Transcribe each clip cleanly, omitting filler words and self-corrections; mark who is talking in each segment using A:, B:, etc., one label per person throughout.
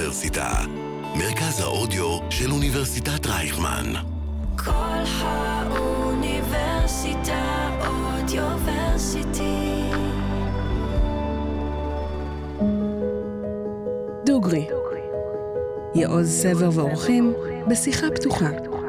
A: האוניברסיטה, מרכז האודיו של אוניברסיטת רייכמן.
B: כל האוניברסיטה אודיוורסיטי.
C: דוגרי, יעוז סבר ואורחים בשיחה פתוחה.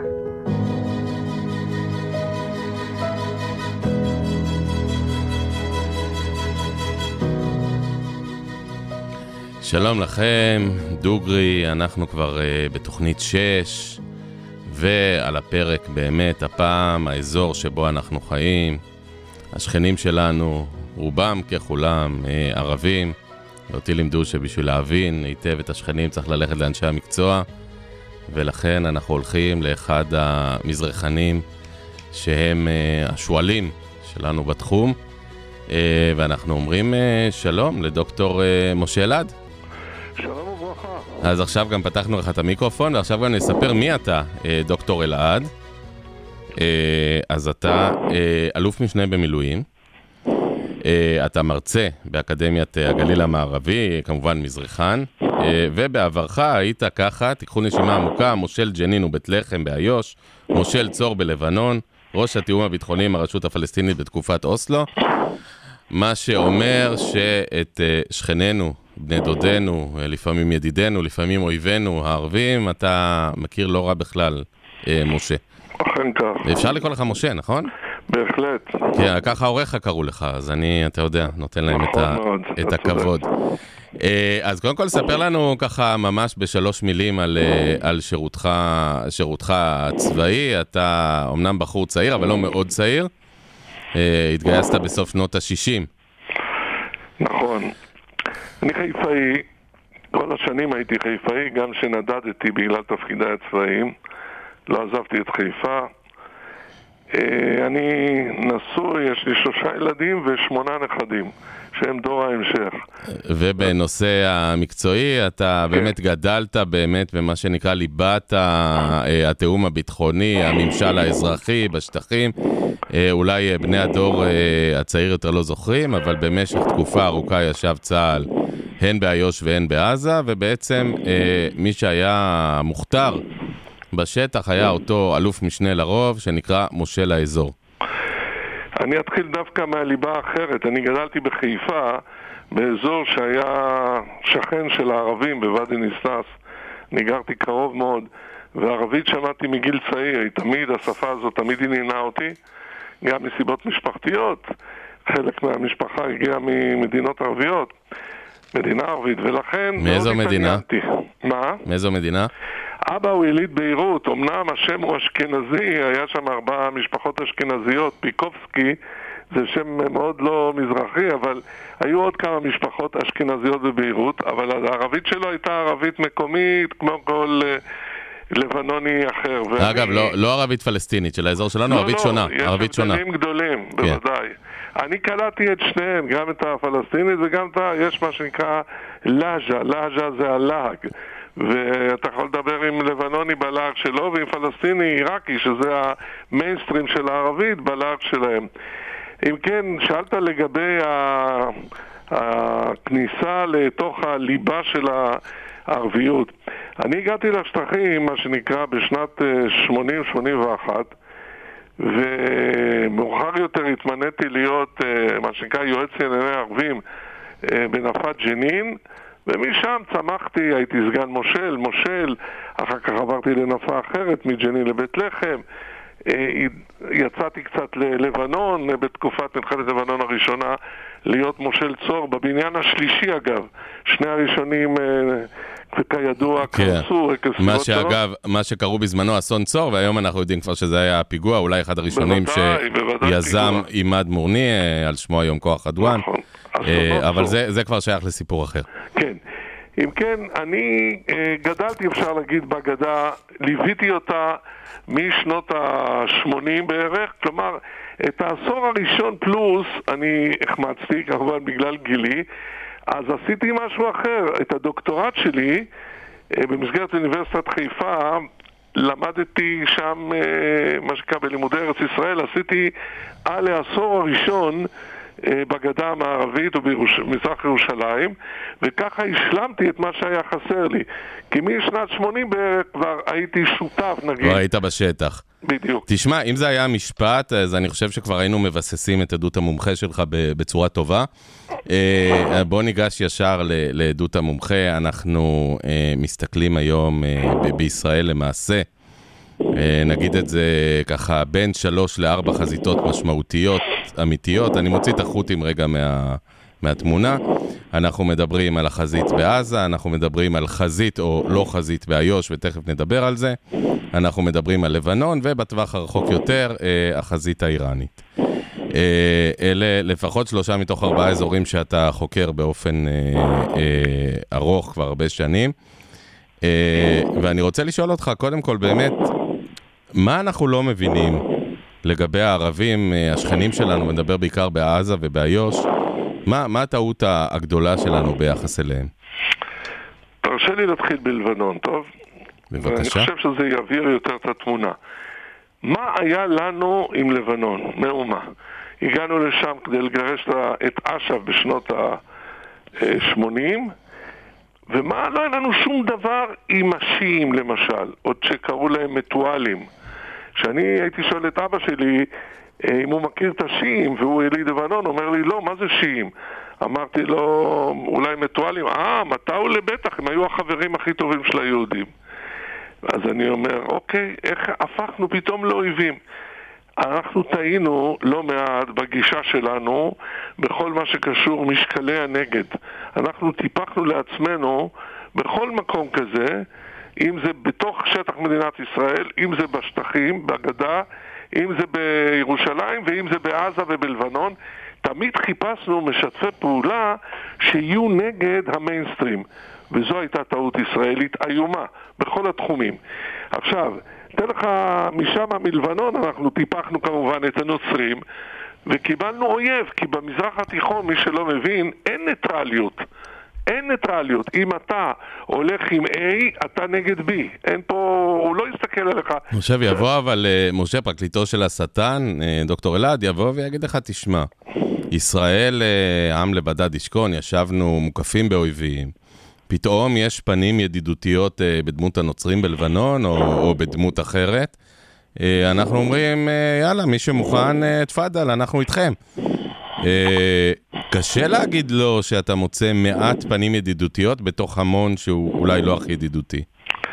D: שלום לכם, דוגרי, אנחנו כבר בתוכנית 6, ועל הפרק באמת הפעם האזור שבו אנחנו חיים. השכנים שלנו, רובם ככולם ערבים, ואותי לימדו שבשביל להבין היטב את השכנים צריך ללכת לאנשי המקצוע, ולכן אנחנו הולכים לאחד המזרחנים שהם השואלים שלנו בתחום, ואנחנו אומרים שלום לדוקטור משה אלעד.
E: שלום וברכה.
D: אז עכשיו גם פתחנו לך את המיקרופון, ועכשיו גם נספר מי אתה, דוקטור אלעד. אז אתה אלוף משנה במילואים, אתה מרצה באקדמיית הגליל המערבי, כמובן מזרחן, ובעברך היית ככה, תיקחו נשימה עמוקה, מושל ג'נין ובית לחם באיו"ש, מושל צור בלבנון, ראש התיאום הביטחוני עם הרשות הפלסטינית בתקופת אוסלו, מה שאומר שאת שכנינו, בני דודנו, לפעמים ידידינו, לפעמים אויבינו, הערבים, אתה מכיר לא רע בכלל, משה.
E: אכן כך.
D: אפשר לקרוא לך משה, נכון?
E: בהחלט.
D: כן, ככה הוריך קראו לך, אז אני, אתה יודע, נותן להם את הכבוד. אז קודם כל, ספר לנו ככה ממש בשלוש מילים על שירותך הצבאי. אתה אומנם בחור צעיר, אבל לא מאוד צעיר. התגייסת בסוף שנות ה-60.
E: נכון. אני חיפאי, כל השנים הייתי חיפאי, גם שנדדתי בגלל תפקידי הצבאיים. לא עזבתי את חיפה. אני נשוי, יש לי 3 ילדים ו8 נכדים, שהם דור ההמשך.
D: ובנושא המקצועי, אתה באמת גדלת באמת במה שנקרא ליבת התיאום הביטחוני, הממשל האזרחי בשטחים. אולי בני הדור הצעיר יותר לא זוכרים, אבל במשך תקופה ארוכה ישב צה"ל הן באיו"ש והן בעזה, ובעצם מי שהיה מוכתר בשטח היה אותו אלוף משנה לרוב שנקרא מושל האזור.
E: אני אתחיל דווקא מהליבה האחרת. אני גדלתי בחיפה, באזור שהיה שכן של הערבים בוואדי ניסנס. אני גרתי קרוב מאוד, וערבית שמעתי מגיל צעיר. תמיד, השפה הזאת תמיד עניינה אותי, גם מסיבות משפחתיות. חלק מהמשפחה הגיעה ממדינות ערביות, מדינה ערבית, ולכן...
D: מאיזו מדינה?
E: מה?
D: מאיזו מדינה?
E: אבא הוא יליד ביירות, אמנם השם הוא אשכנזי, היה שם 4 משפחות אשכנזיות, פיקובסקי, זה שם מאוד לא מזרחי, אבל היו עוד כמה משפחות אשכנזיות בביירות, אבל הערבית שלו הייתה ערבית מקומית, כמו כל לבנוני אחר.
D: אגב, לא ערבית פלסטינית, של האזור שלנו, ערבית שונה.
E: יש הבדלים גדולים, בוודאי. אני קלטתי את שניהם, גם את הפלסטינית וגם יש מה שנקרא לאג'ה, לאג'ה זה הלהג. ואתה יכול לדבר עם לבנוני בלהג שלו, ועם פלסטיני עיראקי, שזה המיינסטרים של הערבית בלהג שלהם. אם כן, שאלת לגבי הכניסה לתוך הליבה של הערביות. אני הגעתי לשטחים, מה שנקרא, בשנת 80-81, ומאוחר יותר התמניתי להיות, מה שנקרא, יועץ לענייני ערבים בנפת ג'נין, ומשם צמחתי, הייתי סגן מושל, אחר כך עברתי לנפה אחרת, מג'נין לבית לחם, יצאתי קצת ללבנון, בתקופת מלחמת לבנון הראשונה, להיות מושל צור, בבניין השלישי אגב, 2 הראשונים, וכידוע, קרסו,
D: שאגב, מה שקראו בזמנו אסון צור, והיום אנחנו יודעים כבר שזה היה הפיגוע, אולי אחד הראשונים שיזם עימאד מורני, על שמו היום כוח עדואן.
E: נכון.
D: אבל זה כבר שייך לסיפור אחר.
E: כן. אם כן, אני גדלתי, אפשר להגיד, בגדה, ליוויתי אותה משנות ה-80 בערך, כלומר, את העשור הראשון פלוס, אני החמצתי, כמובן בגלל גילי, אז עשיתי משהו אחר. את הדוקטורט שלי, במסגרת אוניברסיטת חיפה, למדתי שם, מה שקרה בלימודי ארץ ישראל, עשיתי על העשור הראשון, בגדה המערבית ובמזרח ירושלים, וככה השלמתי את מה שהיה חסר לי. כי משנת 80 בערך כבר הייתי שותף, נגיד.
D: כבר היית בשטח.
E: בדיוק.
D: תשמע, אם זה היה משפט, אז אני חושב שכבר היינו מבססים את עדות המומחה שלך בצורה טובה. בוא ניגש ישר לעדות המומחה. אנחנו מסתכלים היום בישראל למעשה, נגיד את זה ככה, בין 3 ל-4 חזיתות משמעותיות, אמיתיות. אני מוציא את החוטים רגע מהתמונה. אנחנו מדברים על החזית בעזה, אנחנו מדברים על חזית או לא חזית באיו"ש, ותכף נדבר על זה. אנחנו מדברים על לבנון, ובטווח הרחוק יותר, החזית האיראנית. אלה לפחות 3 מתוך 4 אזורים שאתה חוקר באופן ארוך כבר הרבה שנים. ואני רוצה לשאול אותך, קודם כל באמת, מה אנחנו לא מבינים לגבי הערבים, השכנים שלנו, מדבר בעיקר בעזה ובאיו"ש, מה הטעות הגדולה שלנו ביחס אליהם?
E: תרשה לי להתחיל בלבנון, טוב?
D: בבקשה.
E: אני חושב שזה יבהיר יותר את התמונה. מה היה לנו עם לבנון? מאומה. הגענו לשם כדי לגרש את אש"ף בשנות ה-80, ומה? לא היה לנו שום דבר עם השיעים למשל, עוד שקראו להם מתואלים. כשאני הייתי שואל את אבא שלי אם הוא מכיר את השיעים, והוא יליד לבנון, אומר לי, לא, מה זה שיעים? אמרתי לו, אולי מתואלים. מתאו לבטח, הם היו החברים הכי טובים של היהודים. אז אני אומר, אוקיי, איך הפכנו פתאום לאויבים? אנחנו טעינו לא מעט בגישה שלנו בכל מה שקשור משקלי הנגד. אנחנו טיפחנו לעצמנו בכל מקום כזה, אם זה בתוך שטח מדינת ישראל, אם זה בשטחים, בגדה, אם זה בירושלים ואם זה בעזה ובלבנון, תמיד חיפשנו משתפי פעולה שיהיו נגד המיינסטרים. וזו הייתה טעות ישראלית איומה בכל התחומים. עכשיו, תן לך משם מלבנון, אנחנו טיפחנו כמובן את הנוצרים, וקיבלנו אויב, כי במזרח התיכון, מי שלא מבין, אין ניטרליות. אין ניטרליות. אם אתה הולך עם A, אתה נגד B. אין פה, הוא לא יסתכל עליך.
D: משה יבוא, אבל משה, פרקליטו של השטן, דוקטור אלעד, יבוא ויגיד לך, תשמע, ישראל, עם לבדד ישכון, ישבנו מוקפים באויבים. פתאום יש פנים ידידותיות בדמות הנוצרים בלבנון או בדמות אחרת. אנחנו אומרים, יאללה, מי שמוכן, תפדל, אנחנו איתכם. קשה להגיד לו שאתה מוצא מעט פנים ידידותיות בתוך המון שהוא אולי לא הכי ידידותי.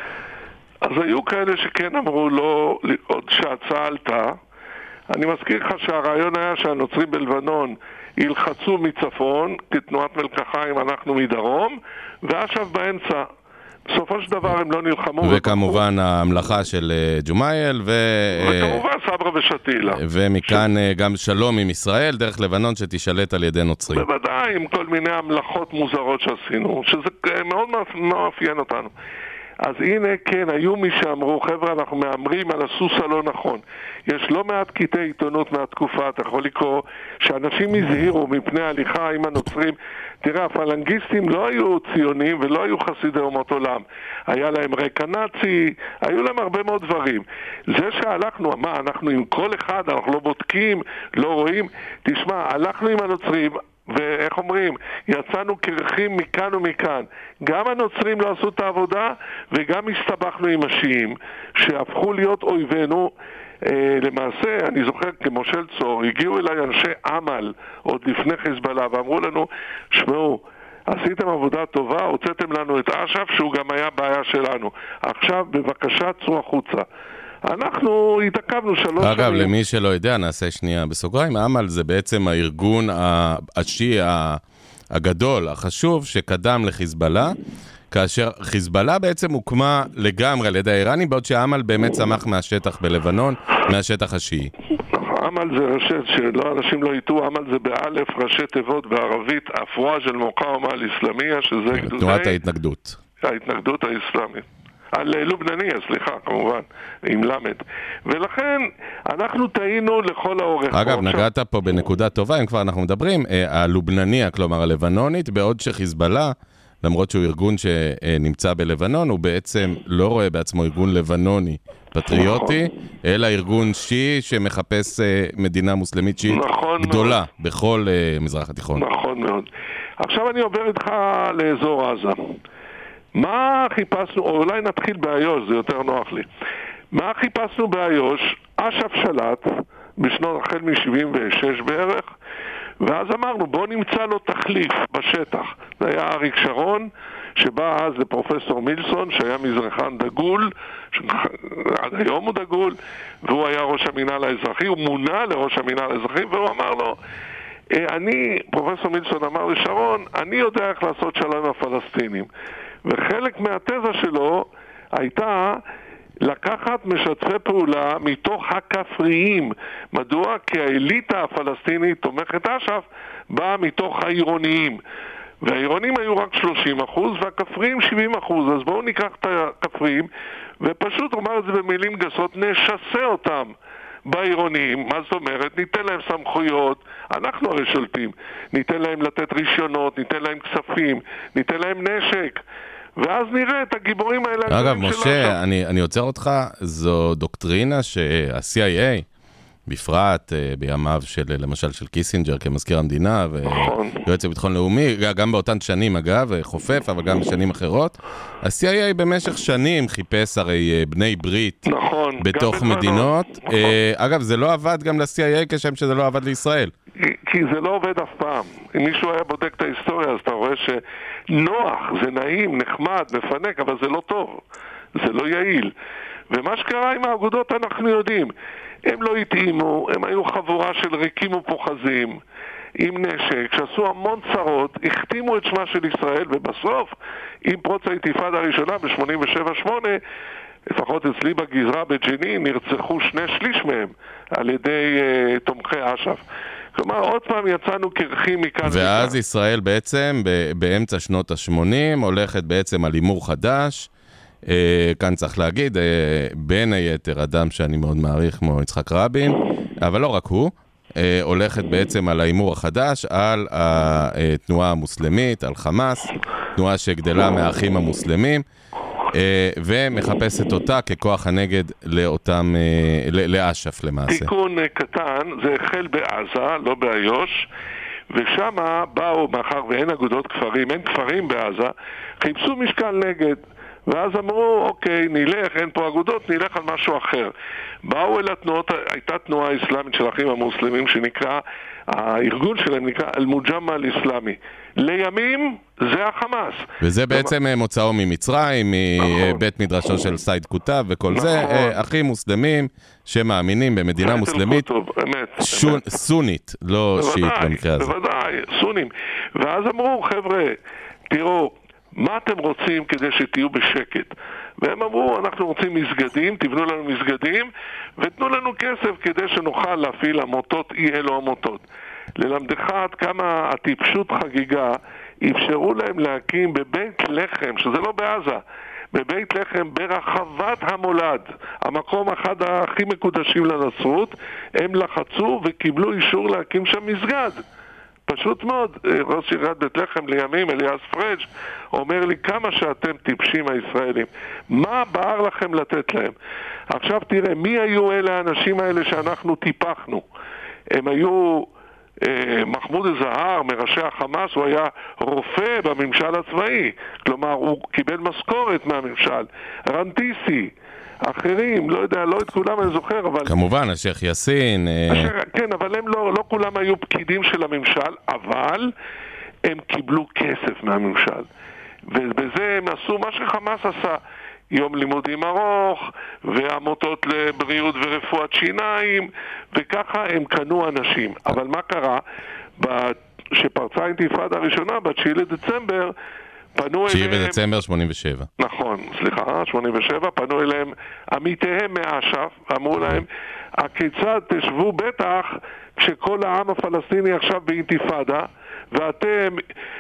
E: אז היו כאלה שכן אמרו לו, עוד שההצעה עלתה. אני מזכיר לך שהרעיון היה שהנוצרים בלבנון ילחצו מצפון, כתנועת מלקחיים אנחנו מדרום, ואש"ף באמצע. בסופו של דבר הם לא נלחמו.
D: וכמובן ההמלכה של ג'ומאייל
E: וכמובן סברה ושתילה.
D: ומכאן גם שלום עם ישראל דרך לבנון שתשלט על ידי נוצרים.
E: בוודאי, עם כל מיני המלכות מוזרות שעשינו, שזה מאוד מאפיין אותנו. אז הנה, כן, היו מי שאמרו, חבר'ה, אנחנו מאמרים על הסוס הלא נכון. יש לא מעט קטעי עיתונות מהתקופה, אתה יכול לקרוא, שאנשים הזהירו מפני ההליכה עם הנוצרים. תראה, הפלנגיסטים לא היו ציונים ולא היו חסידי אומות עולם. היה להם רקע נאצי, היו להם הרבה מאוד דברים. זה שהלכנו, אנחנו עם כל אחד, אנחנו לא בודקים, לא רואים. תשמע, הלכנו עם הנוצרים, ואיך אומרים, יצאנו קרחים מכאן ומכאן. גם הנוצרים לא עשו את העבודה, וגם הסתבכנו עם השיעים, שהפכו להיות אויבינו. למעשה, אני זוכר כמושל צור, הגיעו אליי אנשי עמל, עוד לפני חיזבאללה, ואמרו לנו, שמעו, עשיתם עבודה טובה, הוצאתם לנו את אש"ף, שהוא גם היה בעיה שלנו. עכשיו, בבקשה, צאו החוצה. אנחנו התעכבנו 3 שנים.
D: אגב, למי שלא יודע, נעשה שנייה בסוגריים, עמל זה בעצם הארגון השיעי הגדול, החשוב, שקדם לחיזבאללה, כאשר חיזבאללה בעצם הוקמה לגמרי על ידי האיראנים, בעוד שעמל באמת צמח מהשטח בלבנון, מהשטח השיעי.
E: עמל זה ראשי, שלא אנשים לא יטעו, עמל זה באלף ראשי תיבות בערבית, אפרואה של מוקאומה אל-אסלאמיה, שזה גדודי...
D: תנועת ההתנגדות.
E: ההתנגדות האסלאמית. על לובנניה, סליחה, כמובן, עם למד. ולכן, אנחנו טעינו לכל האורך.
D: אגב, נגעת פה בנקודה טובה, אם כבר אנחנו מדברים, הלובנניה, כלומר הלבנונית, בעוד שחיזבאללה, למרות שהוא ארגון שנמצא בלבנון, הוא בעצם לא רואה בעצמו ארגון לבנוני פטריוטי, אלא ארגון שיעי שמחפש מדינה מוסלמית שיעית גדולה בכל מזרח התיכון.
E: נכון מאוד. עכשיו אני עובר איתך לאזור עזה. מה חיפשנו, או אולי נתחיל באיו"ש, זה יותר נוח לי. מה חיפשנו באיו"ש? אש"ף שלט בשנות החל מ-76 בערך, ואז אמרנו בוא נמצא לו תחליף בשטח. זה היה אריק שרון, שבא אז לפרופסור מילסון, שהיה מזרחן דגול, עד היום הוא דגול, והוא היה ראש המינהל האזרחי, הוא מונה לראש המינהל האזרחי, והוא אמר לו, פרופסור מילסון אמר לשרון, אני יודע איך לעשות שלום עם הפלסטינים. וחלק מהתזה שלו הייתה לקחת משתפי פעולה מתוך הכפריים. מדוע? כי האליטה הפלסטינית תומכת אש"ף באה מתוך העירוניים. והעירונים היו רק 30% והכפריים 70%. אז בואו ניקח את הכפריים ופשוט אומר את זה במילים גסות, נשסה אותם בעירוניים. מה זאת אומרת? ניתן להם סמכויות, אנחנו הרי שולטים, ניתן להם לתת רישיונות, ניתן להם כספים, ניתן להם נשק, ואז נראה את הגיבורים האלה.
D: אגב, משה, אני עוצר אותך, זו דוקטרינה שה-CIA, בפרט בימיו של, למשל, של קיסינג'ר כמזכיר המדינה, ויועץ לביטחון לאומי, גם באותן שנים אגב, חופף, אבל גם בשנים אחרות, ה-CIA במשך שנים חיפש הרי בני ברית בתוך מדינות. אגב, זה לא עבד גם ל-CIA כשם שזה לא עבד לישראל.
E: כי זה לא עובד אף פעם. אם מישהו היה בודק את ההיסטוריה, אז אתה רואה שנוח, זה נעים, נחמד, מפנק, אבל זה לא טוב. זה לא יעיל. ומה שקרה עם האגודות אנחנו יודעים. הם לא התאימו, הם היו חבורה של ריקים ופוחזים, עם נשק, שעשו המון צרות, החתימו את שמה של ישראל, ובסוף, עם פרוץ האינתיפאדה הראשונה ב-87-8, לפחות אצלי בגזרה בג'נין, נרצחו 2/3 מהם על ידי תומכי אש"ף. כלומר, עוד פעם יצאנו קרחים מכאן.
D: ואז ישראל בעצם, באמצע שנות ה-80, הולכת בעצם על הימור חדש, כאן צריך להגיד, בין היתר אדם שאני מאוד מעריך כמו יצחק רבין, אבל לא רק הוא, הולכת בעצם על האימור החדש, על התנועה המוסלמית, על חמאס, תנועה שגדלה מהאחים המוסלמים, ומחפשת אותה ככוח הנגד לאותם, לאש"ף למעשה.
E: תיקון קטן, זה החל בעזה, לא באיו"ש, ושם באו, מאחר ואין אגודות כפרים, אין כפרים בעזה, חיפשו משקל נגד. ואז אמרו, אוקיי, נלך, אין פה אגודות, נלך על משהו אחר. באו אל התנועות, הייתה תנועה אסלאמית של האחים המוסלמים, שנקרא, הארגון שלהם נקרא אל-מוג'מה אל-אסלאמי. לימים, זה החמאס.
D: וזה בעצם מוצאו ממצרים, מבית מדרשו של סייד קוטב וכל זה, אחים מוסלמים שמאמינים במדינה מוסלמית סונית, לא שיעית במקרה הזה.
E: בוודאי, סונים. ואז אמרו, חבר'ה, תראו, מה אתם רוצים כדי שתהיו בשקט? והם אמרו, אנחנו רוצים מסגדים, תבנו לנו מסגדים, ותנו לנו כסף כדי שנוכל להפעיל עמותות, אלו עמותות. ללמדך עד כמה הטיפשות חגיגה, אפשרו להם להקים בבית לחם, שזה לא בעזה, בבית לחם ברחבת המולד, המקום אחד הכי מקודשים לנצרות, הם לחצו וקיבלו אישור להקים שם מסגד. פשוט מאוד, ראש עיריית בית לחם לימים, אליאס פרג' אומר לי כמה שאתם טיפשים הישראלים. מה בער לכם לתת להם? עכשיו תראה, מי היו אלה האנשים האלה שאנחנו טיפחנו? הם היו מחמוד זהר מראשי החמאס, הוא היה רופא בממשל הצבאי, כלומר הוא קיבל משכורת מהממשל. רנטיסי, אחרים, לא יודע, לא את כולם אני זוכר, אבל...
D: כמובן, השייך יאסין...
E: כן, אבל הם לא כולם היו פקידים של הממשל, אבל הם קיבלו כסף מהממשל. ובזה הם עשו מה שחמאס עשה, יום לימודים ארוך, ועמותות לבריאות ורפואת שיניים, וככה הם קנו אנשים. אבל מה קרה? שפרצה האינתיפאדה הראשונה, ב9 לדצמבר,
D: 9 בדצמבר 87.
E: נכון, סליחה, 87, פנו אליהם עמיתיהם מאש"ף, ואמרו להם, הכיצד תשבו בטח כשכל העם הפלסטיני עכשיו באינתיפאדה, ואתם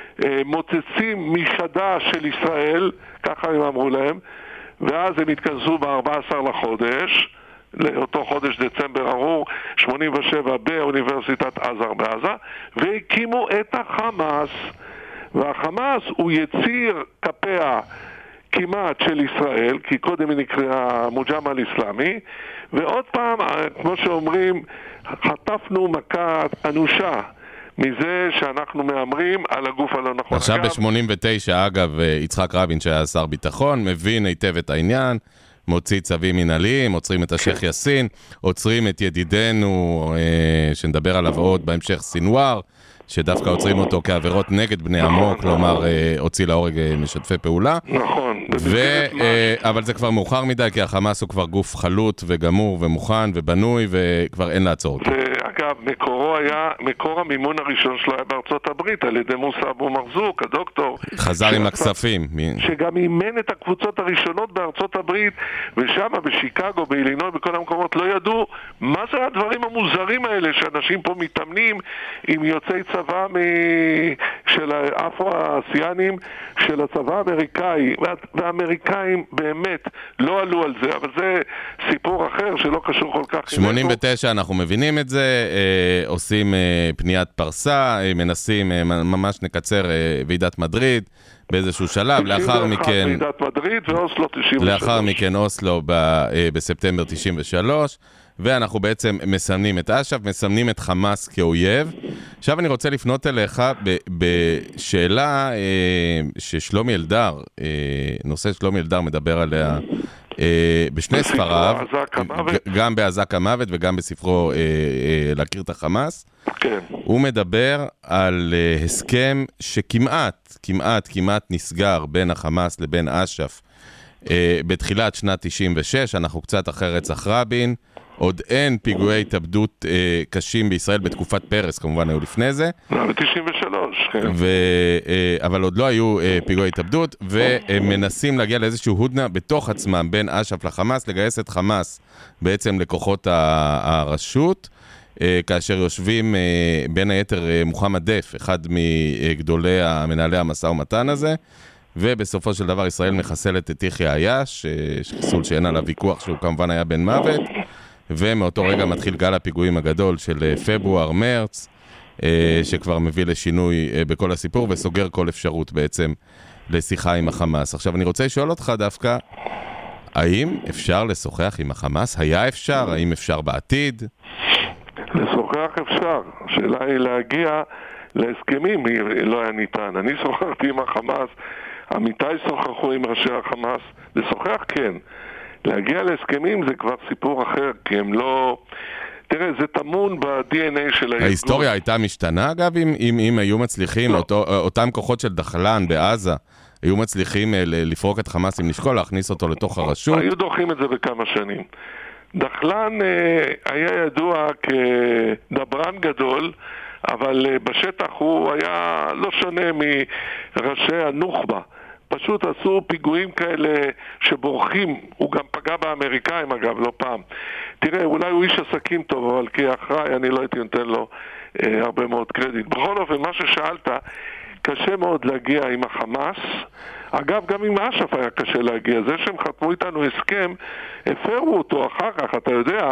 E: מוצצים משדה של ישראל, ככה הם אמרו להם, ואז הם התכנסו ב-14 לחודש, לאותו חודש דצמבר ארור, 87 באוניברסיטת עזר בעזה, והקימו את החמאס, והחמאס הוא יציר כפיה כמעט של ישראל, כי קודם היא נקראה מוג'מה אל-אסלאמי, ועוד פעם, כמו שאומרים, חטפנו מכה אנושה מזה שאנחנו מאמרים על הגוף הלא נכון.
D: עכשיו ב-89, אגב, יצחק רבין שהיה שר ביטחון, מבין היטב את העניין, מוציא צווים מנהליים, עוצרים את השייח יאסין, עוצרים את ידידנו, שנדבר עליו עוד בהמשך, סינואר, שדווקא עוצרים אותו כעבירות נגד בני עמו, כלומר, הוציא להורג משתפי פעולה.
E: נכון.
D: אבל זה כבר מאוחר מדי, כי החמאס הוא כבר גוף חלוט וגמור ומוכן ובנוי, וכבר אין לעצור אותו.
E: ואגב, מקור המימון הראשון שלו היה בארצות הברית, על ידי מוסא אבו מרזוק, הדוקטור.
D: חזר עם הכספים.
E: שגם אימן את הקבוצות הראשונות בארצות הברית, ושם בשיקגו, באילינוי, בכל המקומות, לא ידעו מה זה הדברים המוזרים האלה, שאנשים פה מתאמנים עם יוצאי צבא של האפרו-אסיאנים, של הצבא האמריקאי, והאמריקאים באמת לא עלו על זה, אבל זה סיפור אחר שלא קשור כל כך.
D: 89 אנחנו מבינים את זה, עושים פניית פרסה, מנסים, ממש נקצר ועידת מדריד באיזשהו שלב, לאחר מכן
E: ועידת מדריד ואוסלו 93.
D: לאחר מכן אוסלו בספטמבר 93, ואנחנו בעצם מסמנים את אש"ף, מסמנים את חמאס כאויב. עכשיו אני רוצה לפנות אליך בשאלה ששלומי אלדר, נושא שלומי אלדר מדבר עליה בשני ספריו, גם באזעק המוות וגם בספרו להכיר את החמאס.
E: כן.
D: הוא מדבר על הסכם שכמעט נסגר בין החמאס לבין אש"ף בתחילת שנת 96, אנחנו קצת אחרי רצח רבין, עוד אין פיגועי התאבדות קשים בישראל בתקופת פרס, כמובן היו לפני זה.
E: ב-93, כן.
D: אבל עוד לא היו פיגועי התאבדות, ומנסים להגיע לאיזשהו הודנה בתוך עצמם, בין אש"ף לחמאס, לגייס את חמאס בעצם לכוחות הרשות, כאשר יושבים בין היתר מוחמד דף, אחד מגדולי מנהלי המשא ומתן הזה, ובסופו של דבר ישראל מחסלת את יחיא עיאש, חיסול שאין עליו ויכוח שהוא כמובן היה בן מוות, ומאותו רגע מתחיל גל הפיגועים הגדול של פברואר-מרץ, שכבר מביא לשינוי בכל הסיפור, וסוגר כל אפשרות בעצם לשיחה עם החמאס. עכשיו אני רוצה לשאול אותך דווקא, האם אפשר לשוחח עם החמאס? היה אפשר? האם אפשר בעתיד?
E: לשוחח אפשר. השאלה היא להגיע להסכמים, לא היה ניתן. אני שוחחתי עם החמאס, עמיתי שוחחו עם ראשי החמאס, לשוחח כן. להגיע להסכמים זה כבר סיפור אחר, כי הם לא... תראה, זה תמון ב-DNA של הארגון. ההיסטוריה
D: הייתה משתנה, אגב, אם היו מצליחים, אותם כוחות של דחלן בעזה, היו מצליחים לפרוק את חמאס עם נשקול, להכניס אותו לתוך הרשות?
E: היו דוחים את זה בכמה שנים. דחלן היה ידוע כדברן גדול, אבל בשטח הוא היה לא שונה מראשי הנוח'בה. פשוט עשו פיגועים כאלה שבורחים, הוא גם פגע באמריקאים אגב, לא פעם. תראה, אולי הוא איש עסקים טוב, אבל כאחראי אני לא הייתי נותן לו הרבה מאוד קרדיט. בכל אופן, מה ששאלת, קשה מאוד להגיע עם החמאס. אגב, גם עם אש"ף היה קשה להגיע. זה שהם חתמו איתנו הסכם, הפרו אותו אחר כך, אתה יודע,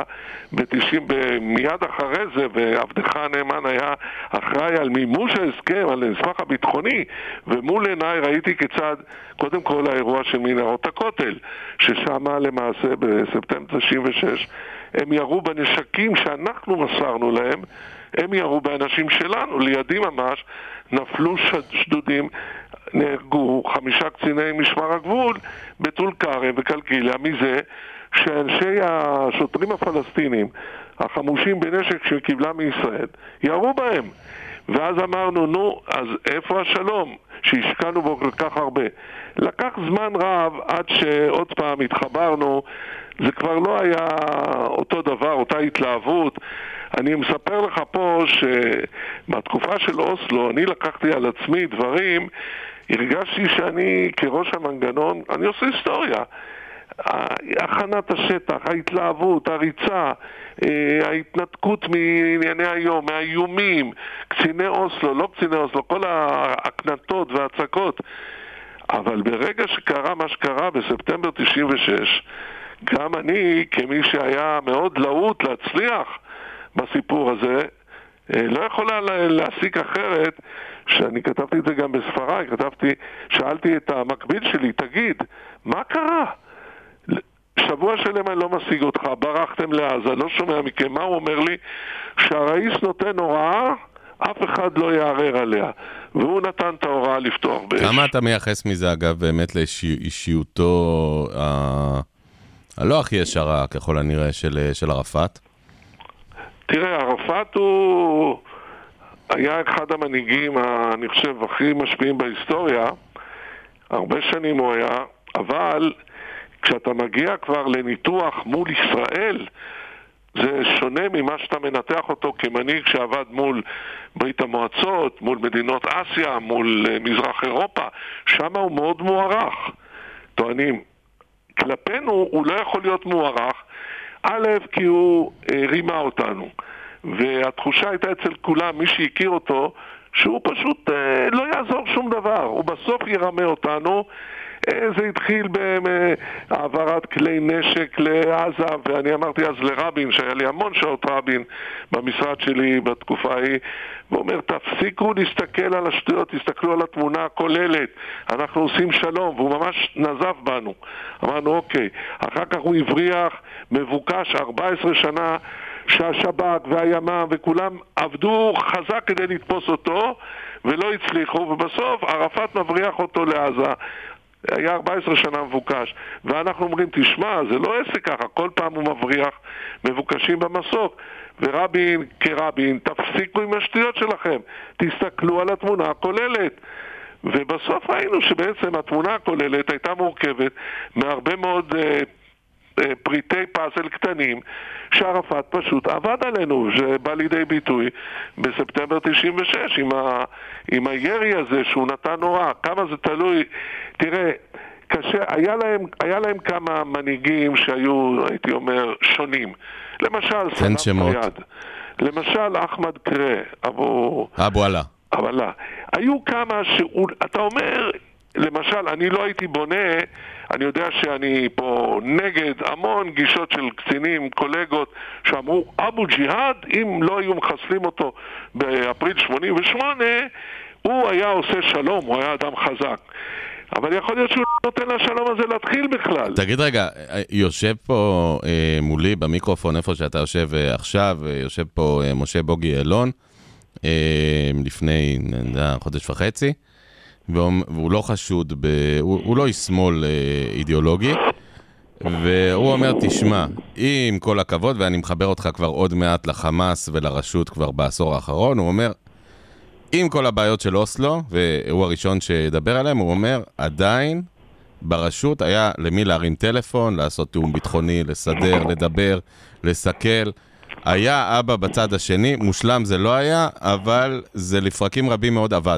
E: מיד אחרי זה, ועבדך הנאמן היה אחראי על מימוש ההסכם, על המסמך הביטחוני, ומול עיניי ראיתי כיצד, קודם כל האירוע של מנהרות הכותל, ששם למעשה בספטמבר 96, הם ירו בנשקים שאנחנו מסרנו להם, הם ירו באנשים שלנו, לידי ממש, נפלו שדודים, נהרגו 5 קציני משמר הגבול בטול כרם וקלקיליה, מזה שאנשי השוטרים הפלסטינים, החמושים בנשק שקיבלה מישראל, ירו בהם. ואז אמרנו, נו, אז איפה השלום שהשקענו בו כל כך הרבה? לקח זמן רב עד שעוד פעם התחברנו, זה כבר לא היה אותו דבר, אותה התלהבות. אני מספר לך פה שבתקופה של אוסלו אני לקחתי על עצמי דברים, הרגשתי שאני כראש המנגנון, אני עושה היסטוריה. הכנת השטח, ההתלהבות, הריצה, ההתנתקות מענייני היום, מהאיומים, קציני אוסלו, לא קציני אוסלו, כל ההקנטות וההצקות. אבל ברגע שקרה מה שקרה בספטמבר 96, גם אני, כמי שהיה מאוד להוט להצליח בסיפור הזה, לא יכולה להסיק אחרת, שאני כתבתי את זה גם בספריי, שאלתי את המקביל שלי, תגיד, מה קרה? שבוע שלם אני לא משיג אותך, ברחתם לעזה, לא שומע מכם. מה הוא אומר לי? שהרئיס נותן הוראה, אף אחד לא יערער עליה, והוא נתן את ההוראה לפתוח באש.
D: כמה אתה מייחס מזה, אגב, באמת לאישיותו הלא הכי ישרה, ככל הנראה, של ערפאת?
E: תראה, ערפאת הוא היה אחד המנהיגים, אני חושב, הכי משפיעים בהיסטוריה. הרבה שנים הוא היה, אבל כשאתה מגיע כבר לניתוח מול ישראל, זה שונה ממה שאתה מנתח אותו כמנהיג שעבד מול ברית המועצות, מול מדינות אסיה, מול מזרח אירופה. שם הוא מאוד מוערך. טוענים, כלפינו הוא לא יכול להיות מוערך, א', כי הוא רימה אותנו. והתחושה הייתה אצל כולם, מי שהכיר אותו, שהוא פשוט לא יעזור שום דבר. הוא בסוף ירמה אותנו. זה התחיל בהעברת כלי נשק לעזה, ואני אמרתי אז לרבין, שהיה לי המון שעות רבין במשרד שלי בתקופה ההיא, והוא אומר, תפסיקו להסתכל על השטויות, תסתכלו על התמונה הכוללת, אנחנו עושים שלום, והוא ממש נזף בנו. אמרנו, אוקיי. אחר כך הוא הבריח, מבוקש 14 שנה, שהשב"כ והימ"מ וכולם עבדו חזק כדי לתפוס אותו, ולא הצליחו, ובסוף ערפאת מבריח אותו לעזה. היה 14 שנה מבוקש, ואנחנו אומרים, תשמע, זה לא עסק ככה, כל פעם הוא מבריח מבוקשים במסוק, ורבין כרבין, תפסיקו עם השטויות שלכם, תסתכלו על התמונה הכוללת. ובסוף ראינו שבעצם התמונה הכוללת הייתה מורכבת מהרבה מאוד פריטי פאזל קטנים שערפאת פשוט עבד עלינו, שבא לידי ביטוי בספטמבר 96 עם הירי הזה שהוא נתן הוראה. כמה זה תלוי, תראה, קשה, היה להם כמה מנהיגים שהיו, הייתי אומר, שונים. למשל סלאם פיאד, למשל אחמד קרה, אבו עלה. היו כמה אתה אומר, למשל, אני לא הייתי בונה, אני יודע שאני פה נגד המון גישות של קצינים, קולגות, שאמרו, אבו ג'יהאד, אם לא היו מחסלים אותו באפריל 88, הוא היה עושה שלום, הוא היה אדם חזק. אבל יכול להיות שהוא נותן לשלום הזה להתחיל בכלל.
D: תגיד רגע, יושב פה מולי במיקרופון, איפה שאתה יושב עכשיו, יושב פה משה בוגי אלון, לפני חודש וחצי, והוא לא חשוד, הוא לא שמאל אידיאולוגי, והוא אומר, תשמע, עם כל הכבוד, ואני מחבר אותך כבר עוד מעט לחמאס ולרשות כבר בעשור האחרון, הוא אומר, עם כל הבעיות של אוסלו, והוא הראשון שידבר עליהם, הוא אומר, עדיין ברשות היה למי להרים טלפון, לעשות תיאום ביטחוני, לסדר, לדבר, לסכל. היה אבא בצד השני, מושלם זה לא היה, אבל זה לפרקים רבים מאוד עבד.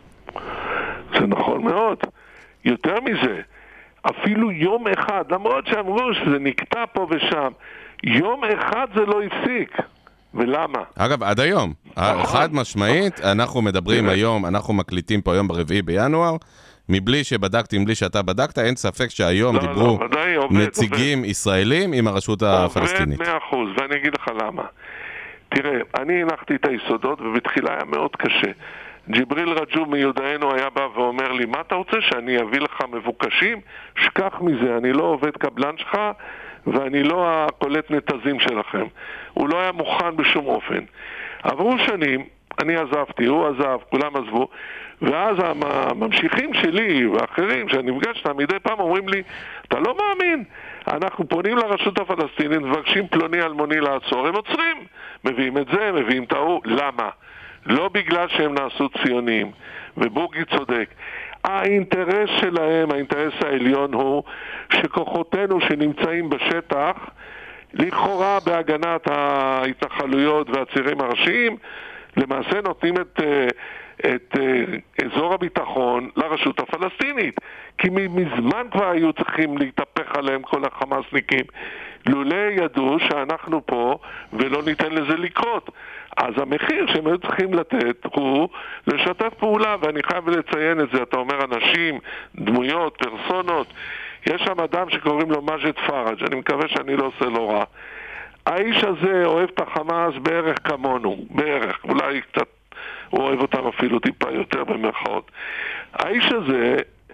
E: זה נכון מאוד. יותר מזה, אפילו יום אחד, למרות שאמרו שזה נקטע פה ושם, יום אחד זה לא הפסיק. ולמה?
D: אגב, עד היום, חד משמעית, אנחנו מדברים היום, אנחנו מקליטים פה היום ב4 בינואר, מבלי שבדקתי, מבלי שאתה בדקת, אין ספק שהיום דיברו נציגים ישראלים עם הרשות הפלסטינית.
E: 100%, ואני אגיד לך למה. תראה, אני הנחתי את היסודות, ובתחילה היה מאוד קשה. ג'יבריל רג'וב מיודענו היה בא ואומר לי, מה אתה רוצה, שאני אביא לך מבוקשים? שכח מזה, אני לא עובד קבלן שלך, ואני לא הקולט נתזים שלכם. הוא לא היה מוכן בשום אופן. עברו שנים, אני עזבתי, הוא עזב, כולם עזבו, ואז הממשיכים שלי ואחרים שאני נפגשת מדי פעם אומרים לי, אתה לא מאמין, אנחנו פונים לרשות הפלסטינית, מבקשים פלוני אלמוני לעצור, הם עוצרים, מביאים את זה, מביאים את ההוא, למה? לא בגלל שהם נעשו ציונים, ובוגי צודק. האינטרס שלהם, האינטרס העליון הוא שכוחותינו שנמצאים בשטח, לכאורה בהגנת ההתנחלויות והצירים הראשיים, למעשה נותנים את אזור הביטחון לרשות הפלסטינית. כי מזמן כבר היו צריכים להתהפך עליהם כל החמאסניקים, לולא ידעו שאנחנו פה ולא ניתן לזה לקרות. אז המחיר שהם היו צריכים לתת הוא לשתף פעולה, ואני חייב לציין את זה. אתה אומר אנשים, דמויות, פרסונות. יש שם אדם שקוראים לו מג'ד פראג', אני מקווה שאני לא עושה לו רע. האיש הזה אוהב את החמאס בערך כמונו, בערך, אולי קצת, הוא אוהב אותם אפילו טיפה יותר במרכאות. האיש הזה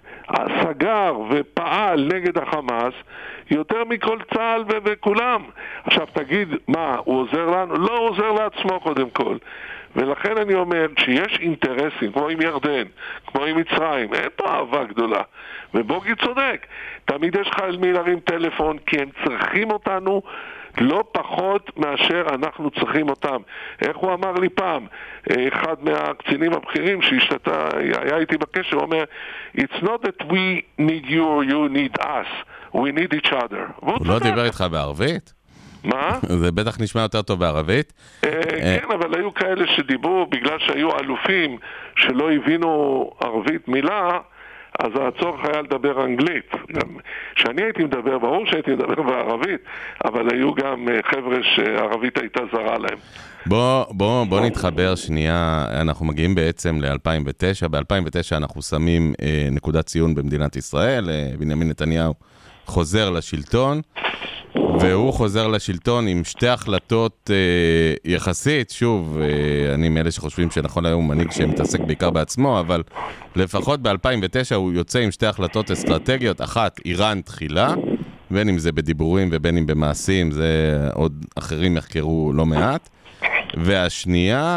E: סגר ופעל נגד החמאס יותר מכל צה"ל וכולם. עכשיו תגיד, מה, הוא עוזר לנו? לא, הוא עוזר לעצמו קודם כל. ולכן אני אומר שיש אינטרסים, כמו עם ירדן, כמו עם מצרים, אין פה אהבה גדולה. ובוגי צודק, תמיד יש לך על מי להרים טלפון, כי הם צריכים אותנו לא פחות מאשר אנחנו צריכים אותם. איך הוא אמר לי פעם, אחד מהקצינים הבכירים היה איתי בקשר, הוא אומר, It's not that we need you or you need us, we need each other.
D: הוא לא דיבר איתך בערבית?
E: מה?
D: זה בטח נשמע יותר טוב בערבית.
E: כן, אבל היו כאלה שדיברו, בגלל שהיו אלופים שלא הבינו ערבית מילה, אז הצורך היה לדבר אנגלית. כשאני הייתי מדבר, ברור שהייתי מדבר בערבית, אבל היו גם חבר'ה שערבית הייתה זרה להם.
D: בוא נתחבר שנייה, אנחנו מגיעים בעצם ל-2009, ב-2009 אנחנו שמים נקודת ציון במדינת ישראל, בנימין נתניהו חוזר לשלטון, והוא חוזר לשלטון עם שתי החלטות יחסית, שוב, אני מאלה שחושבים שנכון היום הוא מנהיג שמתעסק בעיקר בעצמו, אבל לפחות ב-2009 הוא יוצא עם שתי החלטות אסטרטגיות, אחת, איראן תחילה, בין אם זה בדיבורים ובין אם במעשים, זה עוד אחרים יחקרו לא מעט, והשנייה,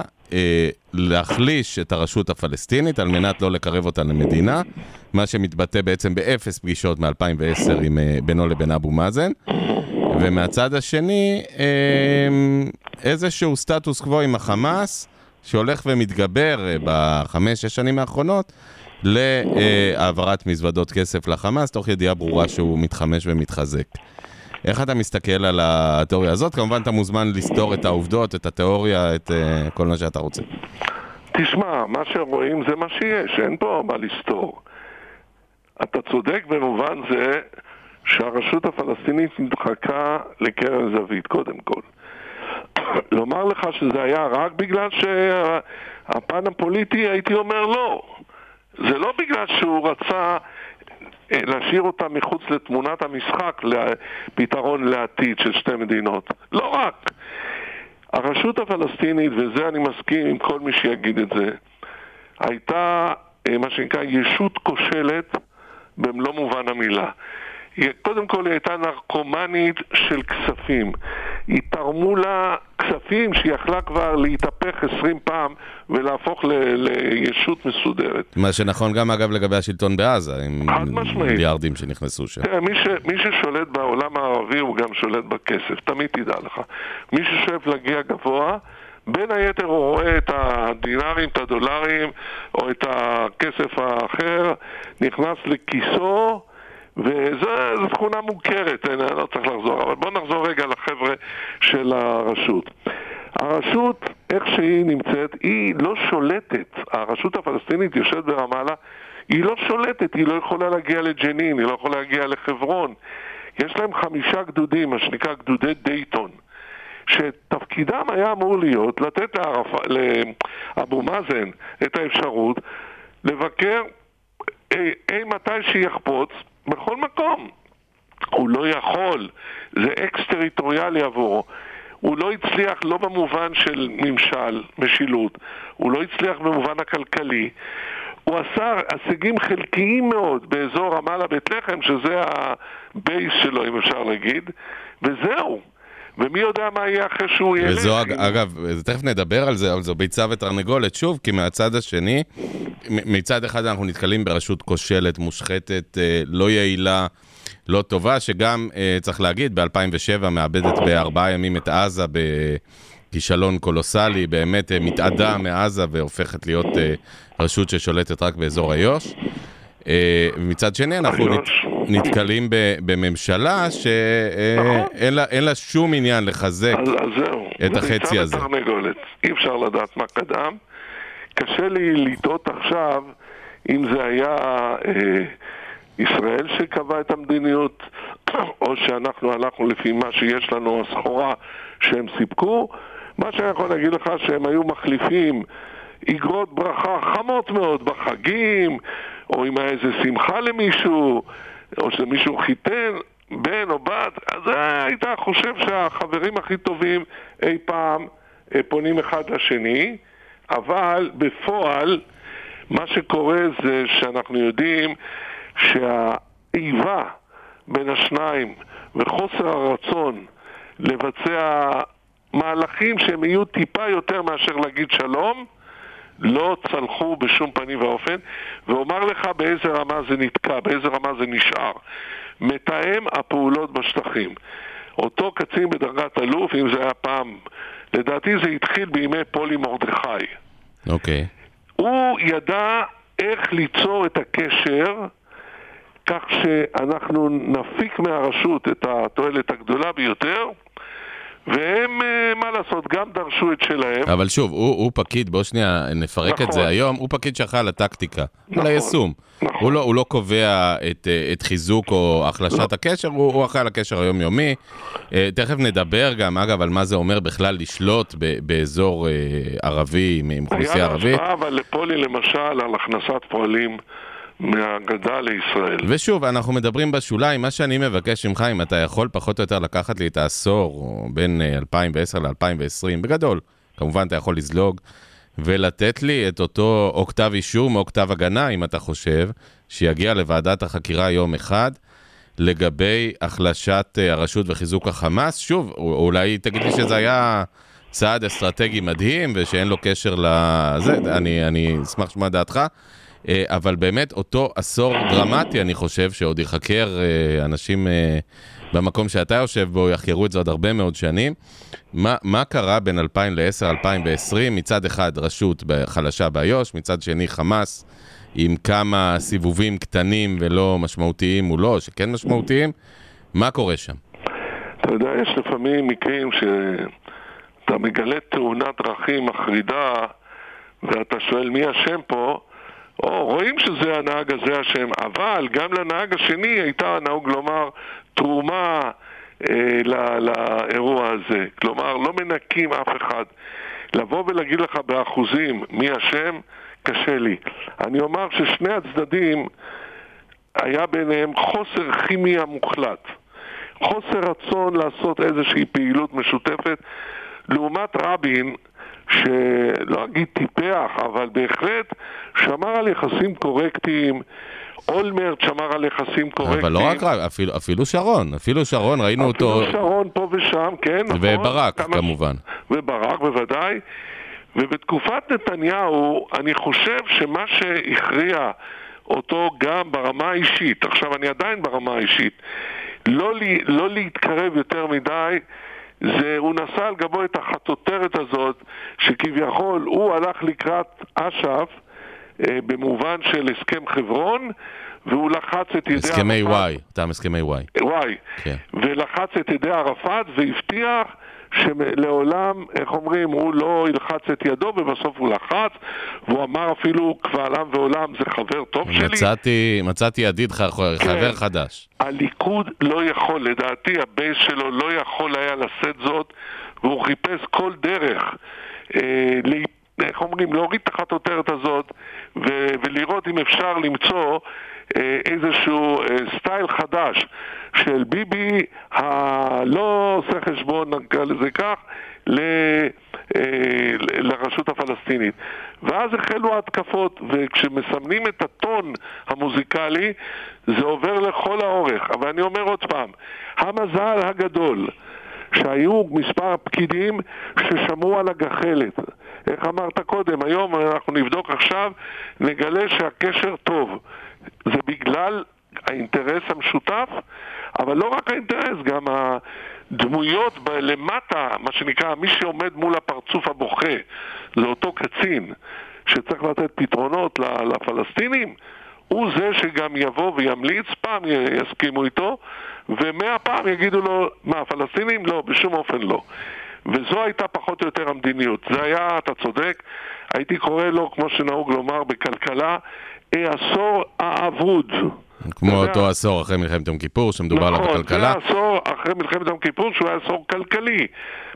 D: להחליש את הרשות הפלסטינית על מנת לא לקרב אותה למדינה, מה שמתבטא בעצם באפס פגישות מ-2010 בינו לבין אבו מאזן, ומהצד השני איזשהו סטטוס קוו עם החמאס שהולך ומתגבר ב5-6 שנים האחרונות להעברת מזוודות כסף לחמאס, תוך ידיעה ברורה שהוא מתחמש ומתחזק. איך אתה מסתכל על התיאוריה הזאת? כמובן אתה מוזמן לסתור את העובדות, את התיאוריה, את כל מה שאתה רוצה.
E: תשמע, מה שרואים זה מה שיש, אין פה מה לסתור. אתה צודק במובן זה שהרשות הפלסטינית נדחקה לקרן זווית, קודם כל. לומר לך שזה היה רק בגלל שהפן הפוליטי, הייתי אומר לא. זה לא בגלל שהוא רצה להשאיר אותה מחוץ לתמונת המשחק לפתרון לעתיד של שתי מדינות. לא רק. הרשות הפלסטינית, וזה אני מסכים עם כל מי שיגיד את זה, הייתה מה שנקרא ישות כושלת במלוא מובן המילה. קודם כל היא הייתה נרקומנית של כספים. היא תרמו לה כספים שיכלה כבר להתהפך 20 פעם ולהפוך לישות מסודרת.
D: מה שנכון גם אגב לגבי השלטון בעזה, עם מיליארדים שנכנסו שם.
E: מי ששולט בעולם הערבי הוא גם שולט בכסף, תמיד תדע לך. מי ששואף להגיע גבוה, בין היתר הוא רואה את הדינרים, את הדולרים, או את הכסף האחר, נכנס לכיסו, וזו תכונה מוכרת, אני לא צריך לחזור, אבל בואו נחזור רגע לחבר'ה של הרשות. הרשות, איך שהיא נמצאת, היא לא שולטת. הרשות הפלסטינית יושבת ברמאללה, היא לא שולטת, היא לא יכולה להגיע לג'נין, היא לא יכולה להגיע לחברון. יש להם 5 גדודים, מה שנקרא גדודי דייטון, שתפקידם היה אמור להיות לתת לאבו מאזן את האפשרות לבקר מתי שיחפוץ בכל מקום. הוא לא יכול, זה אקס-טריטוריאלי עבורו. הוא לא הצליח לא במובן של ממשל, משילות, הוא לא הצליח במובן הכלכלי. הוא עשה הישגים חלקיים מאוד באזור רמאללה בית לחם, שזה הבייס שלו, אם אפשר להגיד, וזהו. ומי יודע מה יהיה אחרי שהוא ילך.
D: וזו, אגב, תכף נדבר על זה, אבל זו ביצה ותרנגולת, שוב, כי מהצד השני, מצד אחד אנחנו נתקלים ברשות כושלת, מושחתת, לא יעילה, לא טובה, שגם, צריך להגיד, ב-2007 מאבדת ב4 ימים את עזה בכישלון קולוסלי, באמת מתעדה מעזה והופכת להיות רשות ששולטת רק באזור איו"ש. ומצד שני אנחנו נתקלים בממשלה שאין לה שום עניין לחזק את החצי הזה.
E: אי אפשר לדעת מה קדם. קשה לי לטעות עכשיו אם זה היה ישראל שקבע את המדיניות, או שאנחנו הלכנו לפי מה שיש לנו, הסחורה שהם סיפקו. מה שאני יכול להגיד לך שהם היו מחליפים אגרות ברכה חמות מאוד בחגים, או אם היה איזה שמחה למישהו, או שמישהו חיתן, בן או בת, אז היית חושב שהחברים הכי טובים אי פעם פונים אחד לשני, אבל בפועל מה שקורה זה שאנחנו יודעים שהאיבה בין השניים וחוסר הרצון לבצע מהלכים שהם יהיו טיפה יותר מאשר להגיד שלום, לא צלחו בשום פנים ואופן, ואומר לך באיזה רמה זה נתקע, באיזה רמה זה נשאר. מתאם הפעולות בשטחים. אותו קצין בדרגת אלוף, אם זה היה פעם, לדעתי זה התחיל בימי פולי מרדכי.
D: אוקיי.
E: הוא ידע איך ליצור את הקשר כך שאנחנו נפיק מהרשות את התועלת הגדולה ביותר, והם, מה לעשות, גם דרשו את שלהם.
D: אבל שוב, הוא פקיד, בוא שנייה נפרק נכון. את זה היום, הוא פקיד שאחראי על הטקטיקה, נכון. על היישום. נכון. הוא לא קובע את חיזוק או החלשת הקשר, הוא אחראי על הקשר היומיומי. תכף נדבר גם, אגב, על מה זה אומר בכלל לשלוט באזור ערבי, עם אוכלוסייה ערבית. היה
E: להשפעה, אבל לפולי למשל, על הכנסת פועלים מהגדה לישראל.
D: ושוב, אנחנו מדברים בשוליים, מה שאני מבקש ממך, אם אתה יכול פחות או יותר לקחת לי את העשור, או בין 2010 ל-2020, בגדול, כמובן אתה יכול לזלוג, ולתת לי את אותו או כתב אישום או כתב הגנה, אם אתה חושב, שיגיע לוועדת החקירה יום אחד, לגבי החלשת הרשות וחיזוק החמאס. שוב, אולי תגיד לי שזה היה צעד אסטרטגי מדהים, ושאין לו קשר לזה, אני אשמח לשמוע דעתך, אבל באמת אותו עשור דרמטי, אני חושב, שעוד יחקר אנשים במקום שאתה יושב בו, יחקרו את זה עוד הרבה מאוד שנים. מה קרה בין 2010-2020? מצד אחד רשות חלשה באיו"ש, מצד שני חמאס עם כמה סיבובים קטנים ולא משמעותיים או לא, שכן משמעותיים. מה קורה שם?
E: אתה יודע, יש לפעמים מקרים שאתה מגלה תאונת דרכים מחרידה, ואתה שואל מי השם פה, או רואים שזה הנהג הזה השם, אבל גם לנהג השני הייתה נהוג לומר תרומה לאירוע הזה. כלומר, לא מנקים אף אחד. לבוא ולהגיד לך באחוזים מי השם, קשה לי. אני אומר ששני הצדדים היה ביניהם חוסר כימיה מוחלט. חוסר רצון לעשות איזושהי פעילות משותפת, לעומת רבין, שלא אגיד טיפח, אבל בהחלט שמר על יחסים קורקטיים, אולמרט שמר על יחסים קורקטיים. אבל
D: לא רק, אפילו שרון, ראינו אותו.
E: אפילו שרון פה ושם, כן.
D: וברק, כמובן.
E: וברק, בוודאי. ובתקופת נתניהו, אני חושב שמה שהכריע אותו גם ברמה האישית, עכשיו אני עדיין ברמה האישית, לא להתקרב יותר מדי, הוא נסע על גבו את החטוטרת הזאת, שכביכול הוא הלך לקראת אש"ף, במובן של הסכם חברון, והוא לחץ את ידי ערפאת.
D: הסכמי וואי, אותם הסכמי וואי.
E: וואי. כן. ולחץ את ידי ערפאת והבטיח שלעולם, איך אומרים, הוא לא ילחץ את ידו, ובסוף הוא לחץ, והוא אמר אפילו קבל עם ועולם, זה חבר טוב שלי.
D: מצאתי ידיד חבר חדש.
E: הליכוד לא יכול, לדעתי הבייס שלו לא יכול היה לשאת זאת, והוא חיפש כל דרך איך אומרים, להוריד את החטוטרת הזאת ולראות אם אפשר למצוא איזשהו סטייל חדש של ביבי הלא עושה חשבון, נקרא לזה כך, לרשות הפלסטינית. ואז החלו ההתקפות, וכשמסמנים את הטון המוזיקלי זה עובר לכל האורך. אבל אני אומר עוד פעם, המזל הגדול שהיו מספר פקידים ששמרו על הגחלת. איך אמרת קודם, היום אנחנו נבדוק עכשיו, נגלה שהקשר טוב. זה בגלל האינטרס המשותף, אבל לא רק האינטרס, גם הדמויות למטה, מה שנקרא, מי שעומד מול הפרצוף הבוכה, זה אותו קצין שצריך לתת פתרונות לפלסטינים, הוא זה שגם יבוא וימליץ, פעם יסכימו איתו, ומאה פעם יגידו לו, מה, הפלסטינים? לא, בשום אופן לא. וזו הייתה פחות או יותר המדיניות. זה היה, אתה צודק, הייתי קורא לו, כמו שנהוג לומר בכלכלה, עשור האבוד.
D: כמו אותו עשור אחרי מלחמת יום כיפור, שמדובר עליו בכלכלה.
E: נכון, זה עשור אחרי מלחמת יום כיפור, שהוא היה עשור כלכלי.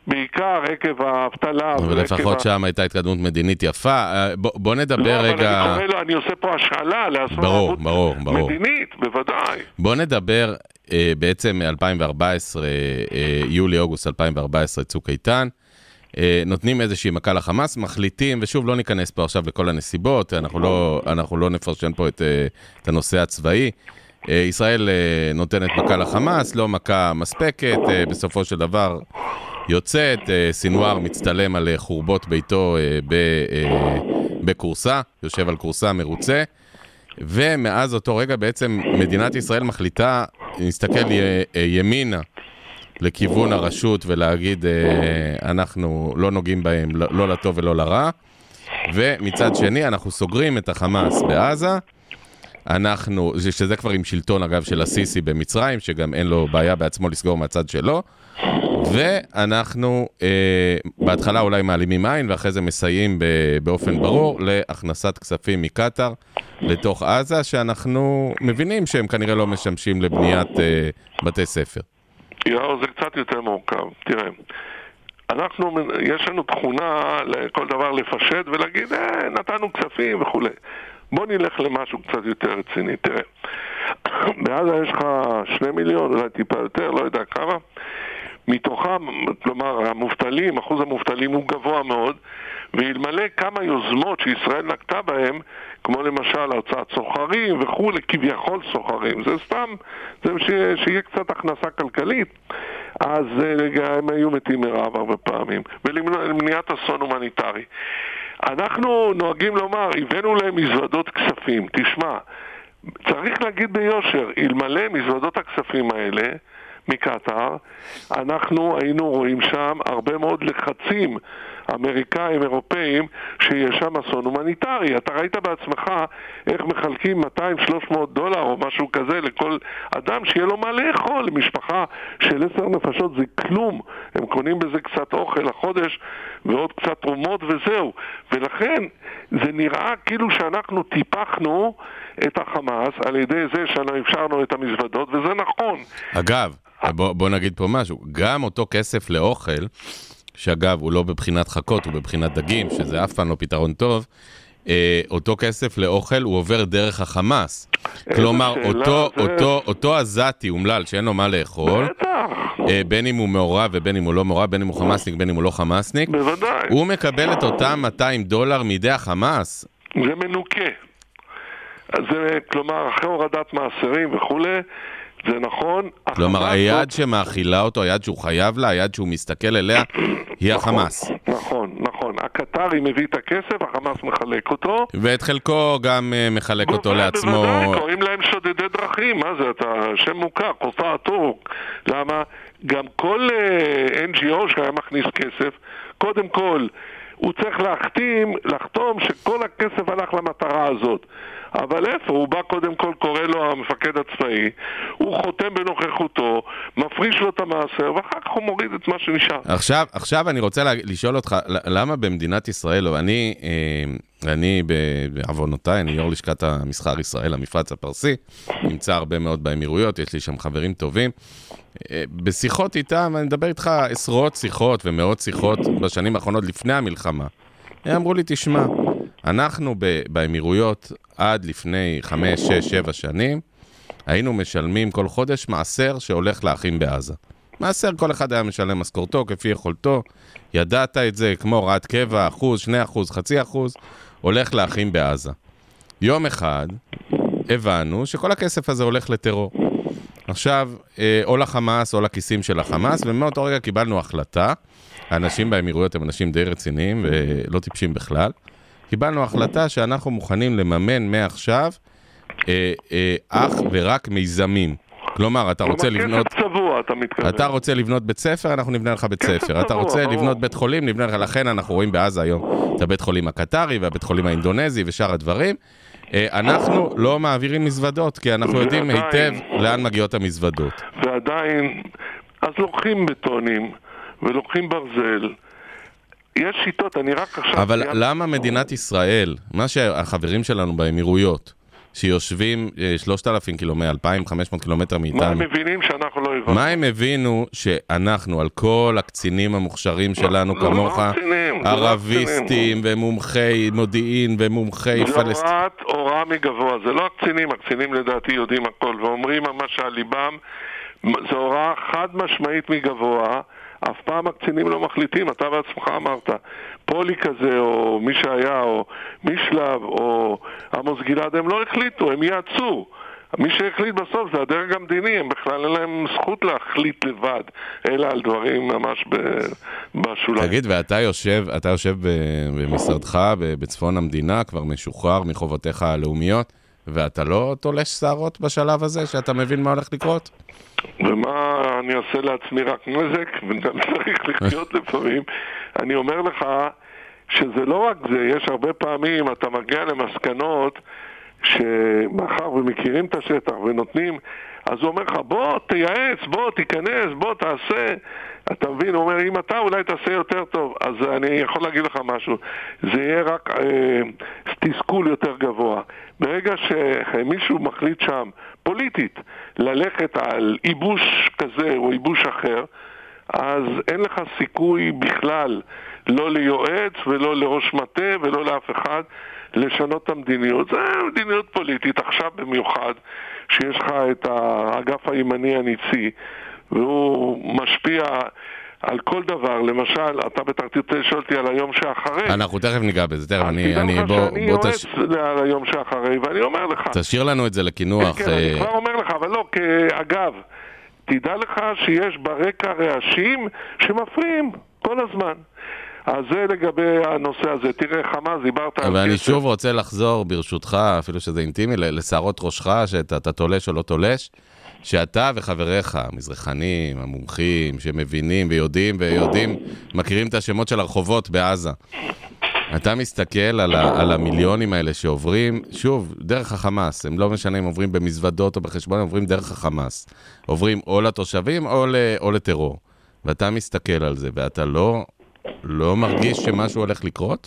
E: בעיקר עקב האבטלה.
D: אבל לפחות שם הייתה התקדמות מדינית יפה. בוא נדבר רגע...
E: אבל אני קורא לו, אני עושה פה השאלה לעשות מדינית, בוודאי.
D: בוא נדבר בעצם מ-2014, יולי-אוגוסט 2014, צוק איתן. נותנים איזושהי מכה לחמאס, מחליטים, ושוב לא ניכנס פה עכשיו לכל הנסיבות, אנחנו לא נפרשן פה את הנושא הצבאי. ישראל נותנת מכה לחמאס, לא מכה מספקת, בסופו של דבר יוצאת, סינואר מצטלם על חורבות ביתו בקורסה, יושב על קורסה מרוצה, ומאז אותו רגע בעצם מדינת ישראל מחליטה, נסתכל ימינה, לכיוון הרשות ולהגיד אנחנו לא נוגעים בהם, לא לטוב ולא לרע, ומצד שני אנחנו סוגרים את החמאס בעזה, שזה כבר עם שלטון אגב של הסיסי במצרים, שגם אין לו בעיה בעצמו לסגור מהצד שלו, ואנחנו בהתחלה אולי מעלימים עין, ואחרי זה מסייעים באופן ברור להכנסת כספים מקטר לתוך עזה, שאנחנו מבינים שהם כנראה לא משמשים לבניית בתי ספר.
E: זה קצת יותר מורכב. תראה, יש לנו תכונה לכל דבר לפשט ולהגיד, נתנו כספים וכו'. בוא נלך למשהו קצת יותר רציני. תראה, בעזה יש לך 2 מיליון, אולי טיפה יותר, לא יודע כמה. מתוכם, כלומר, המובטלים, אחוז המובטלים הוא גבוה מאוד, ואלמלא כמה יוזמות שישראל נקטה בהם, כמו למשל הוצאת סוחרים וכו', כביכול סוחרים, זה סתם, זה שיהיה קצת הכנסה כלכלית, אז הם היו מתים מרעב הרבה פעמים, ולמניעת אסון הומניטרי. אנחנו נוהגים לומר, הבאנו להם מזוודות כספים, תשמע, צריך להגיד ביושר, אלמלא מזוודות הכספים האלה, מקטר, אנחנו היינו רואים שם הרבה מאוד לחצים אמריקאים, אירופאים, שיש שם אסון הומניטרי. אתה ראית בעצמך איך מחלקים $200-300 או משהו כזה לכל אדם שיהיה לו מה לאכול. למשפחה של 10 נפשות זה כלום. הם קונים בזה קצת אוכל לחודש ועוד קצת תרומות וזהו. ולכן זה נראה כאילו שאנחנו טיפחנו את החמאס על ידי זה שאנחנו אפשרנו את המזוודות, וזה נכון.
D: אגב, בוא נגיד פה משהו, גם אותו כסף לאוכל, שאגב הוא לא בבחינת חכות, הוא בבחינת דגים, שזה אף פעם לא פתרון טוב, אותו כסף לאוכל הוא עובר דרך החמאס. כלומר, אותו עזתי אומלל שאין לו מה לאכול, בין אם הוא מעורב ובין אם הוא לא מעורב, בין אם הוא חמאסניק, בין אם הוא לא חמאסניק,
E: בוודאי.
D: הוא מקבל את אותם $200 מידי החמאס.
E: זה מנוקה. זה, כלומר, אחרי הורדת מאסרים וכולי, זה נכון.
D: כלומר, היד שמאכילה אותו, היד שהוא חייב לה, היד שהוא מסתכל אליה, היא החמאס.
E: נכון. הקטרי מביא את הכסף, החמאס מחלק אותו.
D: ואת חלקו גם מחלק אותו לעצמו.
E: בוודאי, קוראים להם שודדי דרכים. מה זה? אתה שם מוכר, קוסה הטורק. למה? גם כל NGO שהיה מכניס כסף, קודם כל, הוא צריך לחתום שכל הכסף הלך למטרה הזאת. אבל איפה? הוא בא קודם כל, קורא לו המפקד הצבאי, הוא חותם בנוכחותו, מפריש לו את המעשר, ואחר כך הוא מוריד את מה שנשאר.
D: עכשיו אני רוצה לשאול אותך, למה במדינת ישראל, או אני בעוונותיי, אני יו"ר לשכת המסחר ישראל, המפרץ הפרסי, נמצא הרבה מאוד באמירויות, יש לי שם חברים טובים, בשיחות איתם, אני מדבר איתך עשרות שיחות ומאות שיחות בשנים האחרונות לפני המלחמה. הם אמרו לי, תשמע, אנחנו באמירויות עד לפני 5, 6, 7 שנים, היינו משלמים כל חודש מעשר שהולך לאחים בעזה. מעשר, כל אחד היה משלם משכורתו כפי יכולתו, ידעת את זה כמו הוראת קבע, 1%, 2%, 0.5%, הולך לאחים בעזה. יום אחד הבנו שכל הכסף הזה הולך לטרור. עכשיו, או לחמאס או לכיסים של החמאס, ומאותו רגע קיבלנו החלטה, האנשים באמירויות הם אנשים די רציניים ולא טיפשים בכלל, קיבלנו החלטה שאנחנו מוכנים לממן מעכשיו אך ורק מיזמים. כלומר, אתה רוצה לבנות... אתה רוצה לבנות בית ספר, אנחנו נבנה לך בית ספר. אתה רוצה לבנות בית חולים, נבנה לך. לכן אנחנו רואים בעזה היום את הבית חולים הקטרי והבית חולים האינדונזי ושאר הדברים. אנחנו לא מעבירים מזוודות, כי אנחנו יודעים היטב לאן מגיעות המזוודות.
E: ועדיין, אז לוקחים בטונים ולוקחים ברזל. יש שיטות, אני רק עכשיו...
D: אבל למה מדינת ישראל, מה שהחברים שלנו באמירויות, שיושבים 3,000 קילומטר, 2,500 קילומטר מאיתנו.
E: מה הם מבינים שאנחנו לא הבנו?
D: מה הם הבינו שאנחנו, על כל הקצינים המוכשרים שלנו, כמוך, ערביסטים ומומחי מודיעין ומומחי פלסטין.
E: זה הוראה מגבוה, זה לא הקצינים לדעתי יודעים הכל, ואומרים מה שעל ליבם, זו הוראה חד משמעית מגבוה, אף פעם הקצינים לא מחליטים, אתה בעצמך אמרת, פולי כזה, או מי שהיה, או משלב, או עמוס גלעד, הם לא החליטו, הם יעצו. מי שהחליט בסוף זה הדרג המדיני, הם בכלל אין להם זכות להחליט לבד, אלא על דברים ממש בשוליים.
D: תגיד, ואתה יושב במשרדך בצפון המדינה, כבר משוחרר מחובותיך הלאומיות, ואתה לא תולש שערות בשלב הזה, שאתה מבין מה הולך לקרות?
E: ומה אני עושה לעצמי רק נזק, וגם צריך לחיות לפעמים. אני אומר לך שזה לא רק זה, יש הרבה פעמים אתה מגיע למסקנות שמאחר ומכירים את השטח ונותנים, אז הוא אומר לך בוא תייעץ, בוא תיכנס, בוא תעשה. אתה מבין, הוא אומר אם אתה אולי תעשה יותר טוב, אז אני יכול להגיד לך משהו, זה יהיה רק תסכול יותר גבוה. ברגע שמישהו מחליט שם פוליטית ללכת על איבוש כזה או איבוש אחר, אז אין לך סיכוי בכלל לא ליועץ ולא לראש מטה ולא לאף אחד לשנות את המדיניות. זה מדיניות פוליטית עכשיו במיוחד, שיש לך את האגף הימני הניצי והוא משפיע על כל דבר. למשל, אתה בטח תרצה לשאול אותי על היום שאחרי.
D: אנחנו תכף ניגע בזה, תכף אני
E: יועץ על היום שאחרי, ואני אומר לך.
D: תשאיר לנו את זה לכינוח.
E: כן, אני כבר אומר לך, אבל לא, אגב, תדע לך שיש ברקע רעשים שמפריעים כל הזמן. אז זה לגבי הנושא הזה. תראה, חמאס, דיברת על...
D: ואני שוב רוצה לחזור, ברשותך, אפילו שזה אינטימי, לשערות ראשך, שאתה תולש או לא תולש, שאתה וחבריך, המזרחנים, המומחים, שמבינים ויודעים, מכירים את השמות של הרחובות בעזה. אתה מסתכל על המיליונים האלה שעוברים, שוב, דרך החמאס. הם לא משנה אם עוברים במזוודות או בחשבון, הם עוברים דרך החמאס. עוברים או לתושבים או לטרור. ואתה מסתכל על זה, ואתה לא מרגיש שמשהו הולך לקרות?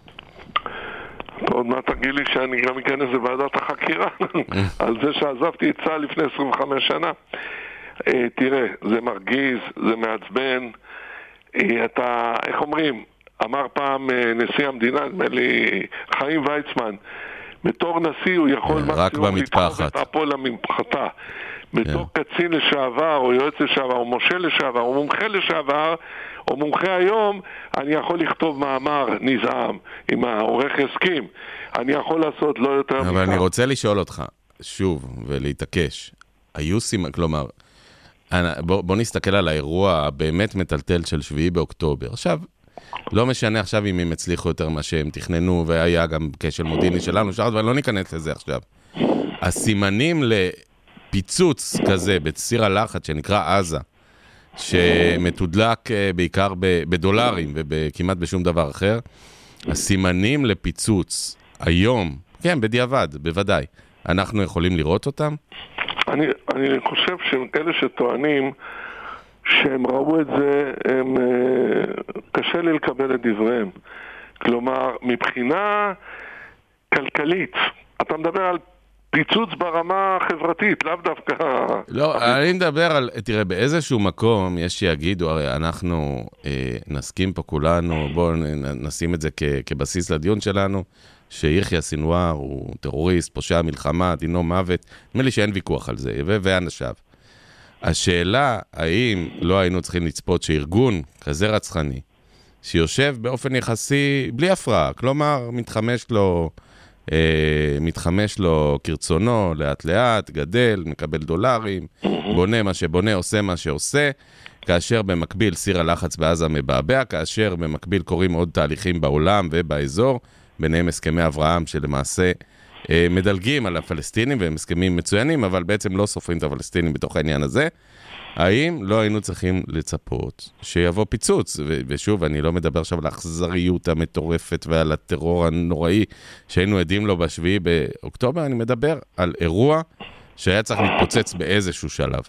E: עוד מה תגיד לי שאני גם אכנס לוועדת החקירה על זה שעזבתי את צה"ל לפני 25 שנה. תראה, זה מרגיז, זה מעצבן. אתה, איך אומרים, אמר פעם נשיא המדינה, נדמה לי חיים ויצמן, בתור נשיא הוא יכול
D: מקסימום לדחוף
E: את אפו לממחתה. בתור קצין לשעבר, או יועץ לשעבר, או מושל לשעבר, או מומחה לשעבר, או מומחה היום, אני יכול לכתוב מאמר נזעם, אם העורך יסכים. אני יכול לעשות לא יותר מכך.
D: אבל אני רוצה לשאול אותך, שוב, ולהתעקש. כלומר, בוא נסתכל על האירוע הבאמת מטלטל של 7 באוקטובר. עכשיו, לא משנה עכשיו אם הם הצליחו יותר מה שהם תכננו, והיה גם כשל מודיעיני שלנו, אבל לא ניכנס לזה עכשיו. הסימנים פיצוץ כזה בציר הלחץ שנקרא עזה, שמתודלק בעיקר בדולרים וכמעט בשום דבר אחר, הסימנים לפיצוץ היום, כן, בדיעבד, בוודאי, אנחנו יכולים לראות אותם?
E: אני חושב שאלה שטוענים שהם ראו את זה, קשה לי לקבל את דבריהם. כלומר, מבחינה כלכלית, אתה מדבר על פיצוץ ברמה החברתית, לאו דווקא...
D: לא, אני מדבר על, תראה, באיזשהו מקום יש שיגידו, הרי אנחנו נסכים פה כולנו, בואו נשים את זה כבסיס לדיון שלנו, שיחיא סינואר הוא טרוריסט, פושע מלחמה, דינו מוות, נדמה לי שאין ויכוח על זה, ואנשיו. השאלה, האם לא היינו צריכים לצפות שארגון כזה רצחני, שיושב באופן יחסי בלי הפרעה, כלומר, מתחמש לו כרצונו, לאט לאט, גדל, מקבל דולרים, בונה מה שבונה, עושה מה שעושה, כאשר במקביל סיר הלחץ בעזה מבעבע, כאשר במקביל קורים עוד תהליכים בעולם ובאזור, ביניהם הסכמי אברהם שלמעשה מדלגים על הפלסטינים, והם הסכמים מצוינים, אבל בעצם לא סופרים את הפלסטינים בתוך העניין הזה. האם לא היינו צריכים לצפות שיבוא פיצוץ? ושוב, אני לא מדבר עכשיו על האכזריות המטורפת ועל הטרור הנוראי שהיינו עדים לו ב7 באוקטובר, אני מדבר על אירוע שהיה צריך להתפוצץ באיזשהו שלב.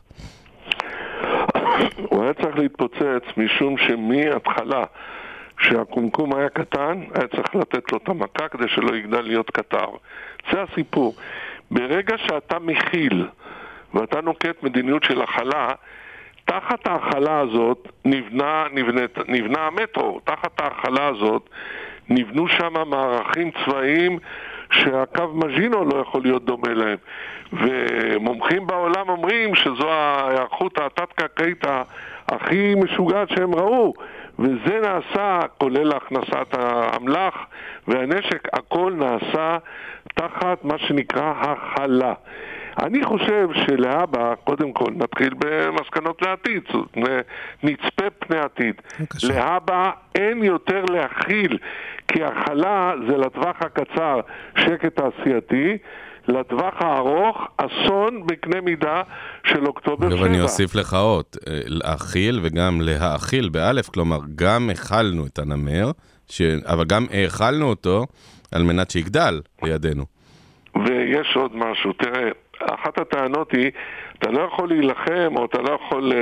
E: הוא היה צריך להתפוצץ משום שמהתחלה שהקומקום היה קטן, היה צריך לתת לו את המכה כדי שלא יגדל להיות קטר. זה הסיפור. ברגע שאתה מכיל ואתה נוקט מדיניות של הכלה, תחת ההכלה הזאת נבנה המטרו, תחת ההכלה הזאת נבנו שם מערכים צבאיים שהקו מז'ינו לא יכול להיות דומה להם. ומומחים בעולם אומרים שזו ההיערכות התת-קרקעית הכי משוגעת שהם ראו, וזה נעשה, כולל הכנסת האמל"ח והנשק, הכל נעשה תחת מה שנקרא הכלה. אני חושב שלהבא, קודם כל, נתחיל במסקנות לעתיד, נצפה פני עתיד. להבא אין יותר להכיל, כי הכלה זה לטווח הקצר שקט תעשייתי, לטווח הארוך אסון בקנה מידה של אוקטובר 7.
D: ואני אוסיף לך עוד, להכיל וגם להאכיל באלף, כלומר גם הכלנו את הנמר, אבל גם האכלנו אותו על מנת שיגדל לידינו.
E: ויש עוד משהו, תראה, אחת הטענות היא, אתה לא יכול להילחם או אתה לא יכול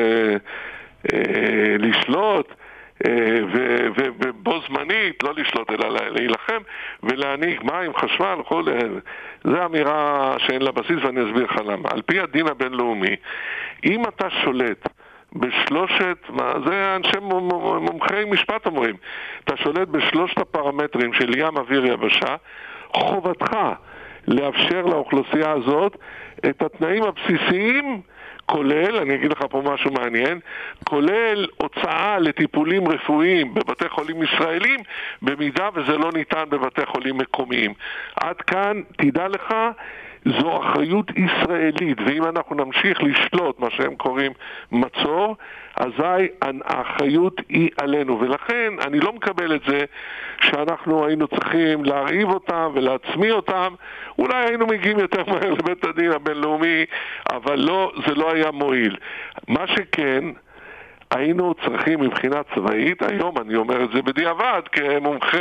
E: לשלוט ובו זמנית, לא לשלוט אלא להילחם ולהעניק מים, חשמל, זה אמירה שאין לה בסיס ואני אסביר לך למה. על פי הדין הבינלאומי, אם אתה שולט בשלושת, זה אנשי מומחי משפט אומרים, אתה שולט בשלושת הפרמטרים של ים, אוויר, יבשה, חובתך לאפשר לאוכלוסייה הזאת את התנאים הבסיסיים, כולל, אני אגיד לך פה משהו מעניין, כולל הוצאה לטיפולים רפואיים בבתי חולים ישראלים, במידה וזה לא ניתן בבתי חולים מקומיים. עד כאן, תדע לך, זו אחריות ישראלית, ואם אנחנו נמשיך לשלוט מה שהם קוראים מצור, אזי האחריות היא עלינו, ולכן אני לא מקבל את זה שאנחנו היינו צריכים להרעיב אותם ולהצמיא אותם, אולי היינו מגיעים יותר מהר לבית הדין הבינלאומי, אבל לא, זה לא היה מועיל. מה שכן, היינו צריכים מבחינה צבאית, היום אני אומר את זה בדיעבד כמומחה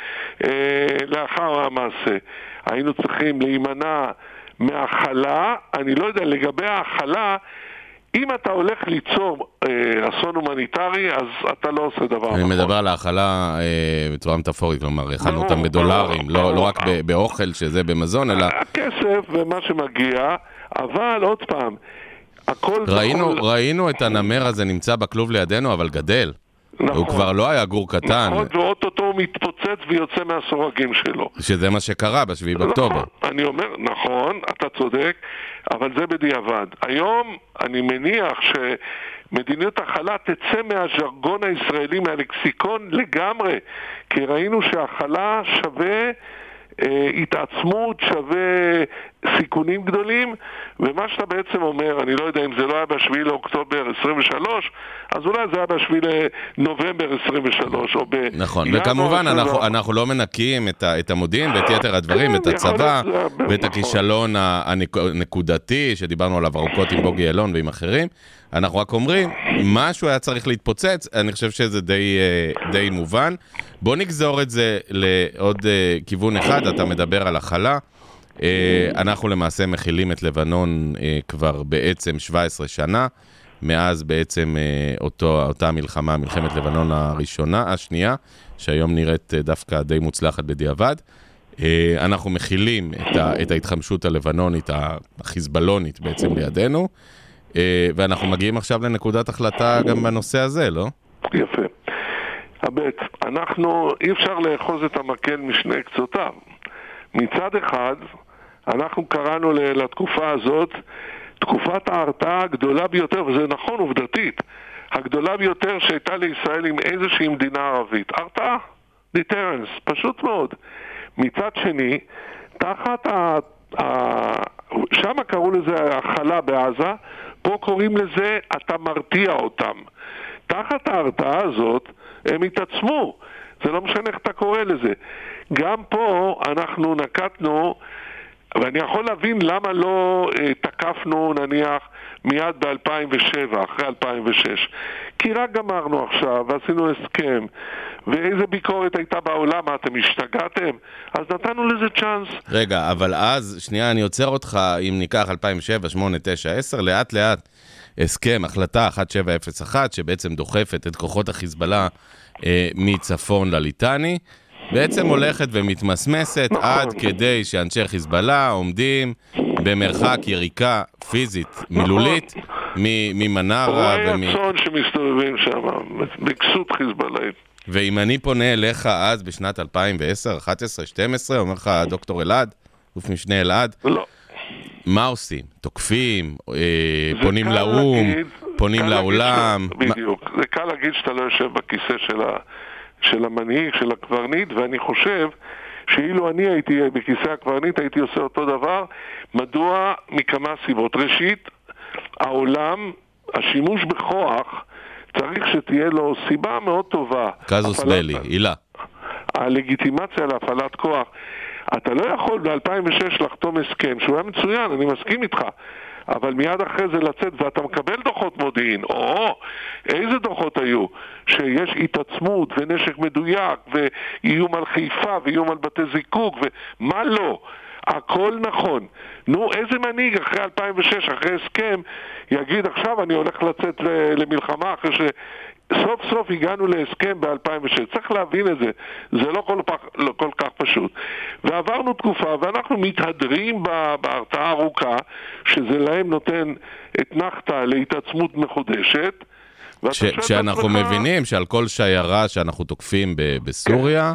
E: לאחר המעשה, היינו צריכים להימנע מהחלה. אני לא יודע, לגבי ההחלה, אם אתה הולך ליצור אסון הומניטרי, אז אתה לא עושה דבר נכון.
D: אני מדבר על ההאכלה בצורה מטאפורית, כלומר, הכנו אותם בדולרים, לא רק באוכל שזה במזון, אלא...
E: הכסף ומה שמגיע, אבל עוד פעם, הכל...
D: ראינו את הנמר הזה נמצא בכלוב לידינו, אבל גדל. נכון. הוא כבר לא היה גור קטן.
E: נכון, ואוטוטו הוא מתפוצץ ויוצא מהסורגים שלו.
D: שזה מה שקרה ב7 באוקטובר.
E: נכון, אני אומר, נכון, אתה צודק, אבל זה בדיעבד. היום אני מניח שמדיניות החלה תצא מהז'רגון הישראלי, מהלקסיקון לגמרי, כי ראינו שהחלה שווה התעצמות, שווה סיכונים גדולים, ומה שאתה בעצם אומר, אני לא יודע אם זה לא היה ב7 לאוקטובר 23, אז אולי זה היה ב7 לנובמבר 23, או
D: נכון, וכמובן אנחנו לא מנקים את המודיעין ואת יתר הדברים, את הצבא, ואת הכישלון הנקודתי, שדיברנו עליו ארוכות עם בוגי אלון ועם אחרים, אנחנו רק אומרים, משהו היה צריך להתפוצץ, אני חושב שזה די מובן. בוא נגזור את זה לעוד כיוון אחד, אתה מדבר על החלה, אנחנו למעשה מכילים את לבנון כבר בעצם 17 שנה, מאז בעצם אותה מלחמה, מלחמת לבנון השנייה, שהיום נראית דווקא די מוצלחת בדיעבד. אנחנו מכילים את ההתחמשות הלבנונית, החיזבאללונית בעצם לידינו, ואנחנו מגיעים עכשיו לנקודת החלטה גם בנושא הזה, לא?
E: יפה. אי אפשר לאחוז את המקל משני קצותיו. מצד אחד, אנחנו קראנו לתקופה הזאת, תקופת ההרתעה הגדולה ביותר, וזה נכון עובדתית, הגדולה ביותר שהייתה לישראל עם איזושהי מדינה ערבית. הרתעה, deterrence, פשוט מאוד. מצד שני, תחת שם קראו לזה החלה בעזה, פה קוראים לזה אתה מרתיע אותם. תחת ההרתעה הזאת הם התעצמו, זה לא משנה איך אתה קורא לזה. גם פה אנחנו נקטנו, ואני יכול להבין למה לא תקפנו נניח מיד ב-2007, אחרי 2006. כי רק גמרנו עכשיו ועשינו הסכם, ואיזה ביקורת הייתה בעולם, מה אתם השתגעתם? אז נתנו לזה צ'אנס.
D: רגע, אבל אז, שנייה, אני עוצר אותך, אם ניקח 2007, 8, 9, 10, לאט לאט הסכם, החלטה 1701, שבעצם דוחפת את כוחות החיזבאללה מצפון לליטני, בעצם הולכת ומתמסמסת עד כדי שאנשי חיזבאללה עומדים במרחק יריקה פיזית, מילולית, ממנרה.
E: רואי הצאן שמסתובבים שם, בכסות חיזבאללית.
D: ואם אני פונה אליך אז בשנת 2010, 11, 12, אומר לך דוקטור אלעד, גוף משנה אלעד,
E: לא.
D: מה עושים? תוקפים, פונים לאום, פונים לעולם.
E: בדיוק. זה קל להגיד שאתה לא יושב בכיסא של המנהיג, של הקברניט, ואני חושב שאילו אני הייתי בכיסא הקברניט, הייתי עושה אותו דבר. מדוע? מכמה סיבות. ראשית, העולם, השימוש בכוח, צריך שתהיה לו סיבה מאוד טובה.
D: קזוס בלי, הילה.
E: הלגיטימציה להפעלת כוח. אתה לא יכול ב-2006 לחתום הסכם, שהוא היה מצוין, אני מסכים איתך, אבל מיד אחרי זה לצאת, ואתה מקבל דוחות מודיעין, איזה דוחות היו? שיש התעצמות ונשק מדויק, ואיום על חיפה, ואיום על בתי זיקוק, ומה לא? הכל נכון. נו, איזה מנהיג אחרי 2006, אחרי הסכם, יגיד עכשיו אני הולך לצאת למלחמה אחרי סוף סוף הגענו להסכם ב-2006. צריך להבין את זה. זה לא כל כך פשוט. ועברנו תקופה, ואנחנו מתהדרים בהרתעה ארוכה, שזה להם נותן את נחתה להתעצמות מחודשת.
D: שאנחנו מבינים שעל כל שיירה שאנחנו תוקפים בסוריה,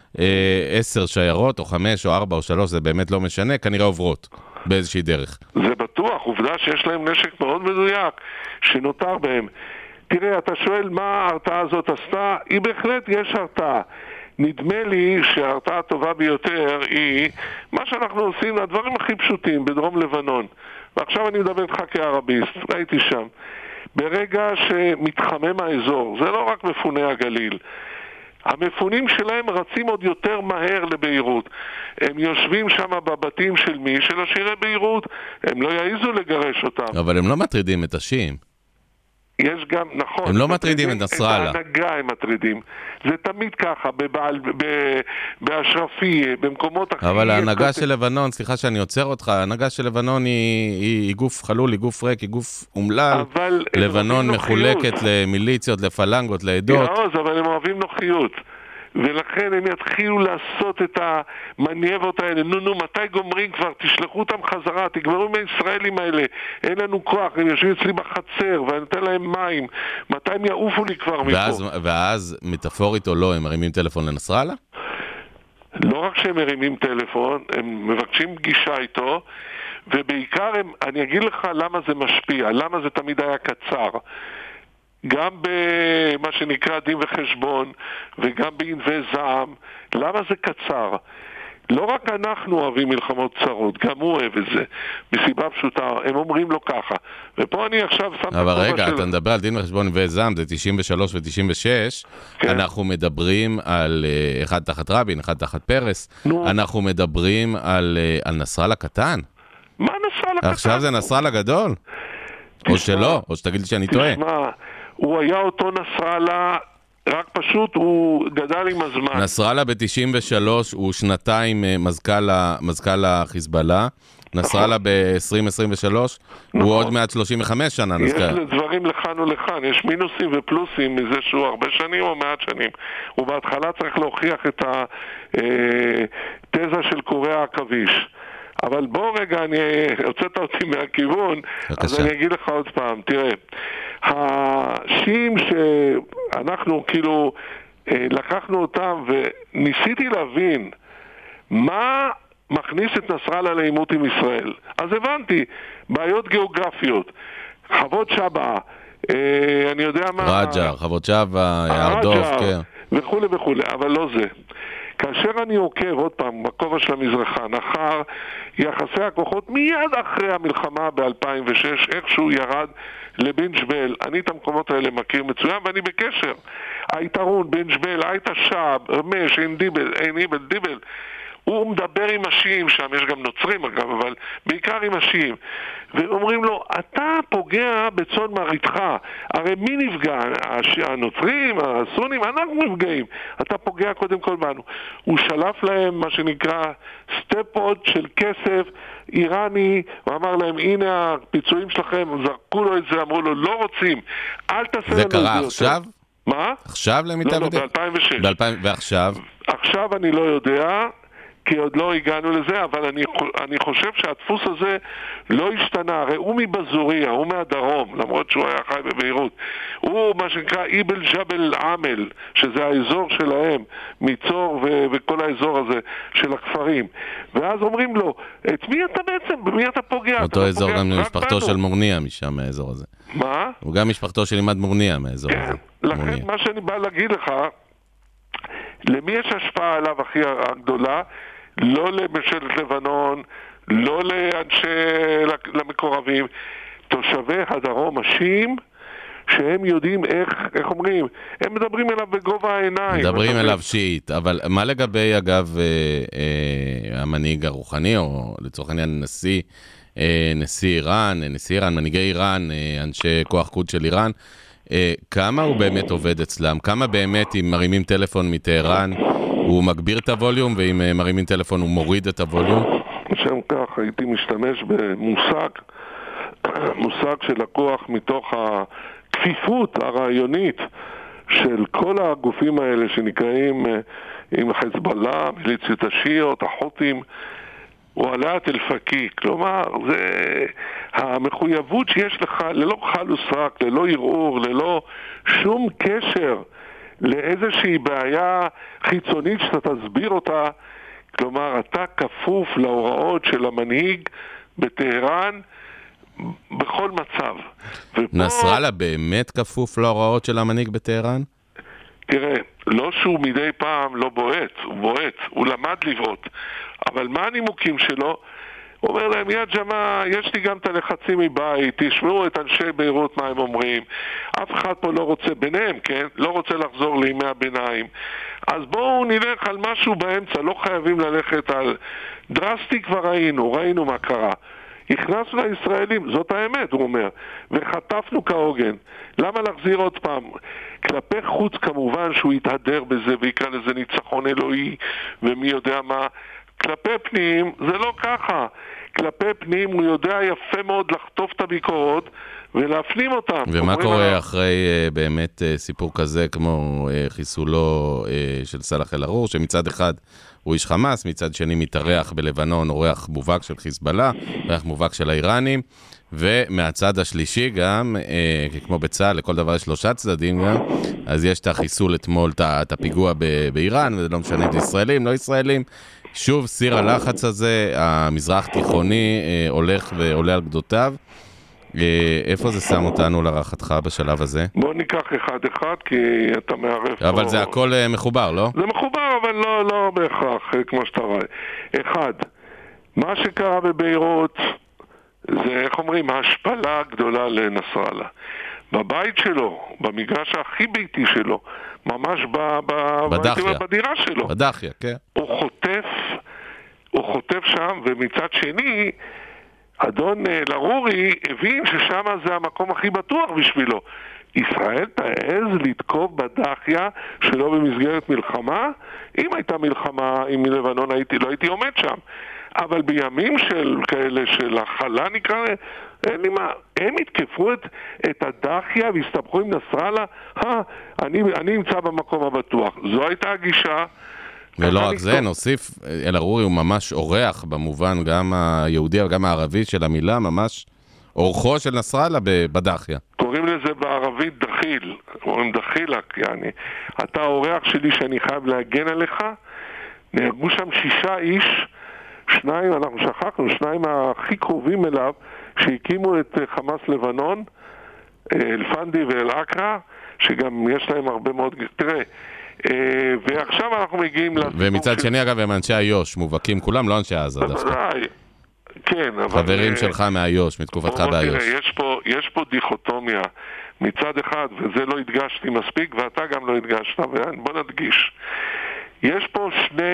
D: 10 שיירות, או 5, או 4, או 3, זה באמת לא משנה, כנראה עוברות באיזושהי דרך.
E: זה בטוח, עובדה שיש להם נשק מאוד מדויק, שנותר בהם. תראה, אתה שואל מה ההרתעה הזאת עשתה? היא בהחלט יש הרתעה. נדמה לי שההרתעה הטובה ביותר היא מה שאנחנו עושים, הדברים הכי פשוטים בדרום לבנון. ועכשיו אני מדבר איתך כערביסט, ראיתי שם. ברגע שמתחמם האזור, זה לא רק מפוני הגליל, המפונים שלהם רצים עוד יותר מהר לביירות. הם יושבים שם בבתים של מי? של עשירי ביירות. הם לא יעיזו לגרש אותם.
D: אבל הם לא מטרידים את השיעים.
E: יש גם, נכון.
D: הם לא מטרידים את נסראללה.
E: את ההנהגה הם מטרידים. זה תמיד ככה, באשרפי, במקומות אחרים.
D: אבל ההנהגה של לבנון, סליחה שאני עוצר אותך, ההנהגה של לבנון היא גוף חלול, היא גוף ריק, היא גוף אומלל. לבנון מחולקת למיליציות, לפלנגות, לעדות.
E: אבל הם אוהבים נוחיות. ולכן הם יתחילו לעשות את המנייבות האלה. נו, מתי גומרים כבר? תשלחו אותם חזרה, תגמרו עם הישראלים האלה. אין לנו כוח, הם יושבים אצלי בחצר, ואני נותן להם מים. מתי הם יעופו לי כבר מפה?
D: ואז, מטאפורית או לא, הם מרימים טלפון לנסראללה?
E: לא רק שהם מרימים טלפון, הם מבקשים פגישה איתו, ובעיקר אני אגיד לך למה זה משפיע, למה זה תמיד היה קצר. גם במה שנקרא דין וחשבון וגם בענבי זעם. למה זה קצר? לא רק אנחנו אוהבים מלחמות צרות, גם הוא אוהב את זה מסיבה פשוטה, הם אומרים לו ככה. ופה אני עכשיו שם...
D: אבל רגע, אתה מדבר על דין וחשבון וזעם, זה 93 ו-96, כן. אנחנו מדברים על אחד תחת רבין, אחד תחת פרס, אנחנו מדברים על נסראללה קטן.
E: מה נסראללה קטן?
D: עכשיו זה נסראללה גדול? או שלא, או שתגיד לי שאני טועה.
E: תשמע, הוא היה אותו נסראללה, רק פשוט הוא גדל עם הזמן.
D: נסראללה ב-93 הוא שנתיים מזכ"ל החיזבאללה, נסראללה ב-2023 הוא עוד מעט 35 שנה.
E: יש דברים לכאן ולכאן, יש מינוסים ופלוסים מזה שהוא הרבה שנים או מעט שנים. ובהתחלה צריך להוכיח את התזה של קוריאה העכביש. אבל בוא רגע, אני הוצאת אותי מהכיוון, אז אני אגיד לך עוד פעם, תראה, השיעים שאנחנו כאילו לקחנו אותם וניסיתי להבין מה מכניס את נסראללה לעימות עם ישראל. אז הבנתי, בעיות גיאוגרפיות, חוות שבא, אני יודע מה...
D: רג'ר, חוות שבא, ירדוף, כן.
E: וכו' וכו', אבל לא זה. כאשר אני עוקב עוד פעם בכובע של המזרחן אחר יחסי הכוחות מיד אחרי המלחמה ב-2006, איכשהו ירד לבן ג'בל, אני את המקומות האלה מכיר מצוין ואני בקשר. היתרון, בן ג'בל, היית שעב, רמש, אין איבל, דיבל, הוא מדבר עם השיעים שם, יש גם נוצרים אגב, אבל בעיקר עם השיעים, ואומרים לו, אתה פוגע בצאן מרעיתך, הרי מי נפגע? הנוצרים, הסונים, אנחנו נפגעים, אתה פוגע קודם כל בנו. הוא שלף להם מה שנקרא סטפות של כסף איראני, הוא אמר להם, הנה הפיצויים שלכם, זרקו לו את זה, אמרו לו, לא רוצים, אל תעשה לנו את זה.
D: זה קרה עכשיו?
E: מה?
D: עכשיו למיטב
E: לא, ב-2006.
D: ועכשיו?
E: עכשיו אני לא יודע, כי עוד לא הגענו לזה, אבל אני חושב שהדפוס הזה לא השתנה. הרי הוא מבזוריה, הוא מהדרום, למרות שהוא היה חי בביירות. הוא מה שנקרא איבל ג'בל עמל, שזה האזור שלהם, מצור וכל האזור הזה של הכפרים. ואז אומרים לו, את מי אתה בעצם? במי אתה פוגע?
D: אותו אזור גם משפחתו של מורניה משם, מהאזור הזה.
E: מה?
D: הוא גם משפחתו של לימד מורניה מהאזור הזה.
E: לכן מה שאני בא להגיד לך, למי יש השפעה עליו הכי הגדולה? לא לממשלת לבנון, לא למקורבים, תושבי הדרום השיעים, שהם יודעים איך אומרים, הם מדברים אליו בגובה העיניים.
D: מדברים אליו שיעית, אבל מה לגבי אגב המנהיג הרוחני, או לצורך העניין נשיא איראן, מנהיגי איראן, אנשי כוח קוד של איראן, כמה הוא באמת עובד אצלם? כמה באמת אם מרימים טלפון מטהרן, הוא מגביר את הווליום, ואם מרימים טלפון הוא מוריד את הווליום?
E: בשם כך הייתי משתמש מושג של הכוח מתוך הכפיפות הרעיונית של כל הגופים האלה שנקראים עם חזבאללה, מיליציות השיעיות, החות'ים, הוא עלה תלפקי. כלומר, זה המחויבות שיש לך ללא כחל וסרק, ללא ערעור, ללא שום קשר לאיזושהי בעיה חיצונית שאתה תסביר אותה. כלומר, אתה כפוף להוראות של המנהיג בטהרן בכל מצב.
D: נסראללה באמת כפוף להוראות של המנהיג בטהרן?
E: תראה, לא שהוא מדי פעם לא בועט, הוא בועט, הוא למד לבעוט. אבל מה הנימוקים שלו? הוא אומר להם, יא ג'מה, יש לי גם את הלחצים מבית, תשמעו את אנשי ביירות מה הם אומרים. אף אחד פה לא רוצה ביניהם, כן? לא רוצה לחזור לימי הביניים. אז בואו נלך על משהו באמצע, לא חייבים ללכת על דרסטי. כבר ראינו מה קרה. הכנסנו לישראלים, זאת האמת, הוא אומר, וחטפנו כהוגן. למה להחזיר עוד פעם? כלפי חוץ כמובן שהוא יתהדר בזה ויקרא לזה ניצחון אלוהי ומי יודע מה. כלפי פנים זה לא ככה. כלפי פנים הוא יודע יפה מאוד לחטוף את הביקורות ולהפנים אותם.
D: ומה קורה אחרי באמת סיפור כזה כמו חיסולו של סלאח אל-ערור, שמצד אחד הוא איש חמאס, מצד שני מתארח בלבנון אורח מובהק של חיזבאללה, אורח מובהק של האיראנים, ומהצד השלישי גם, כמו בצה"ל, לכל דבר יש 3 צדדים גם, אז יש את החיסול אתמול, את הפיגוע באיראן, וזה לא משנה אם זה ישראלים, לא ישראלים. שוב, סיר הלחץ הזה, המזרח תיכוני הולך ועולה על גדותיו. איפה זה שם אותנו להערכתך בשלב הזה?
E: בוא ניקח אחד, כי אתה מערף
D: אבל
E: פה...
D: זה הכל מחובר, לא?
E: זה מחובר, אבל לא בהכרח, כמו שאתה רואה. אחד, מה שקרה בביירות, זה, איך אומרים, ההשפלה הגדולה לנסראללה. בבית שלו, במגרש הכי ביתי שלו, ממש בדירה שלו.
D: בדחיה, כן.
E: הוא חוטף שם, ומצד שני, אדון אל-ערורי הבין ששם זה המקום הכי בטוח בשבילו. ישראל תעז לתקוף בדחיה שלא במסגרת מלחמה? אם הייתה מלחמה עם לבנון לא הייתי עומד שם. אבל בימים של כאלה של החלה נקרא, אין לי מה. הם התקפו את הדחיה והסתבכו עם נסראללה. אני נמצא במקום הבטוח. זו הייתה הגישה.
D: ולא רק זה, נוסיף, אל-ערורי הוא ממש אורח במובן גם היהודי וגם הערבי של המילה, ממש אורחו של נסראללה בדחיה.
E: קוראים לזה בערבית דחיל, אומרים דחילק, יעני. אתה האורח שלי שאני חייב להגן עליך. נהרגו שם 6 איש, 2, אנחנו שכחנו, 2 הכי קרובים אליו, שהקימו את חמאס לבנון, אל-פנדי ואל-אקרא, שגם יש להם הרבה מאוד... תראה, ועכשיו אנחנו מגיעים...
D: ומצד שני אגב הם אנשי איו"ש, מובהקים כולם, לא אנשי עזה דווקא.
E: כן, אבל...
D: חברים שלך מאיו"ש, מתקופתך באיו"ש.
E: יש פה דיכוטומיה מצד אחד, וזה לא הדגשתי מספיק, ואתה גם לא הדגשת, ובוא נדגיש. יש פה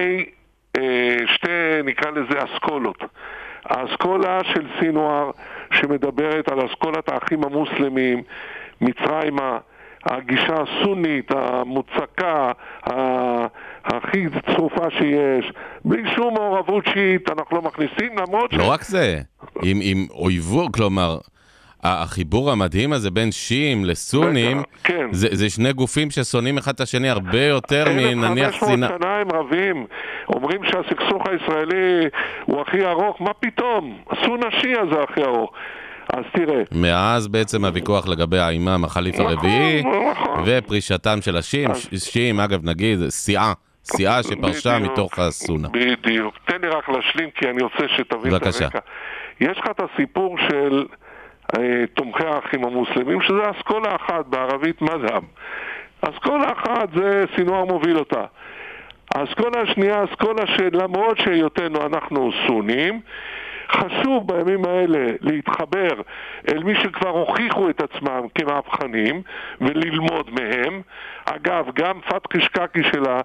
E: שתי, נקרא לזה, אסכולות. האסכולה של סינואר, שמדברת על אסכולת האחים המוסלמים, מצרימה, הגישה הסונית, המוצקה, הכי צרופה שיש, בלי שום מעורבות שיעית, אנחנו לא מכניסים, למרות
D: לא רק זה, עם אויבו, כלומר, החיבור המדהים הזה בין שיעים לסונים,
E: כן.
D: זה שני גופים ששונאים אחד את השני הרבה יותר מנניח
E: 1500 שנה הם רבים, אומרים שהסכסוך הישראלי הוא הכי ארוך, מה פתאום? הסון השיעה זה הכי ארוך. אז תראה.
D: מאז בעצם הוויכוח לגבי האימאם החליף הרביעי, ופרישתם של השיעים, אגב נגיד, סיעה שפרשה מתוך הסונה.
E: בדיוק. תן לי רק להשלים, כי אני רוצה שתבין את הרקע. יש לך את הסיפור של תומכי האחים המוסלמים, שזה אסכולה אחת, בערבית מדהב. אסכולה אחת זה סינואר מוביל אותה. האסכולה השנייה, אסכולה שלמרות שהיותנו אנחנו סונים, חשוב בימים האלה להתחבר אל מי שכבר הוכיחו את עצמם כמהפכנים וללמוד מהם. אגב, גם פתחי שקקי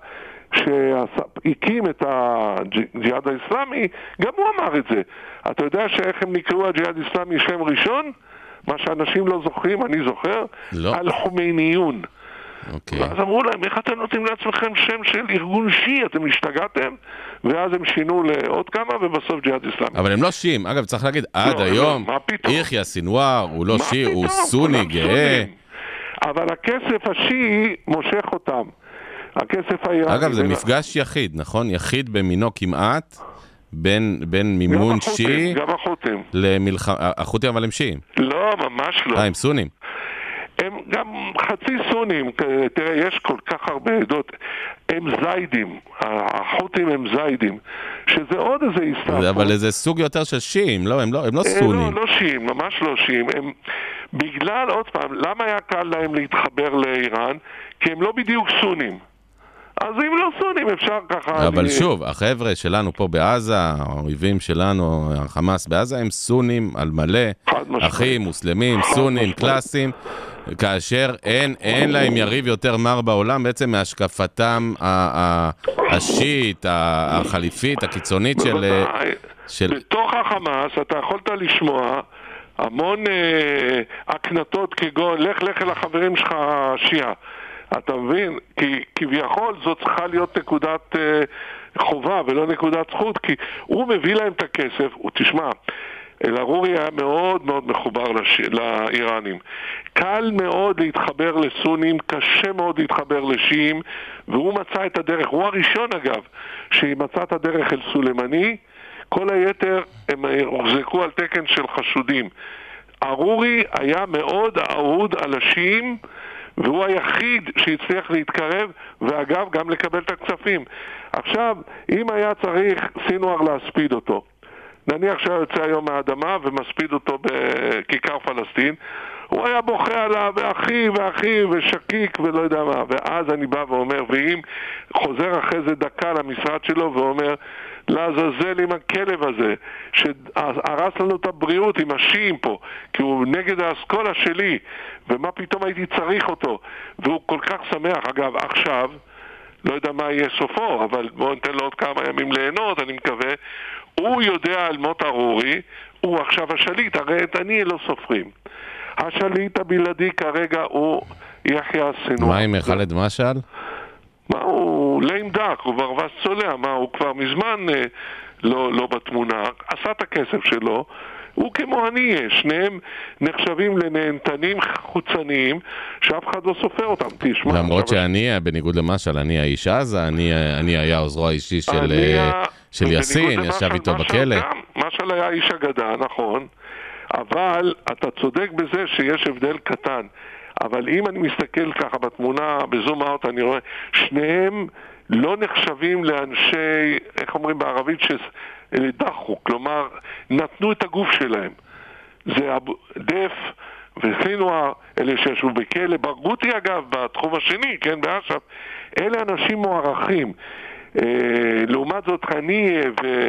E: שהקים את הג'יהאד האסלאמי, גם הוא אמר את זה. אתה יודע שאיך הם נקראו הג'יהאד האסלאמי שם ראשון? מה שאנשים לא זוכרים, אני זוכר?
D: לא.
E: אל-חומייניון.
D: אוקיי.
E: ואז אמרו להם, איך אתם נותנים לעצמכם שם של ארגון שיעי? אתם השתגעתם? ואז הם שינו לעוד כמה, ובסוף ג'יהאד אסלאמי.
D: אבל הם לא שיעים. אגב, צריך להגיד, עד היום, יחיא סינואר, הוא לא שיעי, הוא סוני גאה.
E: אבל הכסף השיעי מושך אותם. הכסף האיראני...
D: אגב, זה מפגש יחיד, נכון? יחיד במינו כמעט, בין מימון שיעי...
E: גם החות'ים.
D: החות'ים אבל הם שיעים.
E: לא, ממש לא.
D: הם סונים.
E: הם גם חצי סונים, תראה, יש כל כך הרבה עדות, הם זיידים, החות'ים הם זיידים, שזה עוד איזה הסתעפות.
D: אבל איזה סוג יותר של שיעים, לא, הם לא סונים.
E: לא שיעים, ממש לא שיעים, הם, בגלל, עוד פעם, למה היה קל להם להתחבר לאיראן? כי הם לא בדיוק סונים. אז אם לא סונים אפשר ככה...
D: אבל שוב, החבר'ה שלנו פה בעזה, האויבים שלנו, החמאס בעזה, הם סונים על מלא, אחים, מוסלמים, סונים, קלאסים, כאשר אין להם יריב יותר מר בעולם, בעצם מהשקפתם השיעית, החליפית, הקיצונית של...
E: בתוך החמאס אתה יכולת לשמוע המון הקנטות כגון, לך אל החברים שלך שיעה. אתה מבין? כי כביכול זאת צריכה להיות נקודת חובה ולא נקודת זכות, כי הוא מביא להם את הכסף, הוא תשמע, אל-ערורי היה מאוד מאוד מחובר לאיראנים. קל מאוד להתחבר לסונים, קשה מאוד להתחבר לשיעים, והוא מצא את הדרך, הוא הראשון אגב, שמצא את הדרך אל סולימני, כל היתר הם הוחזקו על תקן של חשודים. ערורי היה מאוד אהוד על השיעים, והוא היחיד שהצליח להתקרב, ואגב גם לקבל את הכספים. עכשיו, אם היה צריך סינואר להספיד אותו, נניח שהוא יוצא היום מהאדמה ומספיד אותו בכיכר פלסטין, הוא היה בוכה עליו, ואחי ושקיק ולא יודע מה, ואז אני בא ואומר, ואם חוזר אחרי זה דקה למשרד שלו ואומר, לעזאזל עם הכלב הזה, שהרס לנו את הבריאות עם השיעים פה, כי הוא נגד האסכולה שלי, ומה פתאום הייתי צריך אותו, והוא כל כך שמח. אגב, עכשיו, לא יודע מה יהיה סופו, אבל בואו ניתן לו עוד כמה ימים ליהנות, אני מקווה, הוא יודע על מות ערורי, הוא עכשיו השליט, הרי את אני לא סופרים. השליט הבלעדי כרגע הוא יחיא סינואר.
D: מה עם ח'אלד משעל?
E: מה הוא ליים דק, הוא ברווז צולע, מה הוא כבר מזמן לא בתמונה, עשה את הכסף שלו, הוא כמו אני, שניהם נחשבים לנהנתנים חוצניים שאף אחד לא סופר אותם. תשמע,
D: למרות שאני, בניגוד למשל, אני האיש עזה, אני היה עוזרו האישי של יאסין, ישב איתו בכלא.
E: משל היה איש אגדה, נכון, אבל אתה צודק בזה שיש הבדל קטן. אבל אם אני מסתכל ככה בתמונה, בזום אאוט, אני רואה, שניהם לא נחשבים לאנשי, איך אומרים בערבית, שדחו, כלומר, נתנו את הגוף שלהם. זה דף וסינואר, אלה שישבו בכלא, ברגותי אגב, בתחום השני, כן, באש"ף, אלה אנשים מוערכים. לעומת זאת חניה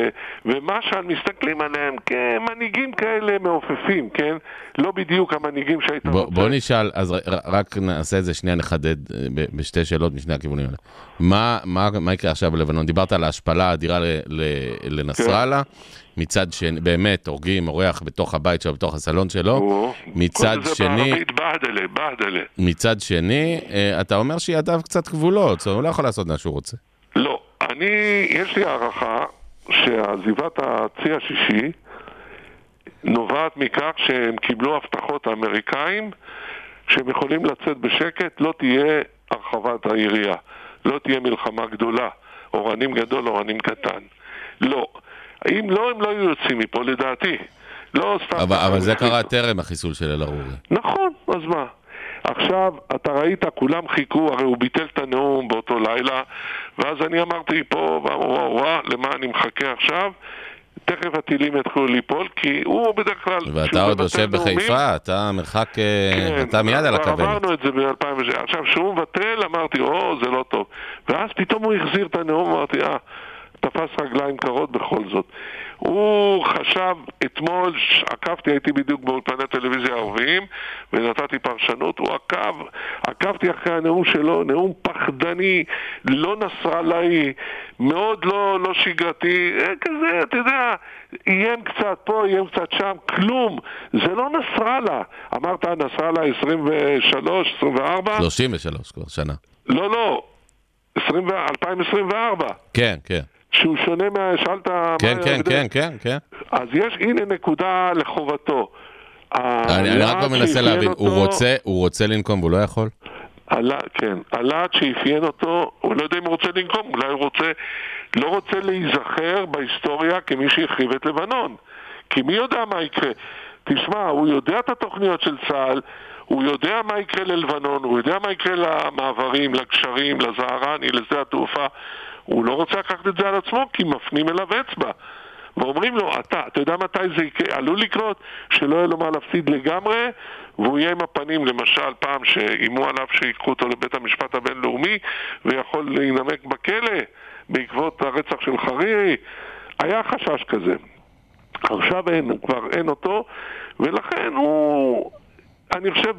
E: ומשל מסתכלים עליהם כמנהיגים כאלה מעופפים, כן? לא בדיוק המנהיגים שהיית רוצה.
D: בוא נשאל, אז רק נעשה את זה שנייה, נחדד בשתי שאלות משני הכיוונים האלה. מה יקרה עכשיו בלבנון? דיברת על ההשפלה האדירה לנסראללה, מצד שני, באמת, הורגים, אורח בתוך הבית שלו, בתוך הסלון שלו, מצד שני, אתה אומר שידיו קצת גבולות, הוא לא יכול לעשות מה שהוא רוצה.
E: לא, יש לי הערכה שעזיבת הצי השישי נובעת מכך שהם קיבלו הבטחות האמריקאים שהם יכולים לצאת בשקט, לא תהיה הרחבת העירייה, לא תהיה מלחמה גדולה, אורנים גדול, אורנים קטן. לא. אם לא, הם לא היו יוצאים מפה, לדעתי. לא סתם...
D: אבל זה קרה טרם החיסול של אל-ערורי.
E: נכון, אז מה? עכשיו, אתה ראית, כולם חיכו, הרי הוא ביטל את הנאום באותו לילה, ואז אני אמרתי פה, ואמרו, למה אני מחכה עכשיו? תכף הטילים יתחילו ליפול, כי הוא בדרך כלל...
D: ואתה עוד יושב בחיפה, אתה מרחק... כן, אתה מיד על הכוונת.
E: אמרנו את זה ב-2006. עכשיו, שהוא מבטל, אמרתי, זה לא טוב. ואז פתאום הוא החזיר את הנאום, אמרתי, תפס רגליים קרות בכל זאת. הוא חשב, אתמול עקבתי, הייתי בדיוק באולפני טלוויזיה ערביים, ונתתי פרשנות, הוא עקבתי אחרי הנאום שלו, נאום פחדני, לא נסראללאי, מאוד לא שגרתי, כזה, אתה יודע, איים קצת פה, איים קצת שם, כלום, זה לא נסראללה. אמרת נסראללה 23, 24?
D: 33 כבר, שנה.
E: לא, 2024.
D: כן.
E: שהוא שונה שאלת...
D: כן.
E: אז יש, הנה נקודה לחובתו.
D: אני רק מנסה להבין, הוא רוצה לנקום והוא לא יכול?
E: כן, הלהט שאפיין אותו, הוא לא יודע אם הוא רוצה לנקום, אולי הוא לא רוצה להיזכר בהיסטוריה כמי שהחריב את לבנון. כי מי יודע מה יקרה? תשמע, הוא יודע את התוכניות של צה"ל, הוא יודע מה יקרה ללבנון, הוא יודע מה יקרה למעברים, לגשרים, לזהרני, לשדה התעופה. הוא לא רוצה לקחת את זה על עצמו, כי מפנים אליו אצבע. ואומרים לו, אתה יודע מתי זה עלול לקרות? שלא יהיה לו מה להפסיד לגמרי, והוא יהיה עם הפנים, למשל, פעם שאימו עליו שיקחו אותו לבית המשפט הבינלאומי, ויכול להינמק בכלא, בעקבות הרצח של חרירי. היה חשש כזה. עכשיו כבר אין אותו, ולכן אני חושב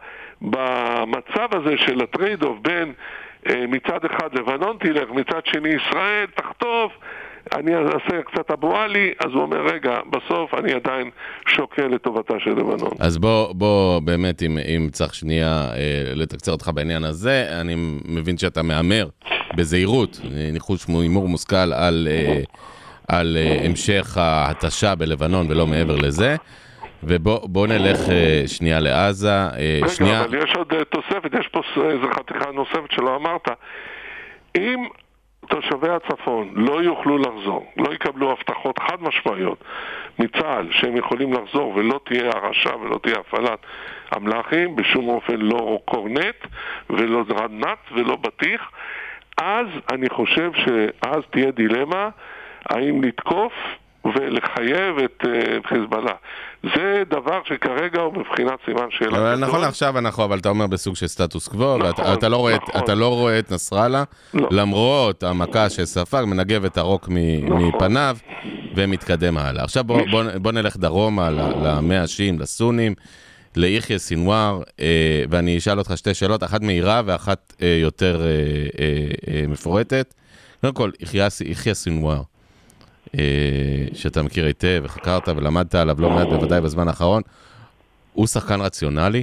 E: במצב הזה של הטרייד-אוף בין מצד אחד לבנון תלך, מצד שני ישראל תחטוף, אני אעשה קצת אבו עלי, אז הוא אומר, רגע, בסוף אני עדיין שוקל לטובתה של לבנון.
D: אז בוא באמת, אם צריך שנייה לתקצר אותך בעניין הזה, אני מבין שאתה מאמר בזהירות, ניחוש הימור מושכל על המשך ההתשה בלבנון ולא מעבר לזה. ובוא נלך שנייה לעזה.
E: רגע, אבל יש עוד תוספת, יש פה איזו חתיכה נוספת שלא אמרת. אם תושבי הצפון לא יוכלו לחזור, לא יקבלו הבטחות חד משמעיות מצה"ל שהם יכולים לחזור ולא תהיה הרשע ולא תהיה הפעלת המלאכים, בשום אופן לא קורנט ולא רדנט ולא בטיח, אז אני חושב שאז תהיה דילמה האם לתקוף ולחייב את חיזבאללה. זה דבר שכרגע הוא מבחינת סימן שאלה.
D: נכון, עכשיו אבל אתה אומר בסוג של סטטוס קוו, ואתה לא רואה את נסראללה, למרות המכה שספג, מנגב את הרוק מפניו, ומתקדם הלאה. עכשיו בוא נלך דרומה, למאה השיעים, לסונים, ליחיא סינואר, ואני אשאל אותך שתי שאלות, אחת מהירה ואחת יותר מפורטת. קודם כל, יחיא סינואר, שאתה מכיר היטב וחקרת ולמדת עליו לא מעט בוודאי בזמן האחרון, הוא שחקן רציונלי?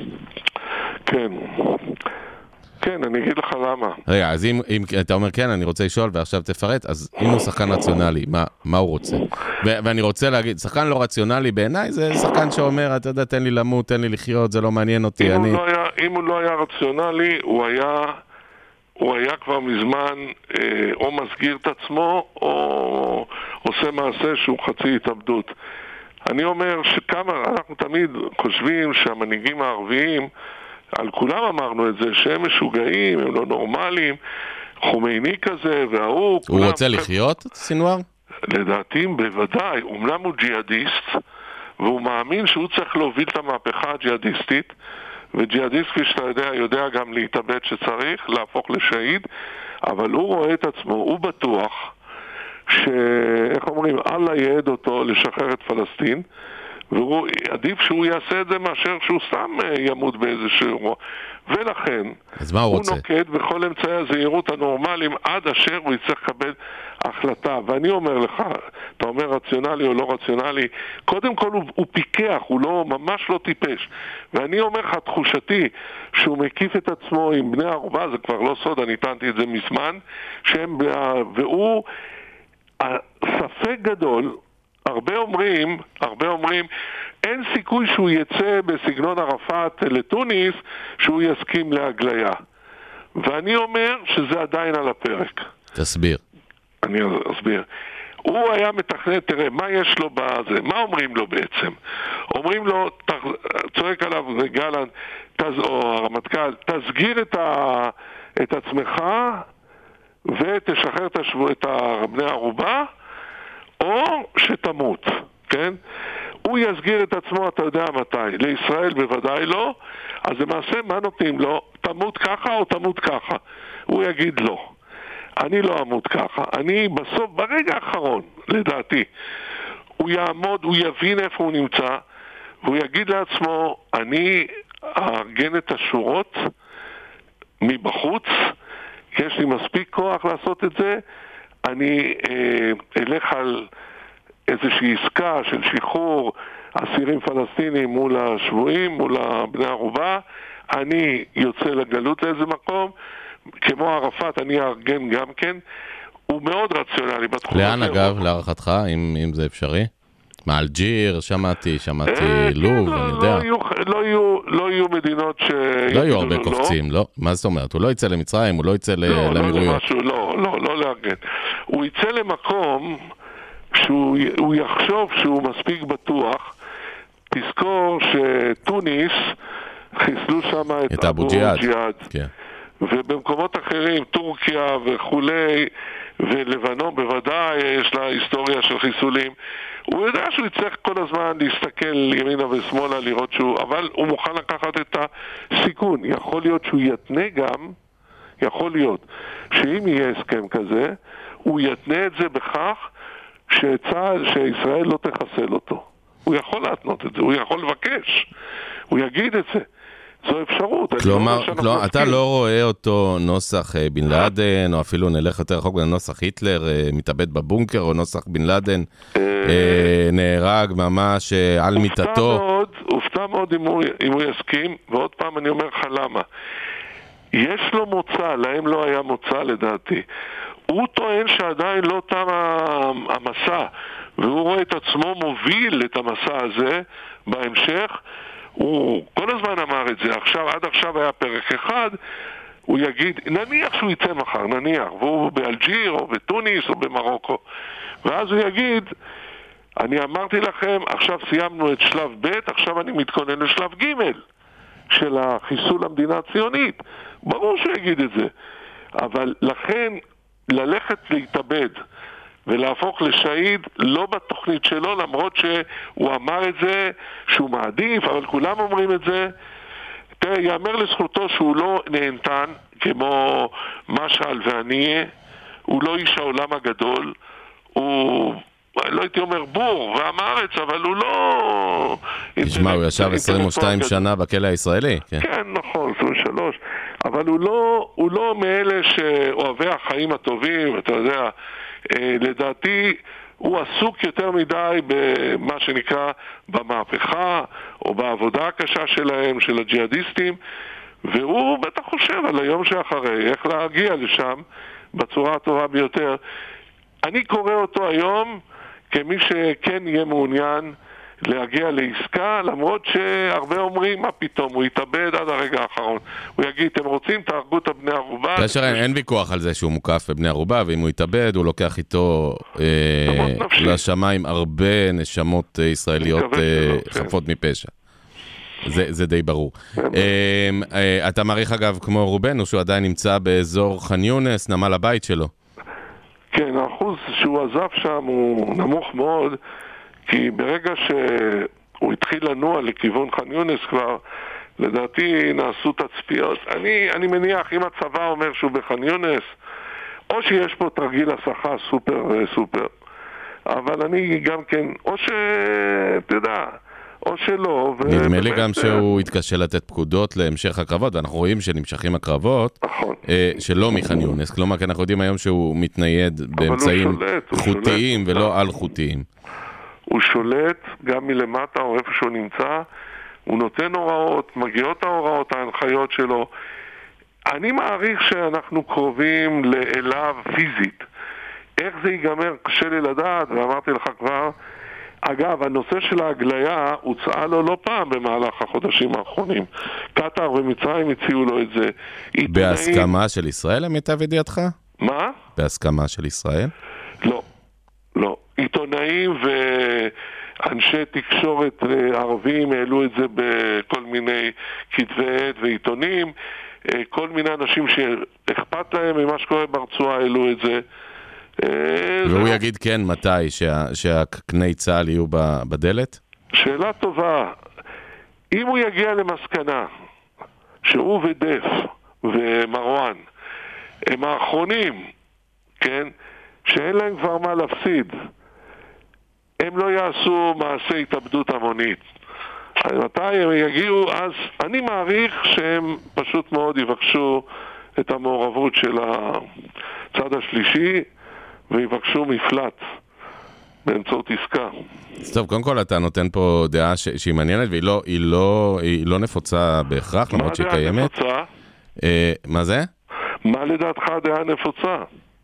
E: כן, אני אגיד לך למה.
D: רגע, אז אם אתה אומר כן, אני רוצה לשאול ועכשיו תפרט, אז אם הוא שחקן רציונלי, מה הוא רוצה? ואני רוצה להגיד, שחקן לא רציונלי בעיניי זה שחקן שאומר, אתה יודע, תן לי למות, תן לי לחיות, זה לא מעניין אותי.
E: אם הוא לא היה רציונלי, הוא היה כבר מזמן או מסגיר את עצמו או עושה מעשה שהוא חצי התאבדות. אני אומר שכמה אנחנו תמיד חושבים שהמנהיגים הערביים, על כולם אמרנו את זה, שהם משוגעים, הם לא נורמליים, חומייני כזה והוא...
D: הוא רוצה לחיות, סינואר?
E: לדעתי בוודאי, אומנם הוא ג'יהאדיסט והוא מאמין שהוא צריך להוביל את המהפכה הג'יהאדיסטית, וג'יהאדיסט כפי שאתה יודע גם להתאבד שצריך, להפוך לשהיד, אבל הוא רואה את עצמו, הוא בטוח שאיך אומרים, אללה יעד אותו לשחרר את פלסטין, והוא עדיף שהוא יעשה את זה מאשר שהוא סתם ימות באיזשהו... ולכן הוא נוקט בכל אמצעי הזהירות הנורמליים עד אשר הוא יצטרך לקבל החלטה. ואני אומר לך, אתה אומר רציונלי או לא רציונלי, קודם כל הוא פיקח, הוא לא, ממש לא טיפש. ואני אומר לך, תחושתי שהוא מקיף את עצמו עם בני ערובה, זה כבר לא סוד, אני טענתי את זה מזמן, והוא ספק גדול הרבה אומרים, אין סיכוי שהוא יצא בסגנון ערפאת לתוניס, שהוא יסכים להגליה. ואני אומר שזה עדיין על הפרק.
D: תסביר.
E: אני אסביר. הוא היה מתכנן, תראה, מה יש לו בזה? מה אומרים לו בעצם? אומרים לו, צועק עליו גלנט, או הרמטכ"ל, תסגיר את עצמך ותשחרר את בני ערובה, או שתמות, כן? הוא יסגיר את עצמו, אתה יודע מתי. לישראל בוודאי לא. אז למעשה, מה נותנים לו? תמות ככה או תמות ככה? הוא יגיד לא. אני לא אמות ככה. אני בסוף, ברגע האחרון, לדעתי, הוא יעמוד, הוא יבין איפה הוא נמצא, והוא יגיד לעצמו, אני אארגן את השורות מבחוץ, יש לי מספיק כוח לעשות את זה, אני אלך על איזושהי עסקה של שחרור אסירים פלסטינים מול השבויים, מול בני ערובה, אני יוצא לגלות לאיזה מקום, כמו ערפאת אני אארגן גם כן, הוא מאוד רציונלי בתחום.
D: לאן אגב, להערכתך, אם זה אפשרי? מאלג'יר, שמעתי לוב, אני יודע.
E: לא יהיו מדינות ש...
D: לא יהיו הרבה קופצים, לא? מה זאת אומרת? הוא לא יצא למצרים, הוא לא יצא לאמירויות.
E: לא לארגן. הוא יצא למקום שהוא יחשוב שהוא מספיק בטוח. תזכור שטוניס חיסלו שם את אבו ג'יהאד.
D: כן.
E: ובמקומות אחרים, טורקיה וכולי, ולבנון בוודאי יש לה היסטוריה של חיסולים. הוא יודע שהוא יצטרך כל הזמן להסתכל ימינה ושמאלה, לראות אבל הוא מוכן לקחת את הסיכון. יכול להיות שהוא יתנה גם, יכול להיות שאם יהיה הסכם כזה, הוא יתנה את זה בכך שישראל לא תחסל אותו. הוא יכול להתנות את זה, הוא יכול לבקש, הוא יגיד את זה. זו אפשרות.
D: כלומר, אתה לא רואה אותו נוסח בן לאדן, או אפילו נלך יותר רחוק לנוסח היטלר, מתאבד בבונקר, או נוסח בן לאדן, נהרג ממש על מיטתו.
E: הופתע מאוד אם הוא יסכים, ועוד פעם אני אומר לך למה. יש לו מוצא, להם לא היה מוצא לדעתי. הוא טוען שעדיין לא תם המסע, והוא רואה את עצמו מוביל את המסע הזה בהמשך. הוא כל הזמן אמר את זה, עד עכשיו היה פרק אחד, הוא יגיד, נניח שהוא יצא מחר, נניח, והוא באלג'יר או בתוניס או במרוקו, ואז הוא יגיד, אני אמרתי לכם, עכשיו סיימנו את שלב ב', עכשיו אני מתכונן לשלב ג' של החיסול המדינה הציונית. ברור שהוא יגיד את זה, אבל לכן ללכת להתאבד ולהפוך לשהיד לא בתוכנית שלו, למרות שהוא אמר את זה שהוא מעדיף, אבל כולם אומרים את זה. תראה, יאמר לזכותו שהוא לא נהנתן כמו משל ואני, הוא לא איש העולם הגדול, הוא לא הייתי אומר בור ועם הארץ, אבל הוא לא...
D: תשמע, הוא ישב 22 שנה בכלא הישראלי.
E: כן, נכון, 23, אבל הוא לא מאלה שאוהבי החיים הטובים, אתה יודע, לדעתי הוא עסוק יותר מדי במה שנקרא במהפכה או בעבודה הקשה שלהם, של הג'יהאדיסטים, והוא בטח חושב על היום שאחרי, איך להגיע לשם בצורה הטובה ביותר. אני קורא אותו היום כמי שכן יהיה מעוניין להגיע לעסקה, למרות שהרבה אומרים, מה פתאום, הוא יתאבד עד הרגע האחרון. הוא יגיד, אתם רוצים, תהרגו את בני ערובה.
D: כאשר אין ויכוח על זה שהוא מוקף בבני ערובה, ואם הוא יתאבד, הוא לוקח איתו לשמיים הרבה נשמות ישראליות חפות מפשע. זה די ברור. אתה מעריך אגב, כמו רובנו, שהוא עדיין נמצא באזור ח'אן יונס, נמל הבית שלו.
E: כן, האחוז שהוא עזב שם הוא נמוך מאוד, כי ברגע שהוא התחיל לנוע לכיוון ח'אן יונס כבר, לדעתי נעשו תצפיות. אני מניח, אם הצבא אומר שהוא בח'אן יונס, או שיש פה תרגיל הסחה סופר, אבל אני גם כן, או שתדע, או שלא.
D: נדמה לי גם שהוא התקשה לתת פקודות להמשך הקרבות, ואנחנו רואים שנמשכים הקרבות, שלא מח'אן יונס, כלומר, כי אנחנו יודעים היום שהוא מתנייד באמצעים חוטיים ולא על חוטיים.
E: הוא שולט גם מלמטה או איפה שהוא נמצא, הוא נותן הוראות, מגיעות ההוראות, ההנחיות שלו. אני מעריך שאנחנו קרובים אליו פיזית. איך זה ייגמר? קשה לי לדעת, ואמרתי לך כבר, אגב, הנושא של ההגליה הוצאה לו לא פעם במהלך החודשים האחרונים. קטר ומצרים הציעו לו את זה.
D: בהסכמה של ישראל, למיטב ידיעתך?
E: מה?
D: בהסכמה של ישראל?
E: לא, לא. עיתונאים ואנשי תקשורת ערבים העלו את זה בכל מיני כתבי עת ועיתונים. כל מיני אנשים שאכפת להם ממה שקורה ברצועה העלו את זה.
D: והוא יגיד כן, מתי? שהקני צה"ל יהיו בדלת?
E: שאלה טובה. אם הוא יגיע למסקנה שהוא ודף ומרואן הם האחרונים, כן, שאין להם כבר מה להפסיד, הם לא יעשו מעשה התאבדות המונית. מתי הם יגיעו, אז אני מעריך שהם פשוט מאוד יבקשו את המעורבות של הצד השלישי ויבקשו מפלט באמצעות עסקה.
D: טוב, קודם כל אתה נותן פה דעה שהיא מעניינת והיא לא נפוצה בהכרח, למרות שהיא קיימת.
E: מה דעה נפוצה?
D: מה זה?
E: מה לדעתך דעה נפוצה?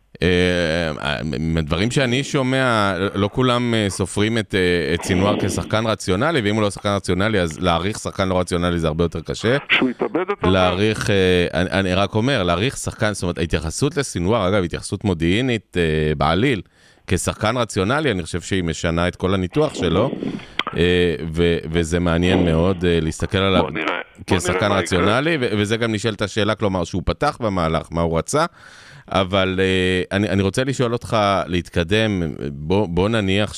D: דברים שאני שומע, לא כולם סופרים את סינואר כשחקן רציונלי, ואם הוא לא שחקן רציונלי, אז להעריך שחקן לא רציונלי זה הרבה יותר קשה.
E: שהוא יתאבד את
D: להעריך, אני רק אומר, להעריך שחקן, זאת אומרת, ההתייחסות לסינואר, אגב, התייחסות מודיעינית בעליל, כשחקן רציונלי, אני חושב שהיא משנה את כל הניתוח שלו, וזה מעניין מאוד להסתכל עליו כשחקן רציונלי, וזה גם נשאלת השאלה, כלומר, שהוא פתח במהלך, מה הוא רצה, אבל אני רוצה לשאול אותך להתקדם, בוא נניח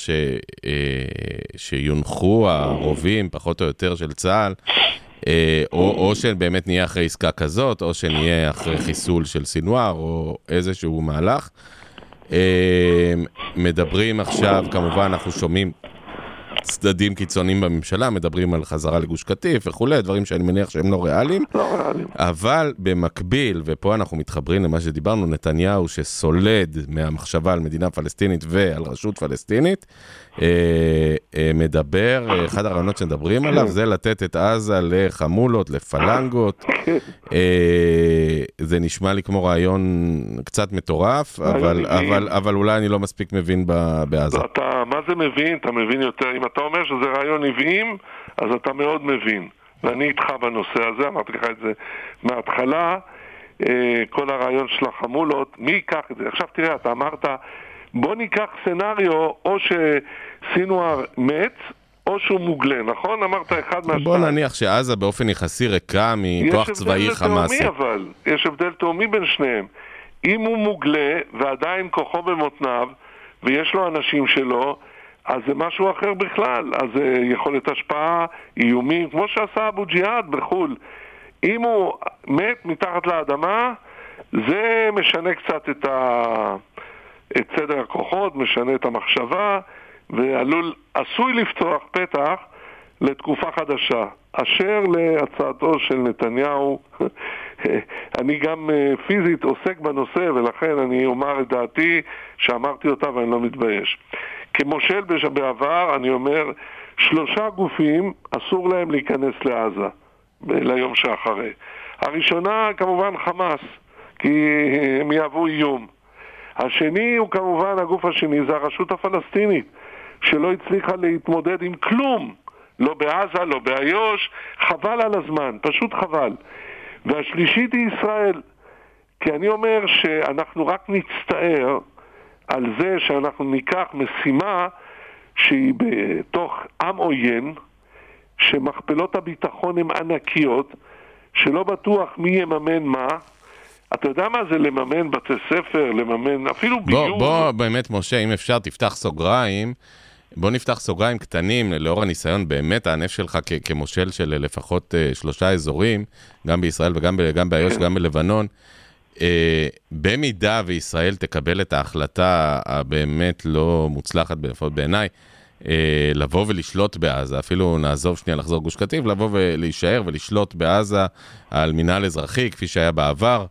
D: שיונחו הרובים פחות או יותר של צה"ל, או שבאמת נהיה אחרי עסקה כזאת, או שנהיה אחרי חיסול של סינואר, או איזשהו מהלך. מדברים עכשיו, כמובן אנחנו שומעים צדדים קיצוניים בממשלה, מדברים על חזרה לגוש קטיף וכולי, דברים שאני מניח שהם לא ריאליים, אבל במקביל, ופה אנחנו מתחברים למה שדיברנו, נתניהו שסולד מהמחשבה על מדינה פלסטינית ועל רשות פלסטינית, מדבר, אחד הרעיונות שמדברים עליו, זה לתת את עזה לחמולות, לפלנגות, זה נשמע לי כמו רעיון קצת מטורף, אבל אולי אני לא מספיק מבין בעזה.
E: מה זה מבין? אתה מבין יותר. אם אתה אומר שזה רעיון נביאים, אז אתה מאוד מבין. ואני איתך בנושא הזה, אמרתי לך את זה מההתחלה, כל הרעיון של החמולות, מי ייקח את זה? עכשיו תראה, אתה אמרת, בוא ניקח סנריו, או שסינואר מת, או שהוא מוגלה, נכון? אמרת אחד מהשתיים.
D: בוא נניח שעזה באופן יחסי ריקה מכוח צבאי חמאסי.
E: יש הבדל תאומי אבל, יש הבדל תאומי בין שניהם. אם הוא מוגלה ועדיין כוחו במותניו, ויש לו אנשים שלו, אז זה משהו אחר בכלל. אז זה יכולת השפעה, איומים, כמו שעשה אבו ג'יהאד בחול. אם הוא מת מתחת לאדמה, זה משנה קצת את סדר הכוחות, משנה את המחשבה, ועשוי לפתוח פתח לתקופה חדשה. אשר להצעתו של נתניהו, אני גם פיזית עוסק בנושא, ולכן אני אומר את דעתי שאמרתי אותה ואני לא מתבייש. כמושל בעבר, אני אומר, 3 גופים אסור להם להיכנס לעזה ליום שאחרי. הראשונה כמובן חמאס, כי הם יהוו איום. השני הוא כמובן, הגוף השני זה הרשות הפלסטינית, שלא הצליחה להתמודד עם כלום, לא בעזה, לא באיו"ש, חבל על הזמן, פשוט חבל. והשלישית היא ישראל, כי אני אומר שאנחנו רק נצטער על זה שאנחנו ניקח משימה שהיא בתוך עם עוין, שמכפלות הביטחון הן ענקיות, שלא בטוח מי יממן מה. אתה יודע מה זה לממן בתי ספר, לממן אפילו ביור?
D: בוא באמת משה, אם אפשר תפתח סוגריים, בוא נפתח סוגריים קטנים, לאור הניסיון באמת הענף שלך כמושל של לפחות 3 אזורים, גם בישראל וגם באיו"ש, גם בלבנון, במידה וישראל תקבל את ההחלטה הבאמת לא מוצלחת בעיניי, לבוא ולשלוט בעזה, אפילו נעזוב שנייה לחזור גוש קטיף, לבוא ולהישאר ולשלוט בעזה על מינהל אזרחי, כפי שהיה בעבר.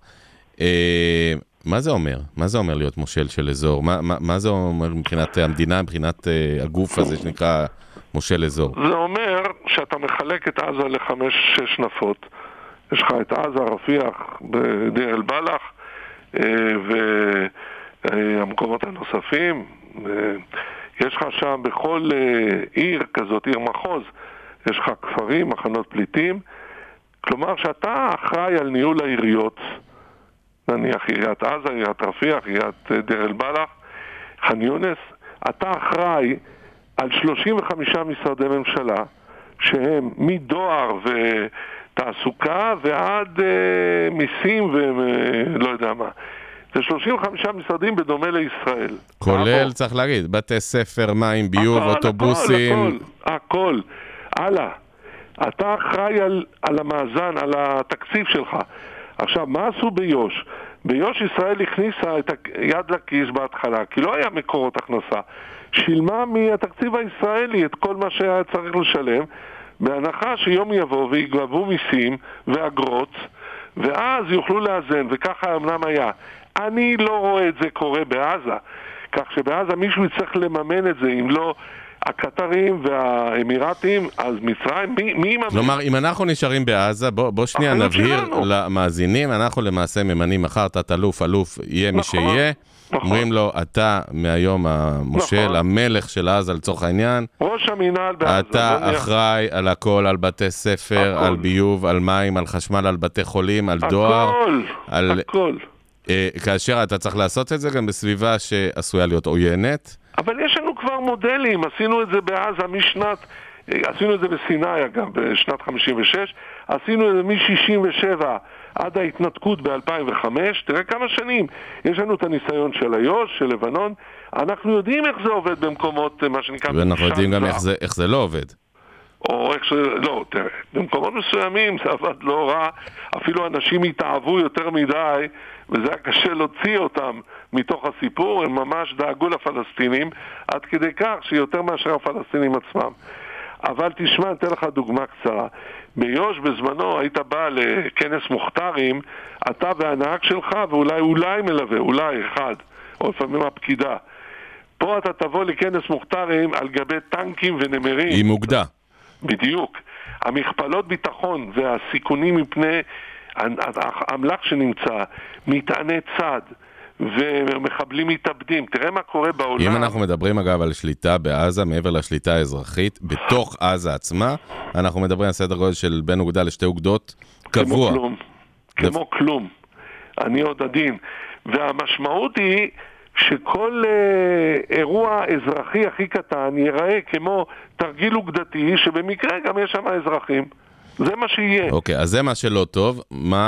D: מה זה אומר? מה זה אומר להיות מושל של אזור? מה זה אומר מבחינת המדינה, מבחינת הגוף הזה שנקרא מושל אזור?
E: זה אומר שאתה מחלק את עזה ל5-6 נפות. יש לך את עזה, רפיח, בדיר אל בלח, והמקומות הנוספים. יש לך שם בכל עיר כזאת, עיר מחוז, יש לך כפרים, מחנות פליטים, כלומר שאתה אחראי על ניהול העיריות, נניח עיריית עזה, עיריית רפיח, עיריית דיר אל-בלח, ח'אן יונס, אתה אחראי על 35 משרדי ממשלה, שהם מדואר ותעסוקה ועד מיסים ולא יודע מה. זה 35 משרדים בדומה לישראל.
D: כולל, צריך להגיד, בתי ספר, מים, ביוב, אוטובוסים.
E: הכל. הלאה. אתה אחראי על המאזן, על התקציב שלך. עכשיו, מה עשו ביוש? ביוש ישראל הכניסה את היד לכיס בהתחלה, כי לא היה מקורות הכנסה. שילמה מהתקציב הישראלי את כל מה שהיה צריך לשלם, בהנחה שיום יבוא ויגבו מיסים ואגרות, ואז יוכלו לאזן, וככה אמנם היה. אני לא רואה את זה קורה בעזה, כך שבעזה מישהו יצטרך לממן את זה, אם לא הקטרים והאמירתים, אז מצרים, מי יממן?
D: כלומר, אם אנחנו נשארים בעזה, בוא שנייה נבהיר למאזינים, אנחנו למעשה ממנים מחר תת-אלוף, אלוף, יהיה מי שיהיה, אומרים לו, אתה מהיום המושל, המלך של עזה לצורך העניין,
E: ראש המינהל בעזה,
D: אתה אחראי על הכל, על בתי ספר, על ביוב, על מים, על חשמל, על בתי חולים, על דואר,
E: הכל.
D: כאשר אתה צריך לעשות את זה גם בסביבה שעשויה להיות עוינת.
E: אבל יש לנו כבר מודלים, עשינו את זה בעזה עשינו את זה בסיני אגב, בשנת 56, עשינו את זה מ-67 עד ההתנתקות ב-2005, תראה כמה שנים, יש לנו את הניסיון של איו"ש, של לבנון, אנחנו יודעים איך זה עובד במקומות, מה שנקרא...
D: ואנחנו יודעים גם איך זה לא עובד.
E: או איך לא, תראה, במקומות מסוימים זה עבד לא רע, אפילו אנשים התאהבו יותר מדי, וזה היה קשה להוציא אותם מתוך הסיפור, הם ממש דאגו לפלסטינים, עד כדי כך שיותר מאשר הפלסטינים עצמם. אבל תשמע, אתן לך דוגמה קצרה. ביו"ש בזמנו היית בא לכנס מוכתרים, אתה והנהג שלך, ואולי מלווה, אולי אחד, או לפעמים הפקידה. פה אתה תבוא לכנס מוכתרים על גבי טנקים ונמרים.
D: היא מוגדה.
E: בדיוק. המכפלות ביטחון והסיכונים מפני המלח שנמצא, מטעני צד ומחבלים מתאבדים. תראה מה קורה בעולם.
D: אם אנחנו מדברים אגב על שליטה בעזה, מעבר לשליטה האזרחית, בתוך עזה עצמה, אנחנו מדברים על סדר גודל של בין אוגדה לשתי אוגדות קבוע.
E: כמו כלום. אני עוד עדין. והמשמעות היא שכל אירוע אזרחי הכי קטן ייראה כמו תרגיל אוגדתי, שבמקרה גם יש שם אזרחים. זה מה שיהיה.
D: אוקיי, אז זה מה שלא טוב.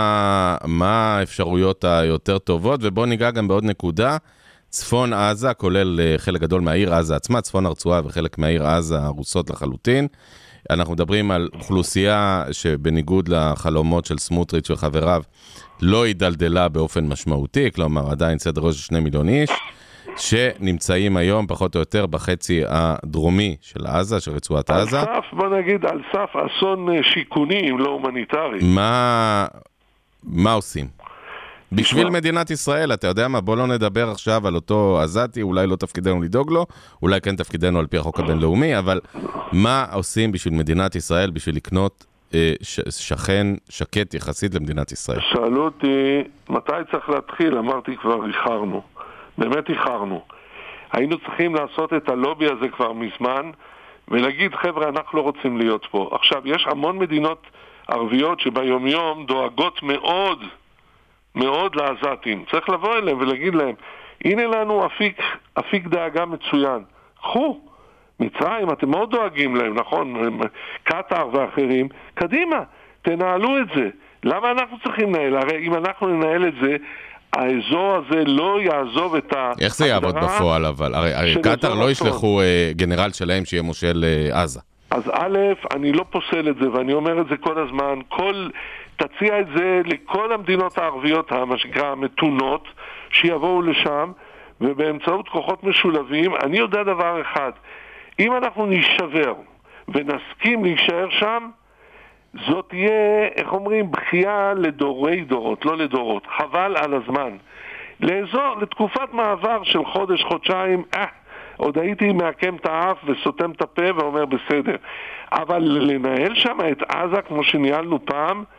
D: מה האפשרויות היותר טובות? ובואו ניגע גם בעוד נקודה. צפון עזה, כולל חלק גדול מהעיר עזה עצמה, צפון הרצועה וחלק מהעיר עזה הרוסות לחלוטין. אנחנו מדברים על אוכלוסייה שבניגוד לחלומות של סמוטריץ' וחבריו, לא הידלדלה באופן משמעותי, כלומר עדיין סדר גודל של 2 מיליון איש, שנמצאים היום פחות או יותר בחצי הדרומי של עזה, של רצועת עזה.
E: על סף, בוא נגיד, על סף אסון שיכוני, אם לא הומניטרי.
D: מה עושים? בשביל מדינת ישראל, אתה יודע מה, בוא לא נדבר עכשיו על אותו עזתי, אולי לא תפקידנו לדאוג לו, אולי כן תפקידנו על פי החוק הבינלאומי, אבל מה עושים בשביל מדינת ישראל, בשביל לקנות שכן שקט יחסית למדינת ישראל?
E: שאלו אותי, מתי צריך להתחיל? אמרתי כבר, איחרנו. באמת איחרנו. היינו צריכים לעשות את הלובי הזה כבר מזמן, ולהגיד, חבר'ה, אנחנו לא רוצים להיות פה. עכשיו, יש המון מדינות ערביות שביום יום דואגות מאוד, מאוד לעזתים. צריך לבוא אליהם ולהגיד להם, הנה לנו אפיק דאגה מצוין. קחו, מצרים, אתם מאוד דואגים להם, נכון? קטר ואחרים. קדימה, תנהלו את זה. למה אנחנו צריכים לנהל? הרי אם אנחנו ננהל את זה, האזור הזה לא יעזוב את ההגדרה.
D: איך זה יעבוד בפועל אבל? הרי קטר לא ישלחו גנרל שלהם שיהיה מושל עזה.
E: אז א', אני לא פוסל את זה, ואני אומר את זה כל הזמן, תציע את זה לכל המדינות הערביות, מה שנקרא המתונות, שיבואו לשם, ובאמצעות כוחות משולבים, אני יודע דבר אחד, אם אנחנו נשבר ונסכים להישאר שם, זאת תהיה, איך אומרים, בחייה לדורי דורות, לא לדורות, חבל על הזמן. לתקופת מעבר של חודש, חודשיים, עוד הייתי מעקם את האף וסותם את הפה ואומר בסדר. אבל לנהל שם את עזה כמו שניהלנו פעם,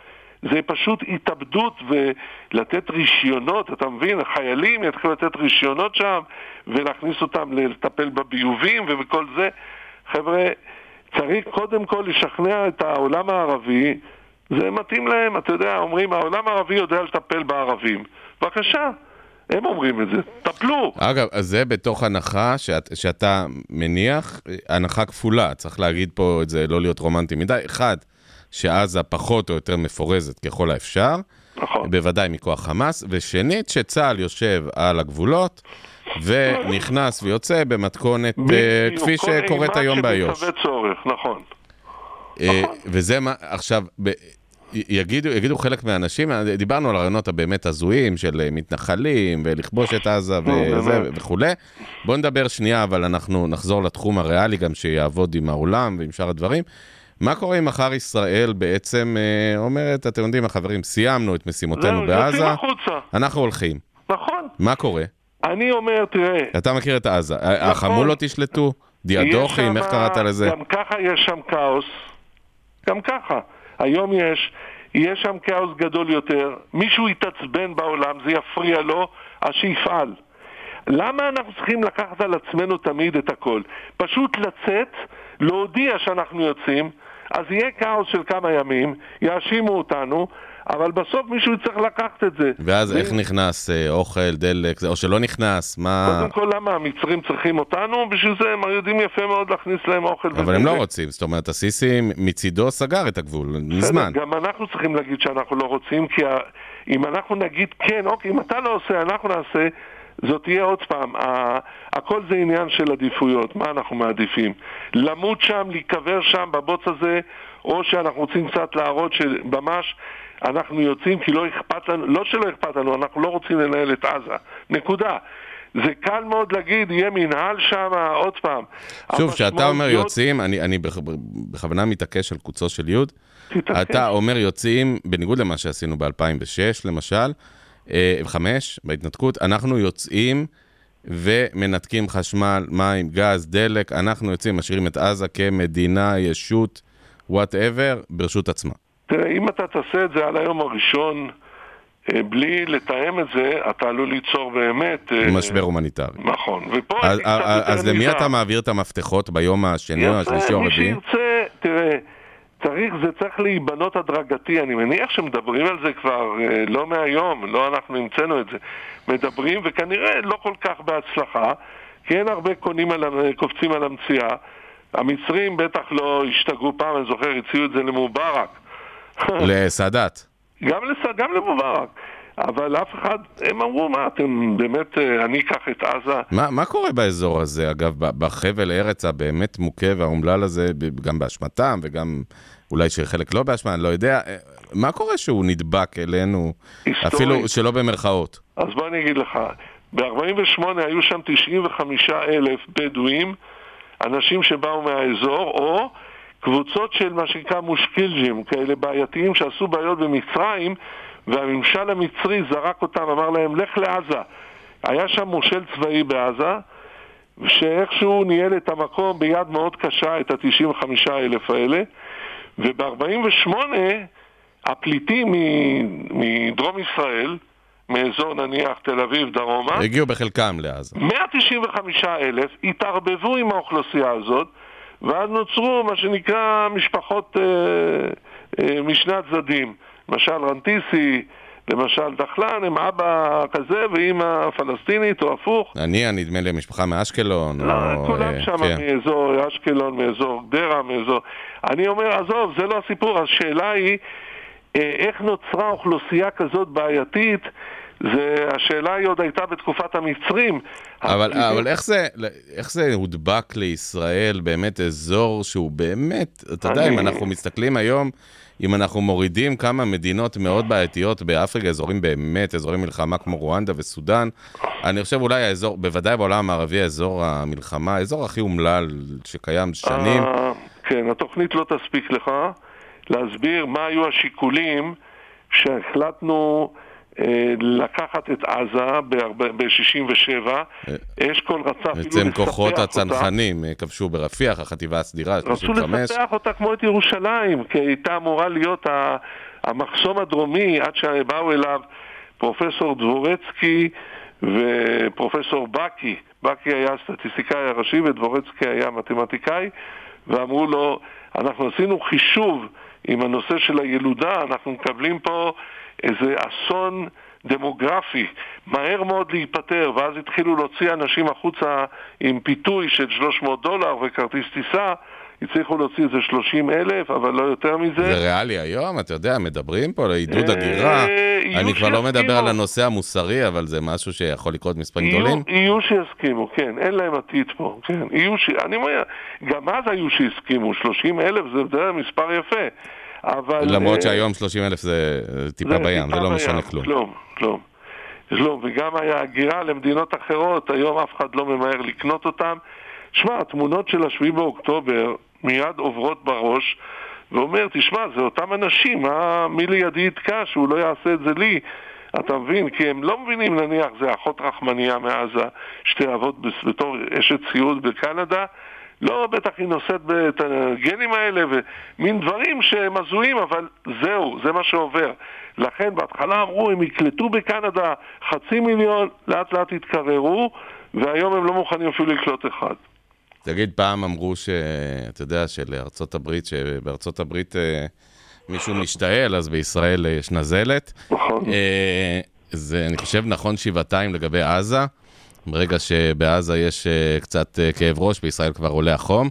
E: זה פשוט התאבדות ולתת רישיונות, אתה מבין? החיילים יתחילו לתת רישיונות שם ולהכניס אותם לטפל בביובים ובכל זה. חבר'ה, צריך קודם כל לשכנע את העולם הערבי, זה מתאים להם, אתה יודע, אומרים, העולם הערבי יודע לטפל בערבים. בבקשה, הם אומרים את זה, טפלו.
D: אגב, אז זה בתוך הנחה שאתה מניח, הנחה כפולה, צריך להגיד פה את זה, לא להיות רומנטי מדי. אחד, שעזה פחות או יותר מפורזת ככל האפשר,
E: נכון.
D: בוודאי מכוח חמאס, ושנית, שצה"ל יושב על הגבולות, ונכנס ויוצא במתכונת כפי שקורית היום באיו"ש.
E: נכון.
D: וזה מה, עכשיו, יגידו חלק מהאנשים, דיברנו על הרעיונות הבאמת הזויים של מתנחלים ולכבוש את עזה וכו'. בואו נדבר שנייה, אבל אנחנו נחזור לתחום הריאלי גם שיעבוד עם העולם ועם שאר הדברים. מה קורה אם מחר ישראל בעצם אומרת, אתם יודעים החברים, סיימנו את משימותינו בעזה, אנחנו הולכים.
E: נכון.
D: מה קורה?
E: אני אומר, תראה.
D: אתה מכיר את עזה, החמולות ישלטו, דיאדוכים, איך קראת לזה?
E: גם ככה יש שם כאוס, גם ככה. היום יש שם כאוס גדול יותר, מישהו יתעצבן בעולם, זה יפריע לו, אז שיפעל. למה אנחנו צריכים לקחת על עצמנו תמיד את הכל? פשוט לצאת, להודיע שאנחנו יוצאים, אז יהיה כאוס של כמה ימים, יאשימו אותנו, אבל בסוף מישהו צריך לקחת את זה.
D: ואז איך נכנס אוכל, דלק, או שלא נכנס, מה...
E: קודם כל, למה המצרים צריכים אותנו? בשביל זה הם יודעים יפה מאוד להכניס להם אוכל ודלק.
D: אבל הם לא רוצים, זאת אומרת, הסיסי מצידו סגר את הגבול, מזמן.
E: גם אנחנו צריכים להגיד שאנחנו לא רוצים, כי אם אנחנו נגיד כן, אוקיי, אם אתה לא עושה, אנחנו נעשה, זאת תהיה עוד פעם, הכל זה עניין של עדיפויות, מה אנחנו מעדיפים? למות שם, להיקבר שם בבוץ הזה, או שאנחנו רוצים קצת להראות שממש אנחנו יוצאים כי לא אכפת לנו, לא שלא אכפת לנו, אנחנו לא רוצים לנהל את עזה, נקודה. זה קל מאוד להגיד, יהיה מנהל שם, עוד פעם.
D: שוב, שאתה אומר יוצאים, אני בכוונה מתעקש על קוצו של יוד, אתה אומר יוצאים, בניגוד למה שעשינו ב-2006 למשל, 5, בהתנתקות, אנחנו יוצאים ומנתקים חשמל, מים, גז, דלק, אנחנו יוצאים, משאירים את עזה כמדינה, ישות, whatever, ברשות עצמה.
E: תראה, אם אתה תעשה את זה על היום הראשון, בלי לתאם את זה, אתה עלול ליצור באמת...
D: משבר הומניטרי.
E: נכון.
D: אז למי אתה מעביר את המפתחות ביום השני או השלישי או הרביעי?
E: מי שירצה, תראה, זה צריך להיבנות הדרגתי, אני מניח שמדברים על זה כבר לא מהיום, לא אנחנו המצאנו את זה, מדברים וכנראה לא כל כך בהצלחה, כי אין הרבה קופצים על המציאה, המצרים בטח לא השתגעו פעם, אני זוכר, הציעו את זה למובארק.
D: לסאדאת.
E: גם למובארק. אבל אף אחד, הם אמרו, מה, אתם באמת, אני אקח את עזה.
D: מה קורה באזור הזה, אגב, בחבל ארץ הבאמת מוכה והאומלל הזה, גם באשמתם וגם אולי שחלק לא באשמה, אני לא יודע, מה קורה שהוא נדבק אלינו, אפילו שלא במרכאות?
E: אז בוא אני אגיד לך, ב-48 היו שם 95,000 בדואים, אנשים שבאו מהאזור, או קבוצות של מה שנקרא מושקילג'ים, כאלה בעייתיים שעשו בעיות במצרים, והממשל המצרי זרק אותם, אמר להם, לך לעזה. היה שם מושל צבאי בעזה, שאיכשהו ניהל את המקום ביד מאוד קשה, את ה-95,000 האלה, וב-48 הפליטים מדרום ישראל, מאזור נניח תל אביב דרומה,
D: הגיעו בחלקם לעזה.
E: 195,000 התערבבו עם האוכלוסייה הזאת, ואז נוצרו מה שנקרא משפחות משני הצדדים. למשל רנטיסי, למשל דחלן, עם אבא כזה ואמא פלסטינית או הפוך.
D: נדמה לי משפחה מאשקלון.
E: לא, כולם שם מאזור אשקלון, מאזור גדרה, מאזור... אני אומר, עזוב, זה לא הסיפור. השאלה היא, איך נוצרה אוכלוסייה כזאת בעייתית? השאלה היא עוד הייתה בתקופת המצרים.
D: אבל איך זה הודבק לישראל באמת אזור שהוא באמת, אתה יודע, אם אנחנו מסתכלים היום, אם אנחנו מורידים כמה מדינות מאוד בעייתיות באפריקה, אזורים מלחמה כמו רואנדה וסודן, אני חושב אולי האזור, בוודאי בעולם הערבי, האזור המלחמה, האזור הכי אומלל שקיים שנים.
E: כן, התוכנית לא תספיק לך להסביר מה היו השיקולים שהחלטנו לקחת את עזה ב-67, אשכול רצה אפילו
D: בעצם כוחות הצנחנים כבשו ברפיח, החטיבה הסדירה,
E: רצו לפתח אותה כמו את ירושלים, כי הייתה אמורה להיות המחסום הדרומי, עד שבאו אליו פרופסור דבורצקי ופרופסור בקי. בקי היה סטטיסטיקאי הראשי ודבורצקי היה מתמטיקאי, ואמרו לו, אנחנו עשינו חישוב עם הנושא של הילודה, אנחנו מקבלים פה איזה אסון דמוגרפי, מהר מאוד להיפטר, ואז התחילו להוציא אנשים החוצה עם פיתוי של $300 וכרטיס טיסה, הצליחו להוציא איזה 30,000, אבל לא יותר מזה.
D: זה ריאלי היום, אתה יודע, מדברים פה על עידוד הגירה, אני כבר לא מדבר על הנושא המוסרי, אבל זה משהו שיכול לקרות מספרים גדולים.
E: יהיו שיסכימו, כן, אין להם עתיד פה, כן, אני אומר, גם אז היו שיסכימו, 30,000 זה מספר יפה, אבל...
D: למרות שהיום 30,000 זה טיפה בים, זה לא משנה כלום.
E: כלום, וגם היה הגירה למדינות אחרות, היום אף אחד לא ממהר לקנות אותם. שמע, התמונות של 7 באוקטובר מיד עוברות בראש, ואומר, תשמע, זה אותם אנשים, מי לידי יתקע שהוא לא יעשה את זה לי, אתה מבין? כי הם לא מבינים, נניח, זה אחות רחמניה מעזה, שתעבוד בתור אשת סיעוד בקנדה, לא, בטח היא נושאת את הגנים האלה, ומין דברים שהם הזויים, אבל זהו, זה מה שעובר. לכן, בהתחלה אמרו, הם יקלטו בקנדה 500,000, לאט לאט התקררו, והיום הם לא מוכנים אפילו לקלוט אחד.
D: תגיד, פעם אמרו אתה יודע, שלארצות הברית, שבארצות הברית מישהו משתעל, אז בישראל יש נזלת.
E: נכון.
D: זה, אני חושב, נכון שבעתיים לגבי עזה. ברגע שבעזה יש קצת כאב ראש, בישראל כבר עולה החום.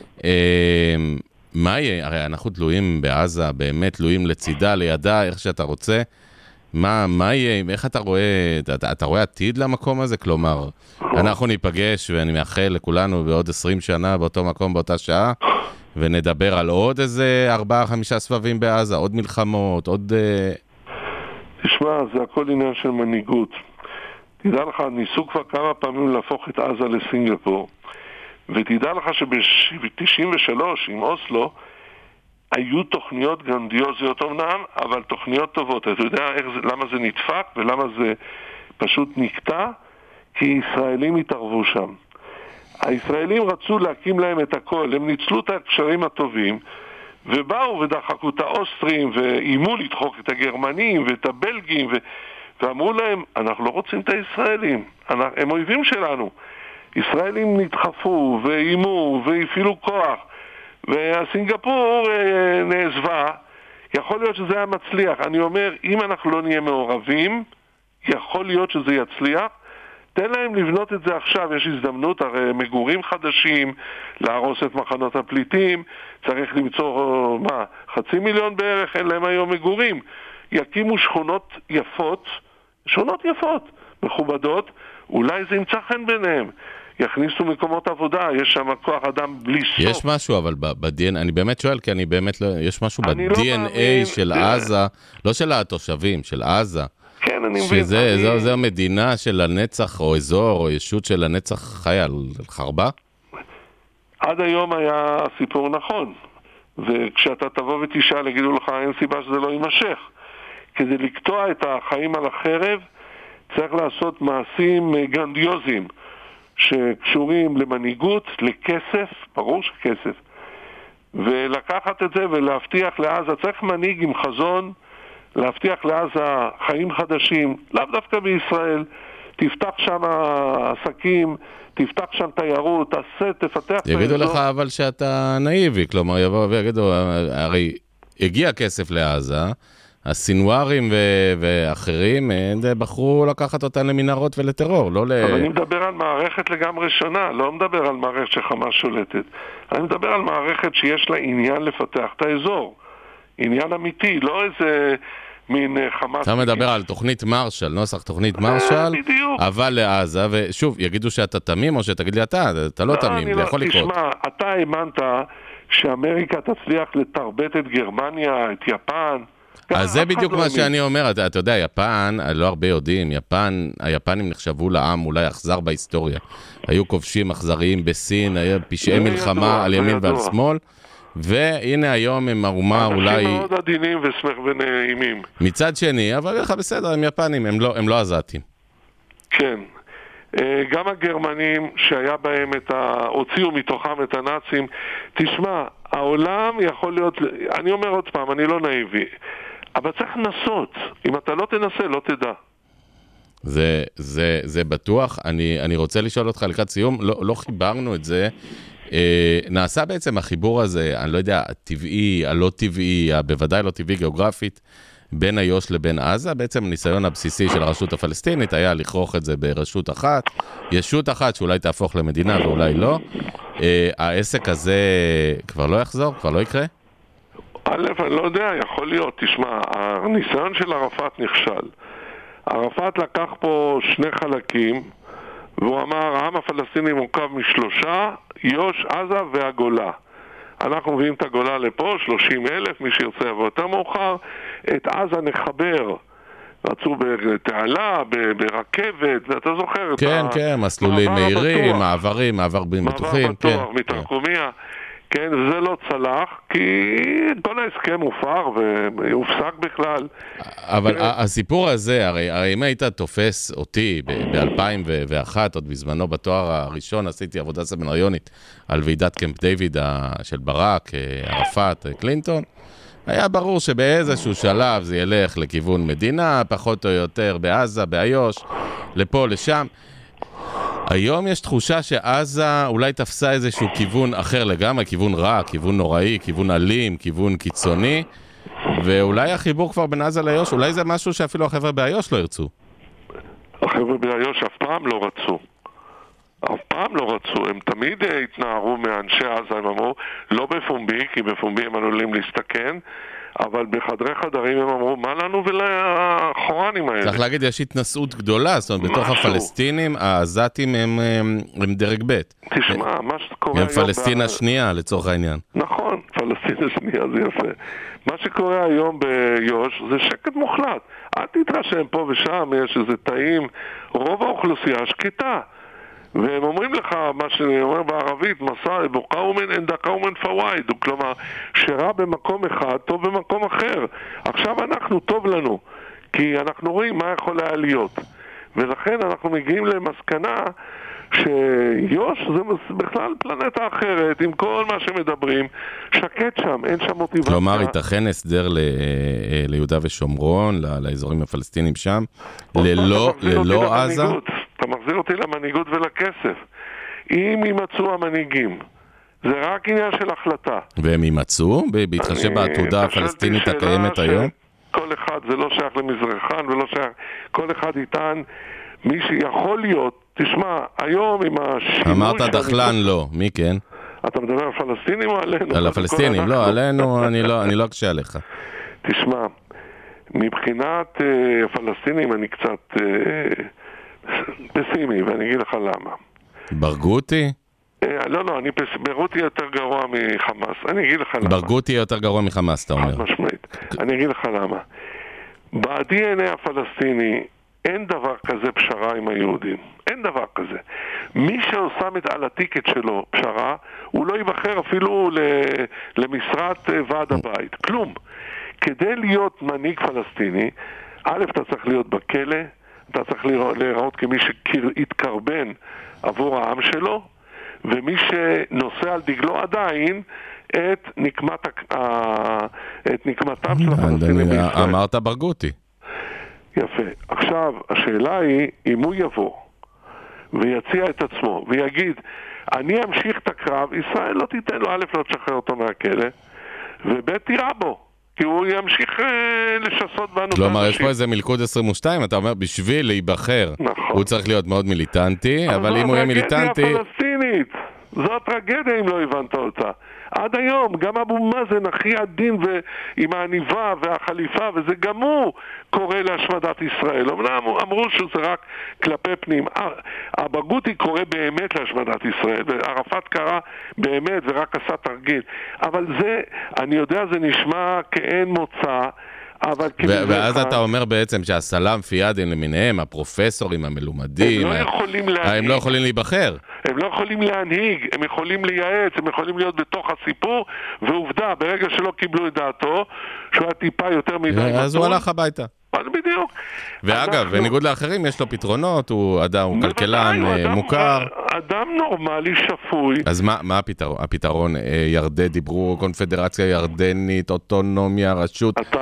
D: מה יהיה? הרי אנחנו תלויים בעזה, באמת תלויים לצידה, לידה, איך שאתה רוצה. מה יהיה? איך אתה רואה? אתה רואה עתיד למקום הזה? כלומר, אנחנו ניפגש, ואני מאחל לכולנו בעוד 20 שנה באותו מקום, באותה שעה, ונדבר על עוד איזה 4-5 סבבים בעזה, עוד מלחמות, עוד...
E: תשמע, זה הכל עניין של מנהיגות. תדע לך, ניסו כבר כמה פעמים להפוך את עזה לסינגפור, ותדע לך שב-93 עם אוסלו, היו תוכניות גרנדיוזיות אומנם, אבל תוכניות טובות. אתה יודע למה זה נדפק ולמה זה פשוט נקטע? כי ישראלים התערבו שם. הישראלים רצו להקים להם את הכל, הם ניצלו את הקשרים הטובים, ובאו ודחקו את האוסטרים, ואימו לדחוק את הגרמנים ואת הבלגים, ואמרו להם, אנחנו לא רוצים את הישראלים, הם אויבים שלנו. ישראלים נדחפו ואימו והפעילו כוח, והסינגפור נעזבה. יכול להיות שזה היה מצליח. אני אומר, אם אנחנו לא נהיה מעורבים, יכול להיות שזה יצליח. תן להם לבנות את זה עכשיו, יש הזדמנות, הרי מגורים חדשים, להרוס את מחנות הפליטים, צריך למצוא, 500,000 בערך, אין להם היום מגורים. יקימו שכונות יפות, מכובדות, אולי זה ימצא חן ביניהם. יכניסו מקומות עבודה, יש שם כוח אדם בלי סוף.
D: יש משהו, אבל ב-DNA, אני באמת שואל, כי אני באמת לא, יש משהו ב-DNA של עזה, לא של התושבים, של עזה.
E: כן, אני מבין.
D: שזה המדינה של הנצח, או אזור, או ישות של הנצח חי על חרבה?
E: עד היום היה סיפור נכון, וכשאתה תבוא ותשאל, יגידו לך, אין סיבה שזה לא יימשך. כדי לקטוע את החיים על החרב, צריך לעשות מעשים גרנדיוזיים, שקשורים למנהיגות, לכסף, ברור שכסף, ולקחת את זה ולהבטיח לעזה, צריך מנהיג עם חזון, להבטיח לעזה חיים חדשים, לאו דווקא בישראל, תפתח שם עסקים, תפתח שם תיירות, תפתח...
D: יגידו לך אבל שאתה נאיבי, כלומר יבואו ויגידו, הרי הגיע כסף לעזה, הסינוארים ואחרים בחרו לקחת אותן למנהרות ולטרור, לא
E: אבל אני מדבר על מערכת לגמרי שונה, לא מדבר על מערכת שחמאס שולטת. אני מדבר על מערכת שיש לה עניין לפתח את האזור. עניין אמיתי, לא איזה מין חמאס...
D: אתה מדבר על תוכנית מרשל, נוסח תוכנית מרשל, אבל לעזה, ושוב, יגידו שאתה תמים או שתגיד לי אתה לא תמים, זה יכול לקרות.
E: תשמע, אתה האמנת שאמריקה תצליח לתרבט את גרמניה, את יפן...
D: אז זה בדיוק מה שאני אומר, אתה יודע, יפן, לא הרבה יודעים, היפנים נחשבו לעם אולי אכזר בהיסטוריה. היו כובשים אכזריים בסין, היה פשעי מלחמה על ימין ועל שמאל, והנה היום הם אומה אולי...
E: אנשים מאוד עדינים ושמח ונעימים.
D: מצד שני, אבל לך בסדר, הם יפנים, הם לא עזתים.
E: כן. גם הגרמנים שהיה בהם הוציאו מתוכם את הנאצים, תשמע, העולם יכול להיות, אני אומר עוד פעם, אני לא נאיבי, אבל צריך לנסות. אם אתה לא תנסה, לא תדע.
D: זה בטוח. אני רוצה לשאול אותך לקראת סיום, לא חיברנו את זה. נעשה בעצם החיבור הזה, אני לא יודע, הטבעי, הלא טבעי, בוודאי לא טבעי גיאוגרפית, בין איו"ש לבין עזה. בעצם הניסיון הבסיסי של הרשות הפלסטינית היה לכרוך את זה ברשות אחת, ישות אחת שאולי תהפוך למדינה ואולי לא. העסק הזה כבר לא יחזור, כבר לא יקרה?
E: א', אני לא יודע, יכול להיות. תשמע, הניסיון של ערפאת נכשל. ערפאת לקח פה שני חלקים, והוא אמר, העם הפלסטיני מורכב משלושה, יו"ש, עזה והגולה. אנחנו מביאים את הגולה לפה, 30,000, מי שיוצא יבוא יותר מאוחר. את עזה נחבר, רצו בתעלה, ברכבת, ואתה זוכר
D: כן, כן, מסלולים מהירים, מעברים בטוחים.
E: מעבר בטוח, מתרקומיה. כן, זה לא צלח, כי כל ההסכם הופר והופסק בכלל.
D: אבל הסיפור הזה, הרי אם היית תופס אותי ב-2001, עוד בזמנו בתואר הראשון, עשיתי עבודה סמינריונית על ועידת קמפ דיוויד של ברק, ערפאת, קלינטון, היה ברור שבאיזשהו שלב זה ילך לכיוון מדינה, פחות או יותר בעזה, באיו"ש, לפה, לשם. היום יש תחושה שעזה אולי תפסה איזשהו כיוון אחר לגמרי, כיוון רע, כיוון נוראי, כיוון אלים, כיוון קיצוני, ואולי החיבור כבר בין עזה לאיו"ש, אולי זה משהו שאפילו החבר'ה באיו"ש לא ירצו.
E: החבר'ה באיו"ש אף פעם לא רצו. אף פעם לא רצו. הם תמיד התנערו מאנשי עזה, הם אמרו, לא בפומבי, כי בפומבי הם עלולים להסתכן, אבל בחדרי חדרים הם אמרו, מה לנו ולחורנים האלה?
D: צריך להגיד, יש התנסות גדולה, זאת אומרת, בתוך הפלסטינים, העזתים הם דרג ב'.
E: תשמע, מה שקורה היום...
D: הם פלסטין השנייה, לצורך העניין.
E: נכון, פלסטין השנייה, זה יפה. מה שקורה היום ביו"ש זה שקט מוחלט. אל תתרשם פה ושם, יש איזה תאים, רוב האוכלוסייה שקטה. והם אומרים לך, מה שאני אומר בערבית, מסע, בוקאומן אין דקאומן פווייד, כלומר, שרע במקום אחד, טוב במקום אחר. עכשיו אנחנו, טוב לנו, כי אנחנו רואים מה יכול היה להיות. ולכן אנחנו מגיעים למסקנה שיו"ש זה בכלל פלנטה אחרת, עם כל מה שמדברים, שקט שם, אין שם מוטיבציה.
D: כלומר, ייתכן הסדר ליהודה ושומרון, לאזורים הפלסטינים שם, ללא עזה?
E: אתה מחזיר אותי למנהיגות ולכסף. אם יימצאו המנהיגים, זה רק עניין של החלטה. והם
D: יימצאו? בהתחשב בעתודה הפלסטינית הקיימת היום?
E: כל אחד, זה לא שייך למזרחן ולא שייך, כל אחד איתן, מי שיכול להיות, תשמע, היום עם השינוי...
D: אמרת דחלן לא, מי כן?
E: אתה מדבר על פלסטינים או עלינו?
D: על הפלסטינים, לא, עלינו אני לא אקשה עליך.
E: תשמע, מבחינת הפלסטינים אני קצת פסימי, ואני אגיד לך למה.
D: ברגותי?
E: לא, ברגותי יותר גרוע מחמאס. אני אגיד לך למה.
D: ברגותי יותר גרוע מחמאס, אתה אומר.
E: חד משמעית. אני אגיד לך למה. ב-DNA הפלסטיני אין דבר כזה פשרה עם היהודים. אין דבר כזה. מי שעושה על הטיקט שלו פשרה, הוא לא ייבחר אפילו למשרת ועד הבית. כלום. כדי להיות מנהיג פלסטיני, א', אתה צריך להיות בכלא, אתה צריך להיראות כמי שהתקרבן עבור העם שלו, ומי שנושא על דגלו עדיין את נקמתם של הפלסטינים בישראל.
D: אמרת ברגותי.
E: יפה. עכשיו, השאלה היא, אם הוא יבוא ויציע את עצמו ויגיד, אני אמשיך את הקרב, ישראל לא תיתן לו, א', לא תשחרר אותו מהכלא, וב' תירה בו. כי הוא ימשיך לשסות בנו.
D: כלומר, יש פה איזה מלכוד 22, אתה אומר, בשביל להיבחר, הוא צריך להיות מאוד מיליטנטי, אבל אם הוא יהיה מיליטנטי...
E: זו הפלסטינית, זו הטרגדיה אם לא הבנת אותה. עד היום, גם אבו מאזן, הכי עדין עם העניבה והחליפה, וזה גם הוא קורא להשמדת ישראל. אמרו שזה רק כלפי פנים. הברגותי קורא באמת להשמדת ישראל, וערפאת קרא באמת ורק עשה תרגיל. אבל זה, אני יודע, זה נשמע כאין מוצא,
D: ואז אתה אומר בעצם שהסלאם פיאדין למיניהם, הפרופסורים המלומדים, הם לא יכולים להיבחר.
E: הם לא יכולים להנהיג, הם יכולים לייעץ, הם יכולים להיות בתוך הסיפור, ועובדה, ברגע שלא קיבלו את דעתו, שהוא היה טיפה יותר מדי מתון.
D: אז הוא הלך הביתה.
E: אז בדיוק.
D: ואגב, בניגוד לאחרים, יש לו פתרונות, הוא כלכלן מוכר.
E: אדם נורמלי, שפוי.
D: אז מה הפתרון? הפתרון, דיברו קונפדרציה ירדנית, אוטונומיה, רשות.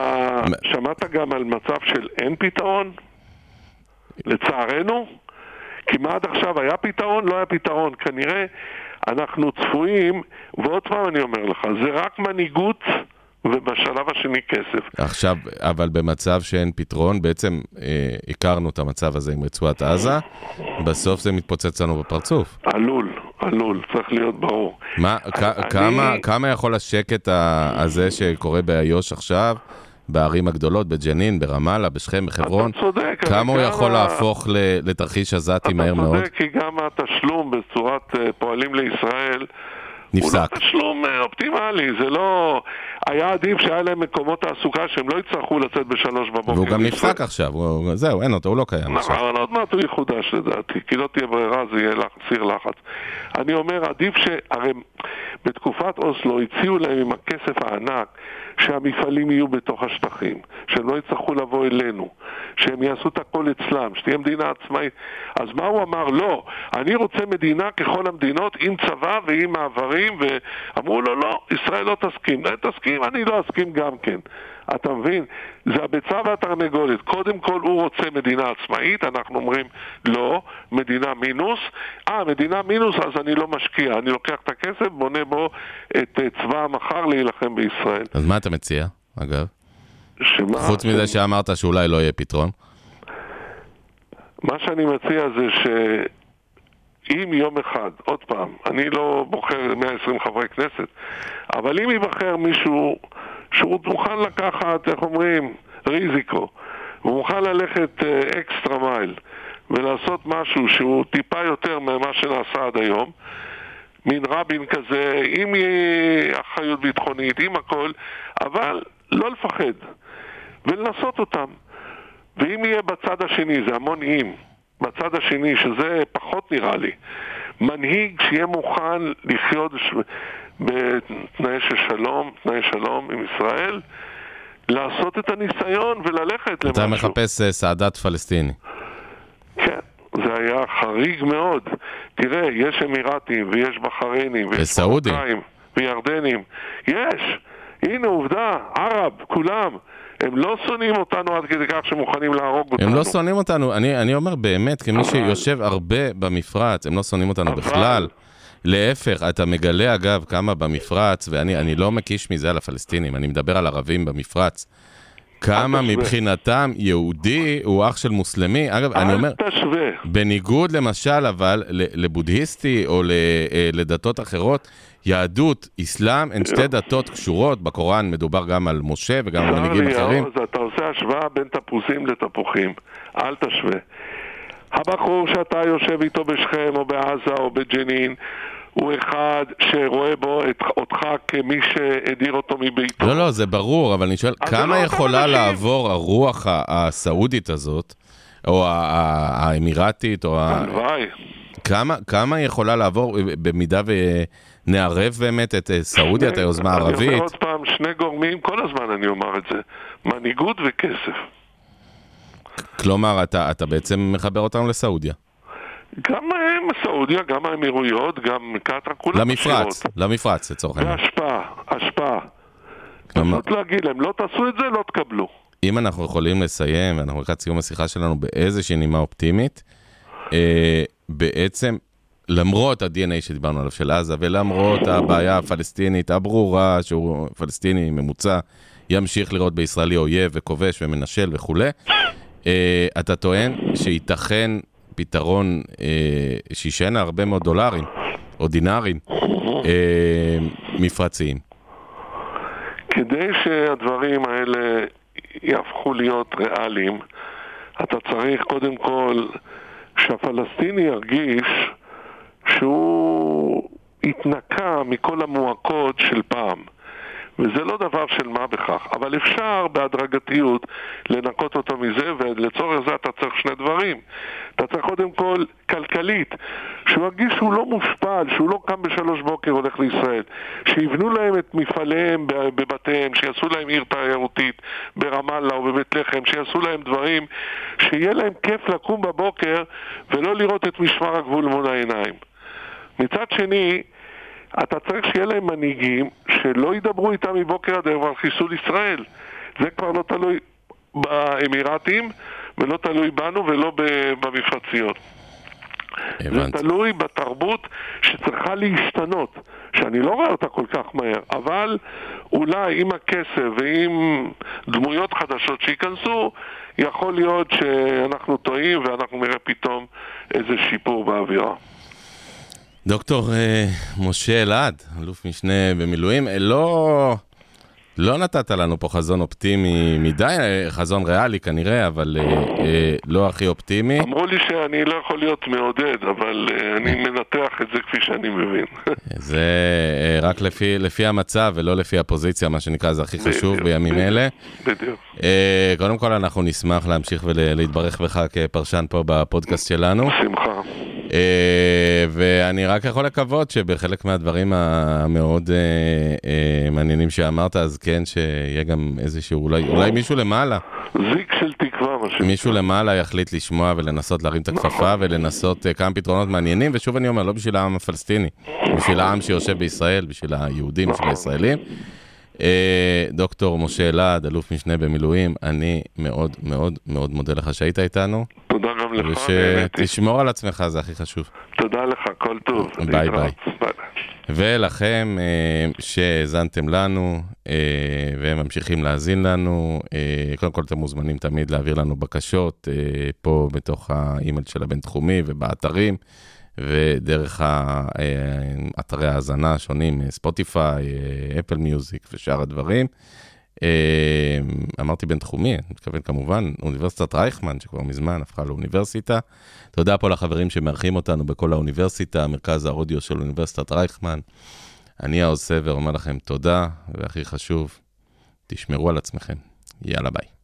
E: שמעת גם על מצב של אין פתרון? לצערנו? כי מה עד עכשיו היה פתרון? לא היה פתרון. כנראה אנחנו צפויים, ועוד פעם אני אומר לך, זה רק מנהיגות ובשלב השני כסף.
D: עכשיו, אבל במצב שאין פתרון, בעצם הכרנו את המצב הזה עם רצועת עזה, בסוף זה מתפוצץ לנו בפרצוף. עלול, צריך להיות ברור. כמה יכול השקט הזה שקורה באיו"ש עכשיו, בערים הגדולות, בג'נין, ברמאללה, בשכם, בחברון, כמה הוא יכול להפוך לתרחיש עזתי מהר מאוד?
E: אתה צודק, כי גם התשלום בצורת פועלים לישראל
D: נפסק.
E: הוא לא תשלום אופטימלי, זה לא... היה עדיף שהיה להם מקומות תעסוקה שהם לא יצטרכו לצאת ב3 בבוקר.
D: והוא גם נפסק עכשיו, זהו, אין אותו, הוא לא קיים עכשיו.
E: נכון, עוד מעט הוא יחודש לדעתי, כי לא תהיה ברירה, זה יהיה סיר לחץ. אני אומר, עדיף הרי בתקופת אוסלו הציעו להם עם הכסף הענק שהמפעלים יהיו בתוך השטחים, שהם לא יצטרכו לבוא אלינו, שהם יעשו את הכל אצלם, שתהיה מדינה עצמאית. אז מה הוא אמר? לא, אני רוצה מדינה ככל המדינות עם צבא ועם מעברים, ואמרו לו לא, ישראל לא תסכים. לא תסכים, אני לא אסכים גם כן. אתה מבין? זה הביצה והתרנגולת. קודם כל הוא רוצה מדינה עצמאית, אנחנו אומרים לא, מדינה מינוס. מדינה מינוס, אז אני לא משקיע. אני לוקח את הכסף, בונה בו את צבא המחר להילחם בישראל.
D: אז מה אתה מציע, אגב? חוץ מזה שאמרת שאולי לא יהיה פתרון?
E: מה שאני מציע זה שאם יום אחד, עוד פעם, אני לא בוחר 120 חברי כנסת, אבל אם ייבחר מישהו שהוא מוכן לקחת, איך אומרים, ריזיקו, הוא מוכן ללכת אקסטרה מייל ולעשות משהו שהוא טיפה יותר ממה שנעשה עד היום, מין רבין כזה, עם אחריות ביטחונית, עם הכל, אבל לא לפחד ולנסות אותם. ואם יהיה בצד השני, זה המון אם, בצד השני, שזה פחות נראה לי, מנהיג שיהיה מוכן לחיות בתנאי שלום, תנאי שלום עם ישראל, לעשות את הניסיון וללכת למשהו.
D: אתה מחפש סעדת פלסטיני.
E: כן, זה היה חריג מאוד. תראה, יש אמירתים ויש בחריינים ויש מרוקאים וירדנים. יש, הנה עובדה, ערב, כולם. הם לא שונאים אותנו עד כדי כך שמוכנים להרוג אותנו.
D: הם לא שונאים אותנו, אני אומר באמת, כמי שיושב הרבה במפרץ, הם לא שונאים אותנו בכלל. להפך, אתה מגלה אגב כמה במפרץ, ואני לא מקיש מזה על הפלסטינים, אני מדבר על ערבים במפרץ. כמה מבחינתם יהודי הוא אח של מוסלמי. אגב, אני אומר, בניגוד למשל, אבל לבודהיסטי או לדתות אחרות, יהדות, אסלאם, הן שתי דתות קשורות. בקוראן מדובר גם על משה וגם על מנהיגים אחרים.
E: אתה עושה השוואה בין תפוזים לתפוחים. אל תשווה. הבחור שאתה יושב איתו בשכם או בעזה או בג'נין, הוא אחד שרואה בו אותך כמי שהדיר אותו מביתו.
D: לא, זה ברור, אבל אני שואל, כמה יכולה לעבור הרוח הסעודית הזאת, או האמירתית, או
E: הלוואי.
D: כמה יכולה לעבור במידה ונערב באמת את סעודיה, את היוזמה הערבית?
E: אני אומר עוד פעם, שני גורמים, כל הזמן אני אומר את זה, מנהיגות וכסף.
D: כלומר, אתה בעצם מחבר אותנו לסעודיה.
E: גם הם סעודיה, גם האמירויות, גם קטר, כולם
D: למפרץ, לצורך העניין.
E: והשפעה. פשוט להגיד להם, לא תעשו את זה, לא תקבלו.
D: אם אנחנו יכולים לסיים, ואנחנו לקראת סיום השיחה שלנו באיזושהי נימה אופטימית, בעצם, למרות ה-DNA שדיברנו עליו של עזה, ולמרות הבעיה הפלסטינית הברורה, שהוא פלסטיני ממוצע, ימשיך לראות בישראלי אויב וכובש ומנשל וכו', אתה טוען שייתכן פתרון שישנה הרבה מאוד דולרים, או דינרים, מפרציים.
E: כדי שהדברים האלה יהפכו להיות ריאליים, אתה צריך קודם כל שהפלסטיני ירגיש שהוא התנקה מכל המועקות של פעם. וזה לא דבר של מה בכך, אבל אפשר בהדרגתיות לנקות אותו מזה, ולצורך זה אתה צריך שני דברים. אתה צריך קודם כל כלכלית, שהוא ירגיש שהוא לא מושפל, שהוא לא קם ב3 בוקר הולך לישראל, שיבנו להם את מפעליהם בבתיהם, שיעשו להם עיר תיירותית ברמאללה או בבית לחם, שיעשו להם דברים, שיהיה להם כיף לקום בבוקר ולא לראות את משמר הגבול מול העיניים. מצד שני, אתה צריך שיהיה להם מנהיגים שלא ידברו איתם מבוקר עד ערב על חיסול ישראל. זה כבר לא תלוי באמירתים, ולא תלוי בנו ולא במפרציות. זה תלוי בתרבות שצריכה להשתנות, שאני לא רואה אותה כל כך מהר, אבל אולי עם הכסף ועם דמויות חדשות שיכנסו, יכול להיות שאנחנו טועים ואנחנו נראה פתאום איזה שיפור באווירה.
D: דוקטור משה אלעד, אלוף משנה במילואים, לא נתת לנו פה חזון אופטימי מדי, חזון ריאלי כנראה, אבל לא הכי אופטימי.
E: אמרו לי שאני לא יכול להיות מעודד, אבל אני מנתח את זה כפי שאני מבין.
D: זה רק לפי המצב ולא לפי הפוזיציה, מה שנקרא, זה הכי חשוב בימים אלה.
E: בדיוק.
D: קודם כל אנחנו נשמח להמשיך ולהתברך בך כפרשן פה בפודקאסט שלנו.
E: שמחה.
D: ואני רק יכול לקוות שבחלק מהדברים המאוד מעניינים שאמרת, אז כן, שיהיה גם איזשהו, אולי מישהו למעלה.
E: זיק של תקווה, משהו.
D: מישהו למעלה יחליט לשמוע ולנסות להרים את הכפפה ולנסות כמה פתרונות מעניינים, ושוב אני אומר, לא בשביל העם הפלסטיני, בשביל העם שיושב בישראל, בשביל היהודים, בשביל הישראלים. דוקטור משה אלעד, אלוף משנה במילואים, אני מאוד מאוד מאוד מודה לך שהיית איתנו.
E: תודה גם לך.
D: ושתשמור על עצמך, זה הכי חשוב.
E: תודה לך, כל טוב.
D: ביי ביי. ולכם שהזנתם לנו וממשיכים להזין לנו, קודם כל אתם מוזמנים תמיד להעביר לנו בקשות פה בתוך האימייל של הבינתחומי ובאתרים, ודרך אתרי ההאזנה השונים, ספוטיפיי, אפל מיוזיק ושאר הדברים. אמרתי בינתחומי, אני מתכוון כמובן, אוניברסיטת רייכמן, שכבר מזמן הפכה לאוניברסיטה. תודה פה לחברים שמארחים אותנו בכל האוניברסיטה, מרכז האודיו של אוניברסיטת רייכמן. אני העוז סבר, אומר לכם תודה, והכי חשוב, תשמרו על עצמכם. יאללה ביי.